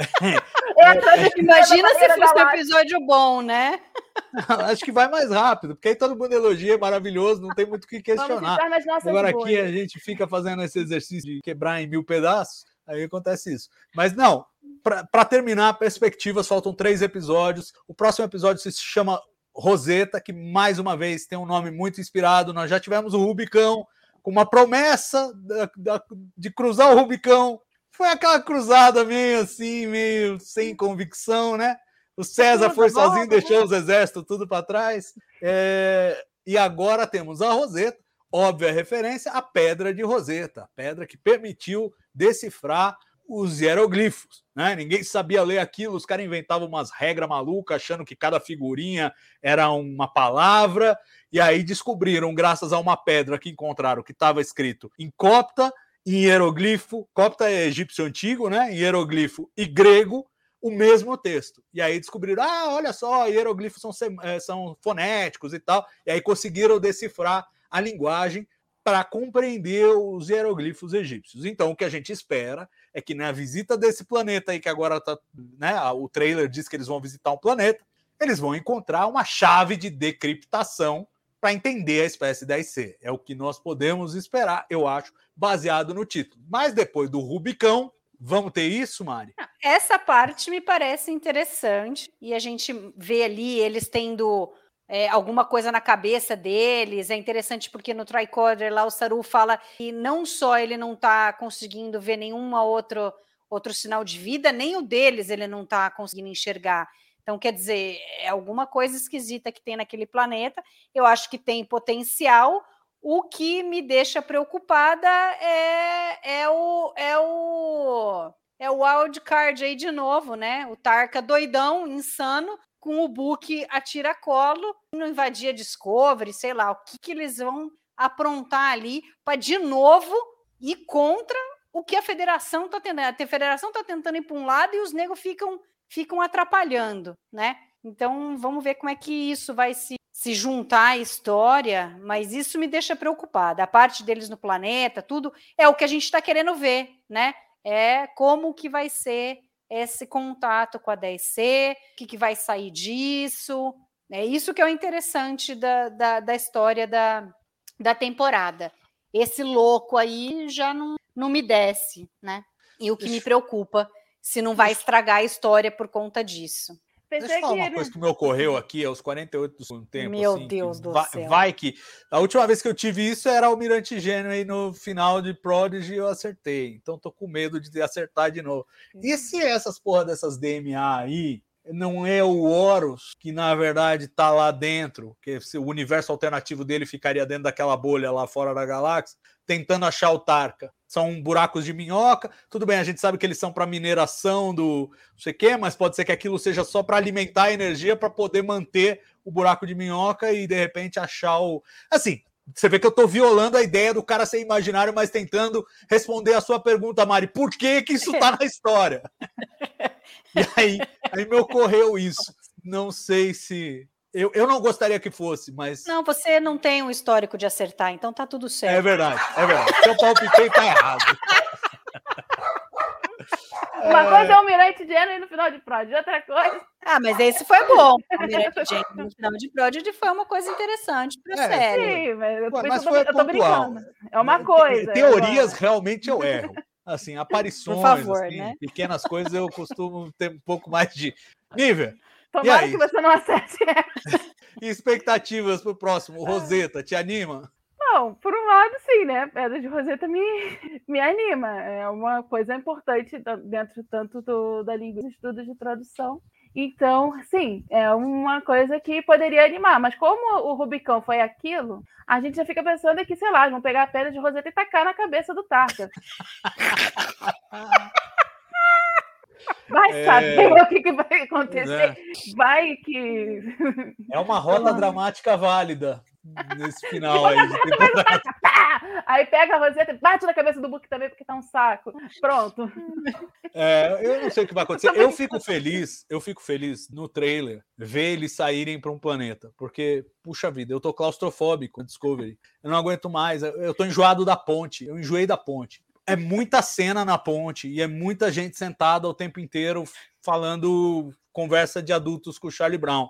Imagina se fosse um episódio bom, né? Acho que vai mais rápido, porque aí todo mundo elogia, é maravilhoso, não tem muito o que questionar. Agora aqui a gente fica fazendo esse exercício de quebrar em 1000 pedaços, aí acontece isso. Mas não, para terminar, perspectivas, faltam 3 episódios. O próximo episódio se chama Rosetta, que mais uma vez tem um nome muito inspirado. Nós já tivemos o Rubicão, com uma promessa de cruzar o Rubicão. Foi aquela cruzada meio assim, meio sem convicção, né? O César foi sozinho, deixou os exércitos tudo para trás. E agora temos a Rosetta, óbvia referência, a Pedra de Rosetta, a pedra que permitiu decifrar os hieroglifos, né? Ninguém sabia ler aquilo, os caras inventavam umas regras malucas, achando que cada figurinha era uma palavra, e aí descobriram, graças a uma pedra que encontraram, que estava escrito em copta, em hieroglifo, copta é egípcio antigo, né? Em hieroglifo e grego, o mesmo texto. E aí descobriram, olha só, hieroglifos são fonéticos e tal, e aí conseguiram decifrar a linguagem para compreender os hieroglifos egípcios. Então, o que a gente espera é que na visita desse planeta aí, que agora tá, né, o trailer diz que eles vão visitar um planeta, eles vão encontrar uma chave de decriptação para entender a espécie 10C. É o que nós podemos esperar, eu acho, baseado no título. Mas depois do Rubicão, vamos ter isso, Mari? Essa parte me parece interessante, e a gente vê ali eles tendo alguma coisa na cabeça deles. É interessante porque no tricorder lá o Saru fala que não só ele não está conseguindo ver nenhum outro sinal de vida, nem o deles ele não está conseguindo enxergar. Então, quer dizer, é alguma coisa esquisita que tem naquele planeta. Eu acho que tem potencial. O que me deixa preocupada é o wildcard aí de novo, né? O Tarka doidão, insano, com o Book a tiracolo, não invadir a Discovery, sei lá, o que eles vão aprontar ali para, de novo, ir contra o que a Federação está tentando. A Federação está tentando ir para um lado e os negros ficam atrapalhando, né? Então, vamos ver como é que isso vai se juntar à história, mas isso me deixa preocupada. A parte deles no planeta, tudo, é o que a gente está querendo ver, né? É como que vai ser esse contato com a 10C, o que vai sair disso. É isso que é o interessante da história da temporada. Esse louco aí já não me desce, né? E o que me preocupa, se não vai estragar a história por conta disso. Deixa eu falar uma coisa que me ocorreu aqui aos 48 do segundo tempo. Meu assim, Deus do céu. Vai que... A última vez que eu tive isso era o Almirante Gênio no final de Prodigy e eu acertei. Então tô com medo de acertar de novo. E se essas porra dessas DMA aí não é o Horus que na verdade tá lá dentro, que o universo alternativo dele ficaria dentro daquela bolha lá fora da galáxia, tentando achar o Tarka. São buracos de minhoca. Tudo bem, a gente sabe que eles são para mineração do não sei o quê, mas pode ser que aquilo seja só para alimentar a energia para poder manter o buraco de minhoca e de repente achar o... Assim, você vê que eu tô violando a ideia do cara ser imaginário, mas tentando responder a sua pergunta, Mari. Por que isso tá na história? E aí me ocorreu isso. Não sei se... Eu não gostaria que fosse, mas... Não, você não tem um histórico de acertar, então tá tudo certo. É verdade. Seu palpite tá errado. Uma coisa é o Almirante Gênio no final de Prodigy, outra coisa... Ah, mas esse foi bom. O Almirante Gênio no final de Prodigy foi uma coisa interessante pra série. Sim, mas foi eu tô brincando. É uma coisa. Teorias realmente eu erro. Assim, aparições, por favor, assim, né? Pequenas coisas eu costumo ter um pouco mais de... Nível. Tomara que você não acerte essa. E expectativas pro próximo? Roseta, te anima? Não, por um lado, sim, né? Pedra de Roseta me anima. É uma coisa importante dentro tanto da língua dos estudos de tradução. Então, sim, é uma coisa que poderia animar. Mas como o Rubicão foi aquilo, a gente já fica pensando que, sei lá, vão pegar a Pedra de Roseta e tacar na cabeça do Tarka. Vai saber o que vai acontecer. Vai que... É uma rota dramática válida nesse final aí de temporada. Aí pega a Roseta e bate na cabeça do Book também, porque tá um saco. Pronto. Eu não sei o que vai acontecer. Eu fico feliz no trailer ver eles saírem para um planeta. Porque, puxa vida, eu tô claustrofóbico com Discovery. Eu não aguento mais. Eu tô enjoado da ponte. Eu enjoei da ponte. É muita cena na ponte e é muita gente sentada o tempo inteiro falando conversa de adultos com o Charlie Brown.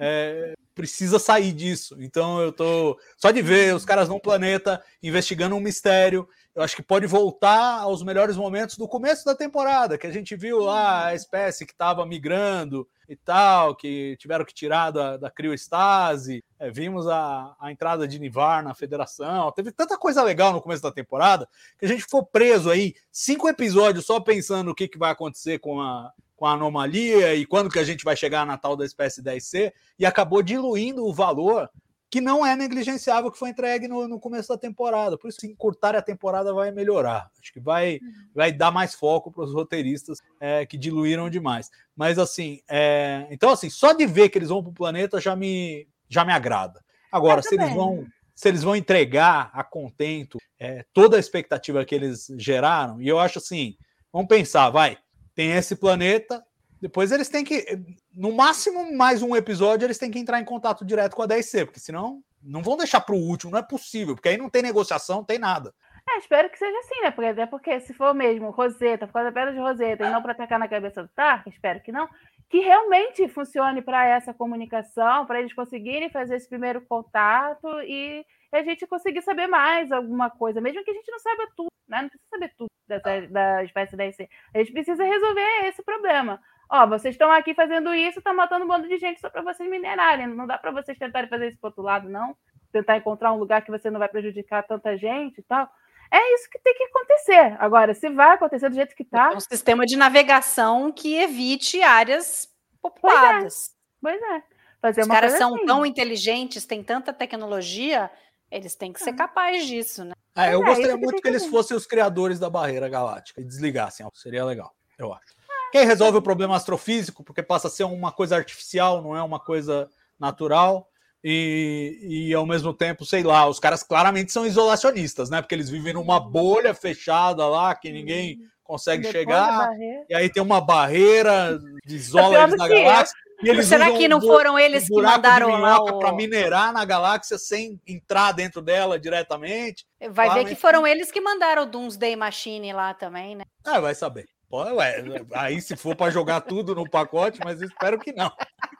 Precisa sair disso. Então eu tô... Só de ver os caras num planeta investigando um mistério, eu acho que pode voltar aos melhores momentos do começo da temporada, que a gente viu lá a espécie que estava migrando e tal, que tiveram que tirar da crioestase. Vimos a entrada de Nivar na federação. Teve tanta coisa legal no começo da temporada que a gente ficou preso aí 5 episódios só pensando o que vai acontecer com a anomalia e quando que a gente vai chegar na tal da espécie 10C, e acabou diluindo o valor que não é negligenciável que foi entregue no começo da temporada. Por isso, se encurtar a temporada vai melhorar. Acho que vai dar mais foco para os roteiristas que diluíram demais. Mas, assim, então, assim, só de ver que eles vão para o planeta já me agrada. Agora, se eles vão entregar a contento toda a expectativa que eles geraram, e eu acho assim, vamos pensar, tem esse planeta, depois eles têm que, no máximo mais um episódio, eles têm que entrar em contato direto com a 10C, porque senão não vão deixar para o último, não é possível, porque aí não tem negociação, não tem nada. Espero que seja assim, né? Porque se for mesmo Roseta, por causa da Pedra de Roseta, e não para atacar na cabeça do Tarka, espero que não, que realmente funcione para essa comunicação, para eles conseguirem fazer esse primeiro contato e a gente conseguir saber mais alguma coisa, mesmo que a gente não saiba tudo, né? Não precisa saber tudo da espécie 10C. A gente precisa resolver esse problema. Vocês estão aqui fazendo isso, estão matando um bando de gente só para vocês minerarem. Não dá para vocês tentarem fazer isso para outro lado, não. Tentar encontrar um lugar que você não vai prejudicar tanta gente e tal. É isso que tem que acontecer. Agora, se vai acontecer do jeito que está... Um sistema de navegação que evite áreas populadas. Pois é. Os caras são tão inteligentes, têm tanta tecnologia, eles têm que ser capazes disso, né? Eu gostaria muito que eles fossem os criadores da barreira galáctica e desligassem. Seria legal, eu acho. Quem resolve o problema astrofísico, porque passa a ser uma coisa artificial, não é uma coisa natural, e ao mesmo tempo, sei lá, os caras claramente são isolacionistas, né? Porque eles vivem numa bolha fechada lá, que ninguém consegue chegar, e aí tem uma barreira de isola eles na galáxia. E eles será que não foram eles que mandaram lá para minerar na galáxia sem entrar dentro dela diretamente? Vai ver que foram eles que mandaram o Doomsday Machine lá também, né? Vai saber. Pô, aí se for para jogar tudo no pacote, mas eu espero que não.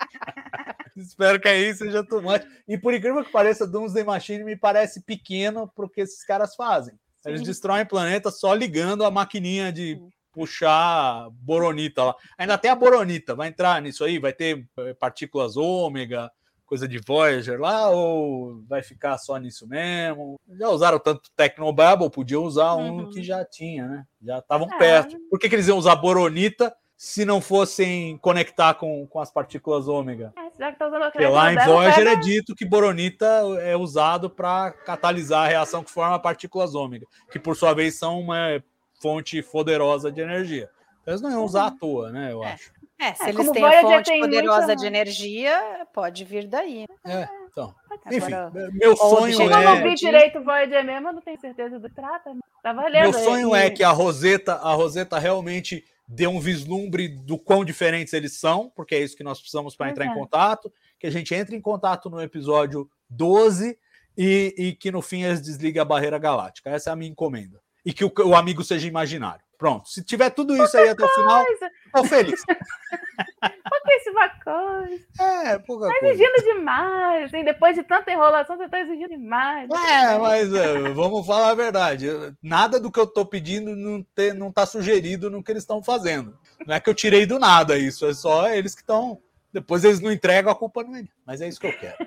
Espero que aí seja too much. E por incrível que pareça, Doomsday Machine me parece pequeno pro que esses caras fazem. Eles destroem planeta só ligando a maquininha de puxar boronita lá. Ainda tem a boronita, vai entrar nisso aí? Vai ter partículas ômega, coisa de Voyager lá, ou vai ficar só nisso mesmo? Já usaram tanto Technobabble, podiam usar um que já tinha, né? Já estavam perto. Por que eles iam usar boronita se não fossem conectar com as partículas ômega? Já que tá usando porque lá em Voyager é dito que boronita é usado para catalisar a reação que forma partículas ômega, que por sua vez são uma fonte poderosa de energia. Então, eles não iam usar à toa, né? Eu acho. Se eles têm a fonte poderosa de energia, pode vir daí. Então. Enfim, meu sonho eu não vi direito o Voyager mesmo, eu não tenho certeza do que trata. Tá valendo. Meu sonho é que a Rosetta realmente dê um vislumbre do quão diferentes eles são, porque é isso que nós precisamos para entrar em contato, que a gente entre em contato no episódio 12 e que no fim eles desliguem a barreira galáctica. Essa é a minha encomenda. E que o amigo seja imaginário. Pronto. Se tiver tudo isso aí até o final, tô feliz. Pouquíssima coisa. Pouca tá coisa. exigindo demais. Assim, depois de tanta enrolação, você tá exigindo demais. Mas vamos falar a verdade. Nada do que eu tô pedindo não tá sugerido no que eles estão fazendo. Não é que eu tirei do nada isso. É só eles que estão... Depois eles não entregam, a culpa não é minha. Mas é isso que eu quero.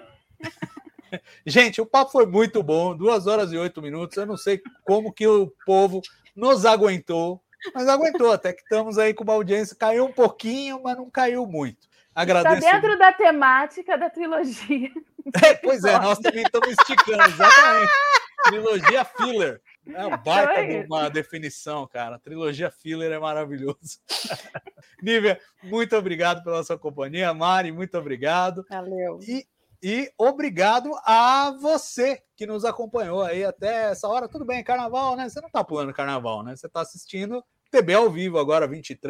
Gente, o papo foi muito bom. 2 horas e 8 minutos. Eu não sei como que o povo nos aguentou. Mas aguentou, até que estamos aí com uma audiência. Caiu um pouquinho, mas não caiu muito. Agradeço. Está dentro da temática da trilogia. Pois é, nós também estamos esticando, exatamente. Trilogia filler. É um baita de uma definição, cara. Trilogia filler é maravilhoso. Nívia, muito obrigado pela sua companhia. Mari, muito obrigado. Valeu. E obrigado a você que nos acompanhou aí até essa hora. Tudo bem, carnaval, né? Você não tá pulando carnaval, né? Você tá assistindo TB ao vivo agora,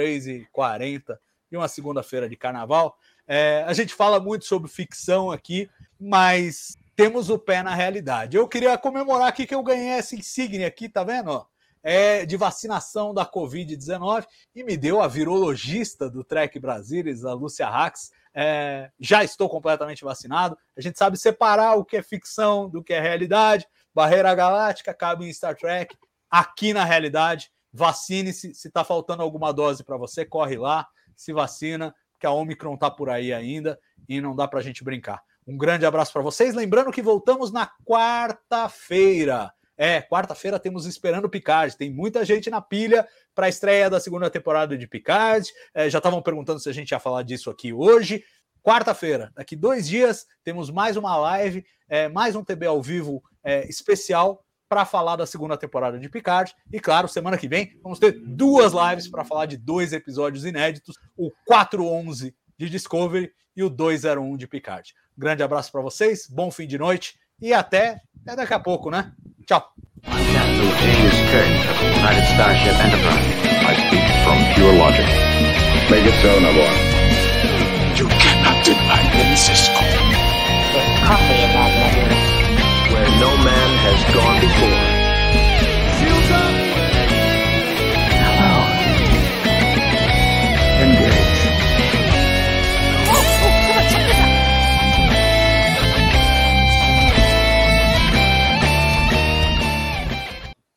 23h40, de uma segunda-feira de carnaval. A gente fala muito sobre ficção aqui, mas temos o pé na realidade. Eu queria comemorar aqui que eu ganhei essa insígnia aqui, tá vendo? De vacinação da Covid-19 e me deu a virologista do Trek Brasilis, a Lúcia Rax. Já estou completamente vacinado. A gente sabe separar o que é ficção do que é realidade. Barreira galáctica cabe em Star Trek. Aqui na realidade, vacine-se. Se está faltando alguma dose para você, corre lá, se vacina, porque a Omicron está por aí ainda e não dá para a gente brincar. Um grande abraço para vocês. Lembrando que voltamos na quarta-feira. Quarta-feira temos Esperando Picard. Tem muita gente na pilha para a estreia da segunda temporada de Picard. Já estavam perguntando se a gente ia falar disso aqui hoje. Quarta-feira, daqui 2 dias, temos mais uma live, mais um TB ao vivo especial para falar da segunda temporada de Picard. E claro, semana que vem vamos ter 2 lives para falar de 2 episódios inéditos, o 411 de Discovery e o 201 de Picard. Grande abraço para vocês, bom fim de noite e até daqui a pouco, né? Tchau. I'm Captain James Kirk of the United Starship Enterprise. I speak from pure logic. Make it so, Nabor. You cannot deny me, Cisco. There's coffee in that letter. Where no man has gone before.